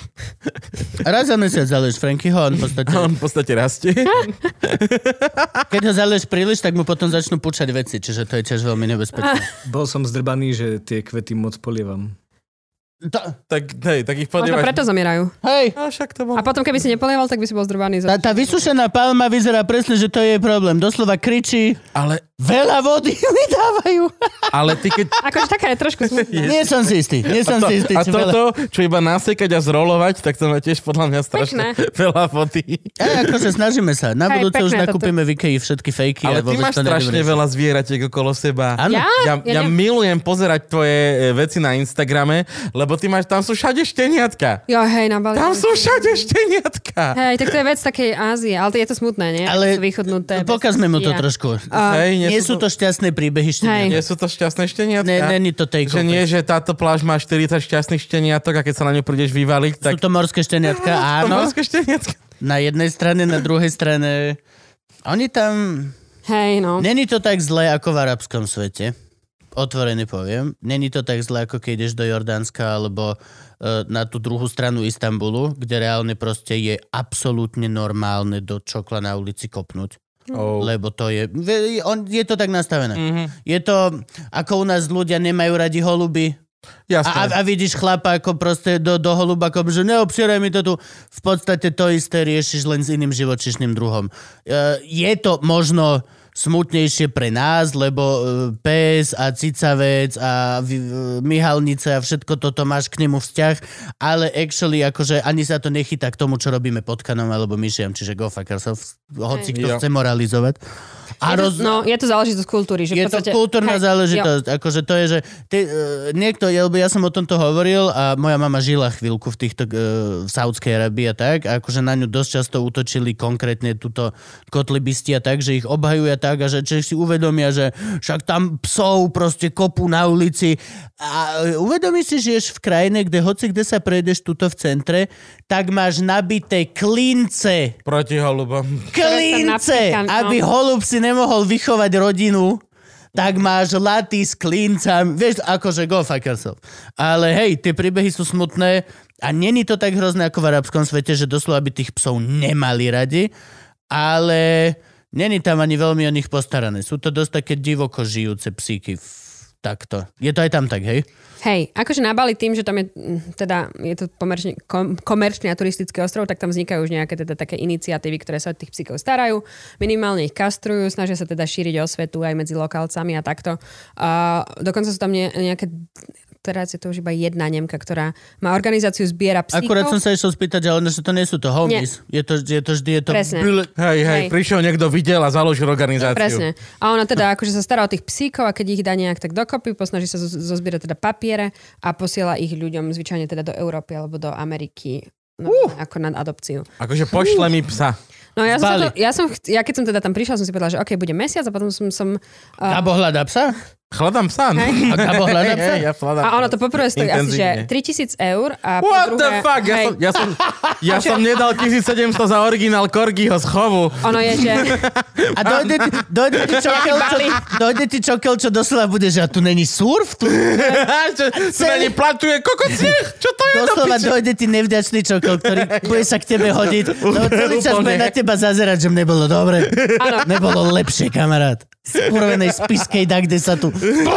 Raz za mesiac zaleješ Frankyho, on v podstate... A on v podstate rastie. Keď ho zaleješ príliš, tak mu potom začnú púčať veci, čiže to je tiež veľmi nebezpečné. Bol som zdrbaný, že tie kvety moc polievam. To... Tak, hej, tak ich podievaš. Možno preto zomierajú. Hej. A, však to bol... A potom, keby si nepolieval, tak by si bol zdrbaný. Tá, tá vysušená palma vyzerá presne, že to je problém. Doslova kričí, ale veľa vody mi dávajú. Ale ty keď... Akože taká je trošku smutná. Nie som si istý. Nie som a to, si istý. A toto, veľa... čo iba nasekať a zrolovať, tak to má tiež podľa mňa strašne pekné. Veľa vody. A akože snažíme sa. Na Hej, budúce už toto. nakúpime v Ikei všetky fejky. Ale ty máš strašne veľa zvieratiek okolo seba. Áno. Ja? Ja, ja ja milujem pozerať tvoje veci na Instagrame, lebo Lebo ty máš, tam sú všade šteniatka. Jo, hej, na Bali. Tam sú všade šteniatka. Hej, tak to je vec takej Ázie, ale to je to smutné, nie? Ale vychodnuté. Pokazme mu to trošku. A... Hej, nie, nie sú to šťastné príbehy šteniatka. Nie sú to šťastné šteniatka. Ne, není to tej Že nie, že táto pláž má štyridsať šťastných šteniatok a keď sa na ňu prídeš vyvaliť, tak... Sú to morské šteniatka, áno. To morské šteniatka. Na jednej strane, na druhej strane... Oni tam... Hej, no. Není to tak zlé ako v arabskom svete. Otvorene poviem. Není to tak zlé, ako keď ideš do Jordánska alebo uh, na tú druhú stranu Istanbulu, kde reálne proste je absolútne normálne do čokla na ulici kopnúť. Oh. Lebo to je... On, je to tak nastavené. Mm-hmm. Je to, ako u nás ľudia nemajú radi holuby. A, a vidíš chlapa ako proste do, do holuba, ako, že neobsieraj mi to tu. V podstate to isté riešiš len s iným živočíšnym druhom. Uh, je to možno smutnejšie pre nás, lebo uh, pes a cicavec a uh, myhalnice a všetko toto máš k nemu vzťah, ale actually akože ani sa to nechytá k tomu, čo robíme potkanom alebo myšiam, čiže go fuck yourself, hoci kto chce moralizovať. A je, to, roz... no, je to záležitosť kultúry. Že je podstate... to kultúrna hej, záležitosť. Akože to je, že ty, uh, niekto, ja, ja som o tomto hovoril a moja mama žila chvíľku v týchto uh, v Saudskej Arabii a tak, a akože na ňu dosť často útočili konkrétne túto kotlibisti a tak, že ich obhajujú a tak a že či si uvedomia, že však tam psov proste kopú na ulici a uvedomí si, že žiješ v krajine, kde hoci kde sa prejdeš tuto v centre, tak máš nabité klince. Proti holubom. Klince! Aby holub si nemohol vychovať rodinu, tak máš laty s klincami. Vieš, akože go fuck yourself. Ale hej, tie príbehy sú smutné a není to tak hrozné ako v arabskom svete, že doslova by tých psov nemali radi, ale není tam ani veľmi o nich postarané. Sú to dosť také divoko žijúce psíky. Takto. Je to aj tam tak, hej? Hej, akože na Bali tým, že tam je teda je to pomerčne, kom, komerčný a turistický ostrov, tak tam vznikajú už nejaké teda také iniciatívy, ktoré sa od tých psíkov starajú, minimálne ich kastrujú, snažia sa teda šíriť osvetu aj medzi lokálcami a takto. A dokonca sú tam nejaké, teraz je to už iba jedna Nemka, ktorá má organizáciu zbiera psíkov. Akurát som sa išiel spýtať, ale že to nie sú to homies. Je to, je to vždy, je to... Presne. Bl- hej, hej, hej, prišiel niekto, videl a založil organizáciu. Presne. A ona teda akože sa stará o tých psíkov a keď ich dá nejak tak dokopy, posnaží sa zozbierať teda papiere a posiela ich ľuďom zvyčajne teda do Európy alebo do Ameriky. No, uh. ako na adopciu. Akože pošle uh. mi psa. No ja som, to, ja som, ja keď som teda tam prišla, som si povedala, že okej, okay, bude mesiac a potom som... som uh... Gabo hľadá psa? Hľadám psa. Hey. A Gabo hľadá psa? Hey, ja a ono to poprvé stojí asi, že tritisíc eur a po What druhé... the fuck? Ja som, ja som, ja som nedal tisícsedemsto za originál Corgiho z chovu. Ono je, že... A dojde ti, dojde ti čokel, čo, dojde ti čokel, čo doslova bude, že a tu není surf? Tu, čo, tu celý... není platuje kokociech? Čo to je? Doslova dojde ti nevďačný čokel, ktorý bude sa k tebe hodiť. No celý čas bude na teba zazerať, že mne bolo dobre. Ano. Nebolo lepšie, kamarát. Z kurvenej spiskej da, kde sa tu...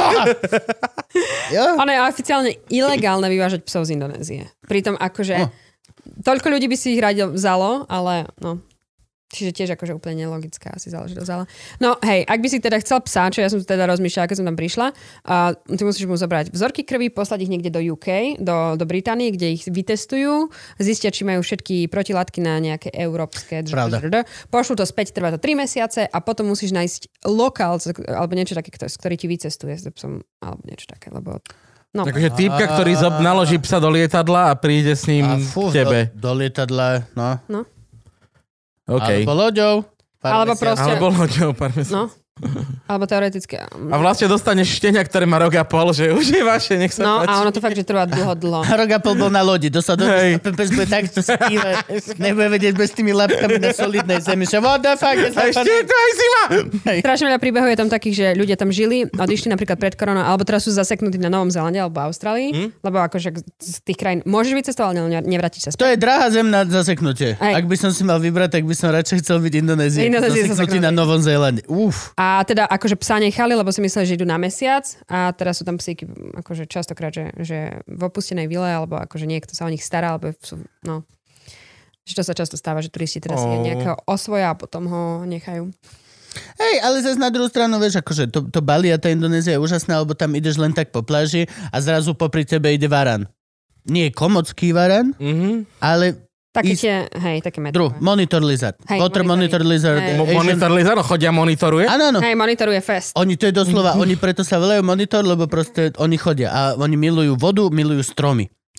Ono je oficiálne ilegálne vyvážať psov z Indonézie. Pritom akože oh. toľko ľudí by si ich radi vzalo, ale no... Čiže tiež akože úplne nelogická asi záležitosť. Ale... No hej, ak by si teda chcel psa, čo ja som teda rozmýšľala, keď som tam prišla, uh, ty musíš mu zobrať vzorky krvi, poslať ich niekde do ú ká, do, do Británie, kde ich vytestujú, zistia, či majú všetky protilátky na nejaké európske. Pošlú to späť, trvá to tri mesiace a potom musíš nájsť lokál, alebo niečo také, ktorý ti vycestuje s psom, alebo niečo také, lebo... No. Takže týpka, ktorý zob naloží psa do lietadla a príde s ním fú, k tebe. Do, do lietadla, no. No. Okay. Alebo loďou. Alebo proste... Alebo loďou, pár mesiacov. No. Alebo teoreticky. A vlastne dostaneš štenia, ktoré má rok a pol, že už je vaše, nech sa no, páči. No a ono to fakt, že trvá dlho, dlho. A rok a pol bol na lodi, dosad dobre, pes bude takto spívať, nebude vedieť bez tými lapkami na solidnej zemi, že what the fuck, je a ešte je to aj zima. Strašne veľa príbehov je tam takých, že ľudia tam žili, odišli napríklad pred koronou, alebo teraz sú zaseknutí na Novom Zélande alebo Austrálii, hmm? lebo akože z tých krajín môžeš vycestovať, ale nevrátiš sa späť. To je drahá zem na zaseknutie. Aj. Ak by som si mal vybrať, tak by som radšej chcel byť Indonézii. Zaseknutí na Novom Zélande. Uf. A teda akože psa nechali, lebo si mysleli, že idú na mesiac a teraz sú tam psíky akože častokrát, že, že v opustenej vile alebo akože niekto sa o nich stará, alebo sú, no, že to sa často stáva, že turisti teraz oh. si nejakého osvoja a potom ho nechajú. Hej, ale zase na druhú stranu, vieš, akože to, to Bali a tá Indonézia je úžasná, lebo tam ideš len tak po pláži a zrazu popri tebe ide varan. Nie komocký varan, mm-hmm. ale Také tie, hej, také metrové. Druh, monitor lizard. Hej, Water monitor lizard. Hey. Monitor lizard, chodia monitoruje? Áno, áno. Hej, monitoruje fest. Oni, to je doslova, oni preto sa volajú monitor, lebo proste oni chodia a oni milujú vodu, milujú stromy.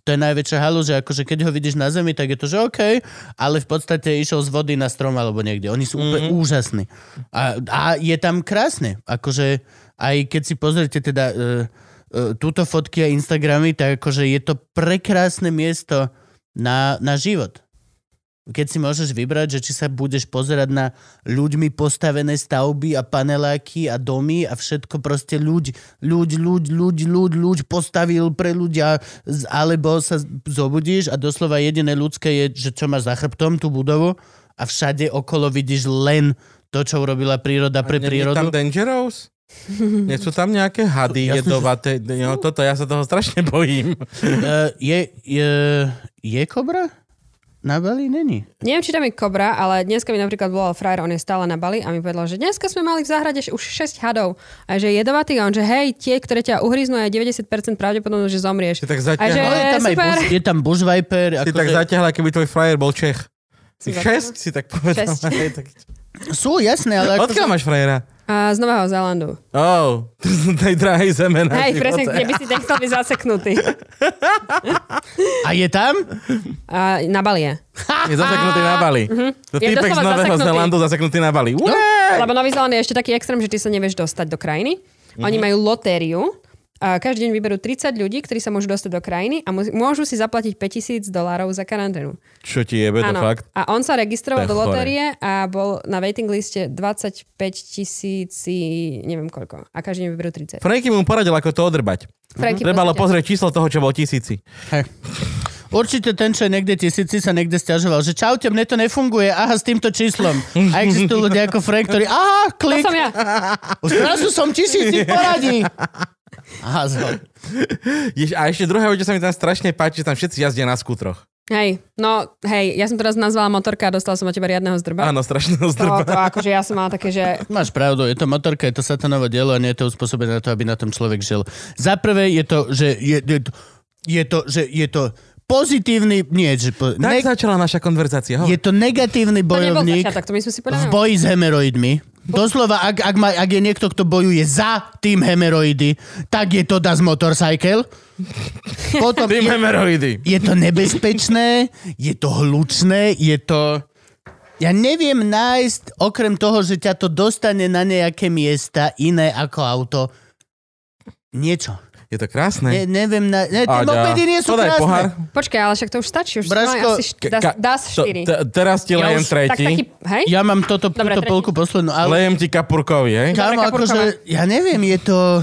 To je najväčšia halu, že akože keď ho vidíš na zemi, tak je to, že OK, ale v podstate išiel z vody na strom alebo niekde. Oni sú úplne mm-hmm. úžasní. A, a je tam krásne. Akože aj keď si pozrite teda uh, uh, túto fotky a Instagramy, tak akože je to prekrásne miesto na, na život. Keď si môžeš vybrať, že či sa budeš pozerať na ľuďmi postavené stavby a paneláky a domy a všetko proste ľuď, ľuď, ľuď, ľuď, ľuď, ľuď postavil pre ľudia, alebo sa zobudíš a doslova jediné ľudské je, že čo máš za chrbtom tú budovu a všade okolo vidíš len to, čo urobila príroda pre prírodu. Nie je tam Dangerous? Nie sú tam nejaké hady jedovaté? No, toto, ja sa toho strašne bojím. Uh, je, je, je kobra? Na Bali není. Neviem, či tam je kobra, ale dneska mi napríklad volal frajer, on je stále na Bali a mi povedal, že dneska sme mali v záhrade už šesť hadov a že je jedovatý a on, že hej, tie, ktoré ťa uhryznú, je deväťdesiat percent pravdepodobné, že zomrieš. Tak zatiaľ... A že no, je tam super. Aj bush, je tam bushviper. Si tak zatiaľ, keby tvoj frajer bol Čech. Si šesť si tak povedal. Sú, jasné, ale... Odkiaľ máš frajera? A z Nového Zélandu. Oh, z tej drahej zeme na Hej, presne, kde by si ten chcel byť zaseknutý. A je tam? A na Bali je. Je zaseknutý na Bali. Uh-huh. To týpek z Nového Zélandu zaseknutý na Bali. No, lebo Nový Zéland je ešte taký extrém, že ty sa nevieš dostať do krajiny. Uh-huh. Oni majú lotériu. A každý deň vyberú tridsať ľudí, ktorí sa môžu dostať do krajiny a môžu si zaplatiť päťtisíc dolárov za karanténu. Čo ti jebe, to fakt? A on sa registroval do lotérie a bol na waiting liste dvadsaťpäť tisíc, neviem koľko. A každý deň vyberú tridsať. Franky mu poradil, ako to odrbať. Franky, trebalo pozrieť číslo toho, čo bol tisíci. Hey. Určite ten, čo je niekde tisíci, sa niekde sťažoval, že čaute, mne to nefunguje, aha, s týmto číslom. A existujú ľudia ako Frank, ktorí, aha, klik. To som ja. Už zrazu som tisíci v poradí. Aha, zho. A ešte druhé, čo sa mi tam strašne páči, že tam všetci jazdia na skútroch. Hej, no hej, ja som teraz nazvala motorka a dostala som od teba riadneho zdrba. Áno, strašného zdrba. To, to akože ja som mala také, že... Máš pravdu, je to motorka, je to satanovo dielo a nie je to uspôsobené na to, aby na tom človek žil. Za prvé je to, že je, je, to, je to, že je to pozitívny, nie, že... Po, tak neg- začala naša konverzácia. Ho. Je to negatívny bojovník to začiatok, to my sme si v boji s hemeroidmi. Doslova, ak, ak, má, ak je niekto, kto bojuje za tým hemeroidy, tak je to Das Motorcycle. Potom tým je, hemeroidy. Je to nebezpečné, je to hlučné, je to... Ja neviem nájsť, okrem toho, že ťa to dostane na nejaké miesta iné ako auto, niečo. Je to krásne. Ne, neviem, na, ne, tie mopedy nie sú podaj krásne. Pohár. Počkaj, ale však to už stačí. Už Braško, asi št- das, das štyri. To, t- teraz ti ja lejem už, tretí. Tak taký, hej? Ja mám toto, Dobre, túto polku poslednú. Ale... Lejem ti kapurkovi, hej? Kámo, akože, ja neviem, je to...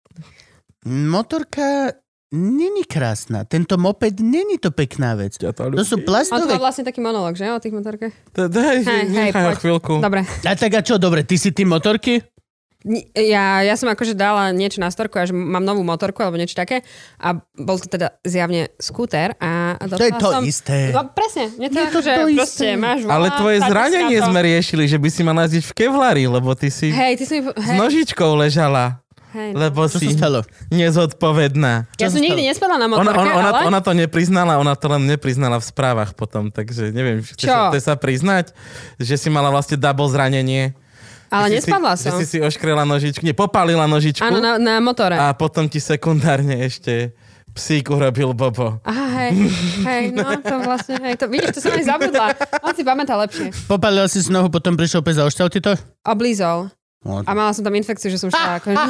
Motorka není krásna. Tento moped není to pekná vec. Ja to, to sú plastové... On to má vlastne taký monológ, že? O tých motorkách. Daj, nechaj ho chvíľku. Dobre. A tak a čo, dobre, ty si tým motorky? Ja, ja som akože dala niečo na storku, až mám novú motorku alebo niečo také a bol to teda zjavne skúter. A to je to som, isté. No presne, je to, je to, že to proste isté. Máš volá, ale tvoje zranenie sme riešili, že by si mala jazdiť v kevlári, lebo ty si hej, ty si hej. s nožičkou ležala. Hej. Lebo čo si stalo? nezodpovedná. Ja som nikdy nespadla na motorke, ona, ona, ale... ona to nepriznala, ona to len nepriznala v správach potom, takže neviem, chceš sa, sa priznať, že si mala vlastne double zranenie. Ale že nespadla si, som. Že si si oškrela nožičku, nie, popálila nožičku. Áno, na, na motore. A potom ti sekundárne ešte psík urobil Bobo. Aha, hej, hej, no to vlastne, hej, to, vidíš, to som aj zabudla. On si pamätá lepšie. Popálila si z nohu, potom prišiel pes a ošťal ti to? Oblízol. A mala som tam infekciu, že som šla ako...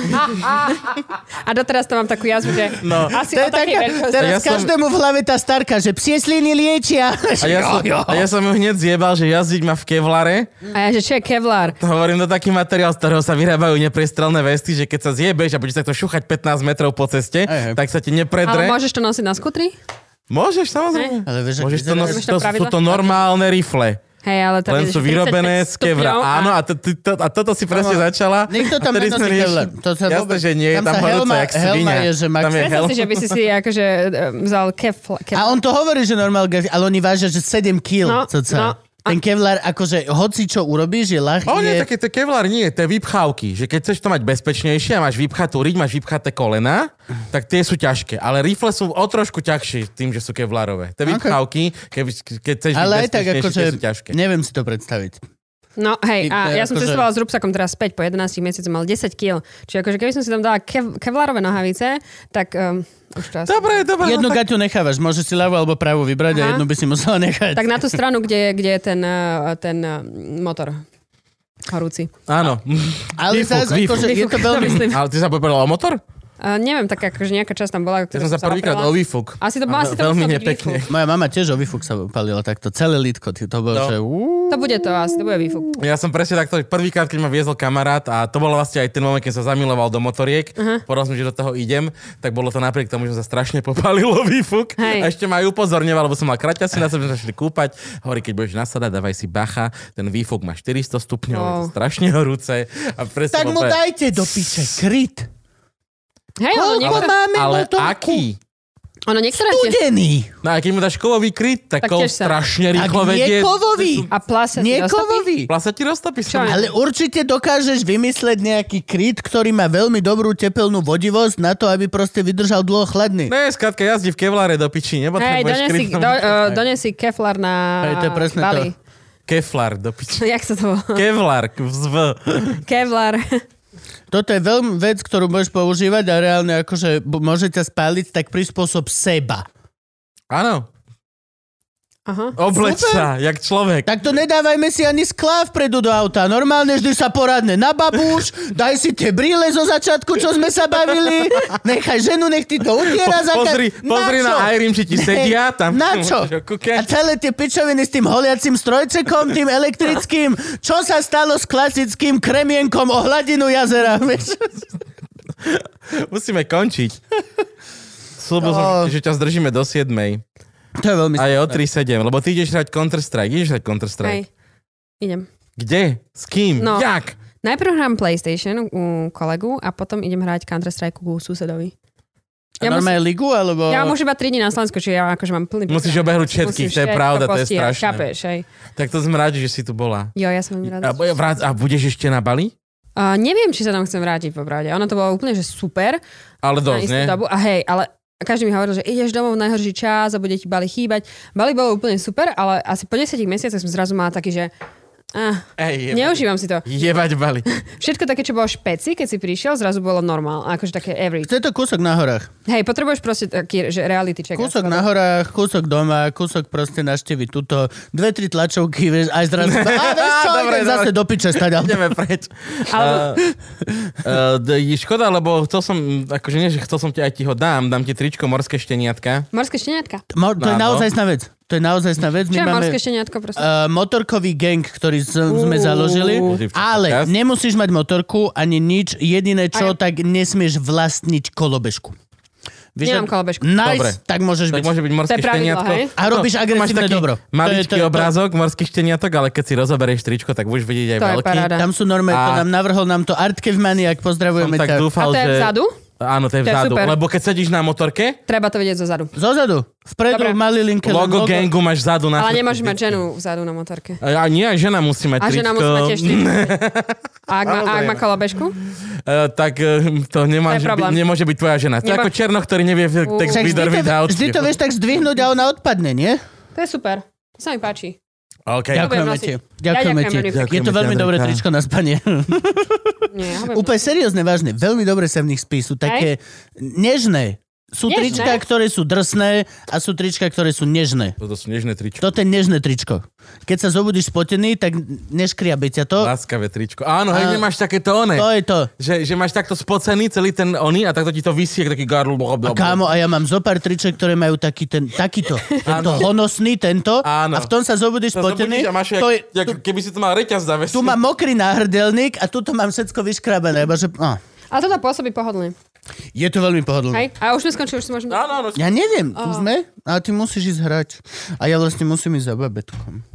A doteraz to mám takú jazvu, že no. asi to o takej veľkosti. Teraz ja každému som... v hlave tá starka, že psie sliny liečia. A ja, som, a ja som ju hneď zjebal, že jazdiť ma v kevlare. A ja, že čo je kevlar? To hovorím, to taký materiál, z ktorého sa vyrábajú nepriestrelné vesty, že keď sa zjebeš a budeš takto šúchať pätnásť metrov po ceste, aj, tak sa ti nepredre. Ale môžeš to nosiť na skutri? Môžeš, samozrejme. Ale vieš, môžeš to nosiť, to, sú to normálne rifle. Hej, ale to len sú vyrobené z kevra. A... Áno, a, to, to, a toto si presne no, začala. Nikto tam nenosí kevlar. Jasné, vôbec... že nie, tam, tam horúca, jak svinia. Je, že tam je helma. Si, že by si si akože vzal kevlar. A on to hovorí, že normálne, ale oni vážia, že sedem kíl. No, no. Ten kevlar, akože hoci čo urobíš, je ľahký. O nie, také to kevlar nie, to je vypchávky. Že keď chceš to mať bezpečnejšie a máš vypchatú riť, máš vypchaté kolena, tak tie sú ťažké. Ale rifle sú o trošku ťažšie tým, že sú kevlarové. Tie vypchávky, keď, keď chceš byť bezpečnejšie, tie sú ťažké. Neviem si to predstaviť. No hej, a Ty, ja som akože... cestovala s rúbsakom teraz späť, po jedenástich mesiacoch mal desať kíl. Čiže akože keby som si tam dala kev- kevlarové nohavice, tak um, už to asi... Dobre, dobre. Jednu no, tak... gaťu nechávaš, môžeš si ľavú alebo pravú vybrať. Aha. A jednu by si musela nechať. Tak na tú stranu, kde, kde je ten, ten motor horúci. Áno. Ale zás, akože je to veľmi... Ale ty sa povedal o motor? Uh, neviem, tak akože nejaká časť tam bola. Ja som sa prvýkrát o výfuk. Asi to, asi to veľmi musel byť nepekne. výfuk. Moja mama tiež o výfuk sa palila takto. Celé lítko. To bolo, no. že... Uú. To bude to, asi to bude výfuk. Ja som presne takto prvýkrát, keď ma viezol kamarát a to bolo vlastne aj ten moment, keď sa zamiloval do motoriek. Uh-huh. Porozumiem, že do toho idem, tak bolo to napriek tomu, že sa strašne popálilo výfuk. Hej. A ešte ma aj upozorňoval, lebo som mal kraťasy na sebe, že sa šli kúpať. Hovorí, keď budeš nasadať, dávaj si bacha, ten výfuk má štyristo stupňov, oh. Je to strašne horúce. A tak mu opäť... dajte do piče kryt. Hej, ale, niektoré... máme ale motorku? aký? Ono niektoré... Studený. No a keď mu dáš kovový kryt, tak, tak kov strašne rýchlo vedie. vedie. Nie kovový. A plasa ti roztopí? Plasa ti roztopí. Ale určite dokážeš vymysleť nejaký kryt, ktorý má veľmi dobrú tepelnú vodivosť na to, aby proste vydržal dlho chladný. Ne, skrátka jazdí v kevláre do piči. Hej, donesi, do, uh, donesi keflar na Hej, to je presne Bali. to. Kevlar do piči. Jak sa to volá? Kevlar. V. Kevlar. Toto je veľmi vec, ktorú môžeš používať a reálne akože môže ťa spáliť, tak prispôsob seba. Áno. Aha. Obleč sa, jak človek. Tak to nedávajme si ani sklá vpredu do auta. Normálne vždy sa poradne na babúš, daj si tie brýle zo začiatku, čo sme sa bavili, nechaj ženu, nech ty to utiera. Po, pozri pozri na, na Irím, či ti sedia. Tam na čo? A celé tie pičoviny s tým holiacím strojčekom, tým elektrickým. Čo sa stalo s klasickým kremienkom o hladinu jazera? Musíme končiť. Slúbil som, oh. že ťa zdržíme do siedmej. To je veľmi... A je o tri sedem, lebo ty ideš hrať Counter-Strike. Ideš hrať Counter-Strike. Hej, idem. Kde? S kým? No, Jak? najprv hrám PlayStation u kolegu a potom idem hrať Counter-Strike u susedovi. Ja normálne musí... ligu, alebo... Ja mám už iba tri dní na Slovensku, čiže ja akože mám plný... Musíš obehnúť všetkých, to je pravda, to je strašné. Chápeš, hej. Tak to som rád, že si tu bola. Jo, ja som veľmi rada. A, a budeš ešte na Bali? Uh, neviem, či sa tam chcem vrátiť, popravde. Ono to bolo úplne, že super. Ale dosť, nie? Dobu. A hej, ale každý mi hovoril, že ideš domov v najhorší čas a bude ti Bali chýbať. Bali bolo úplne super, ale asi po desiatich mesiacoch som zrazu mala taký, že ah, Ej, neužívam si to. Jebať Bali. Všetko také, čo bolo špeci, keď si prišiel, zrazu bolo normál. Akože také average. To je to kúsok na horách. Hej, potrebuješ proste taký, že reality check. Kúsok na horách, kúsok doma, kúsok proste naštíviť túto, dve, tri tlačovky, vieš, aj zrazu. A vieš čo, dobre, idem zase do piče stať. Ideme preč. Ale... Uh, uh, škoda, lebo chcel som, akože nie, že chcel som ti, aj ti ho dám, dám ti tričko Morské šteniatka. Morské šteniatka? Mo- to je naozaj sná vec. To je naozaj sná vec. Čo My je máme Morské šteniatko, prosím? Uh, motorkový gang, ktorý z- sme založili, ale nemusíš mať motorku ani nič. Jediné čo, aj... tak nesmieš vlastniť kolobežku. Víš, nemám kolobežku. Nice, dobre. tak môžeš tak byť. môže byť morské šteniatko. A robíš no, agresívne dobro. Maličký to, to, obrázok morských šteniatok, ale keď si rozoberieš tričko, tak budeš vidieť aj to veľký. Tam sú normálne, a... to nám navrhol nám to Art Kevmaniak, pozdravujeme ťa. Dúfal, a to je že... vzadu? Áno, to je vzadu, lebo keď sedíš na motorke... Treba to vidieť zozadu. Zozadu. Vpredu mali linke. Logo, logo gangu máš vzadu na... Ale nemôžeš mať ženu vzadu na motorke. A nie, aj žena musí mať a tričko. A žena musí mať tiež tričko. A ak má, a ak má kolobežku? Uh, tak uh, to nemáš, by, nemôže byť tvoja žena. To je ako Černo, ktorý nevie uh. text výdor vydať. Vždy to vieš tak zdvihnúť a ona odpadne, nie? To je super. To sa mi páči. Okay. Ďakujeme ti. Ďakujeme ti. Je to veľmi dobré tričko na spanie. Nie, úplne seriózne, vážne. Veľmi dobre sa v nich spí. Sú také nežné. Sú nežné? Trička, ktoré sú drsné a sú trička, ktoré sú nežné. Toto sú nežné tričko. Toto je nežné tričko. Keď sa zobudíš spotený, tak neškriabe ťa to. Láskavé tričko. Áno, hej, nemáš takéto one. To je to. Že, že máš takto spocený celý ten oný a takto ti to visí, taký garl. A kámo, a ja mám zopár triček, ktoré majú taký ten, takýto. Tento honosný, tento. Áno. A v tom sa zobudíš spotený. Máš, to jak, jak, keby si to mal reťaz zavesiť. Tu mám mokrý náhrdelník a tu mám všetko vyškrabené. Že, oh. Ale toto pôsobí pohodlne. Je to veľmi pohodlné. Hej, a už sme skončili, už si môžeme... No, no, no, ja neviem, oh. už sme, ale ty musíš ísť hrať. A ja vlastne musím ísť za babetkom.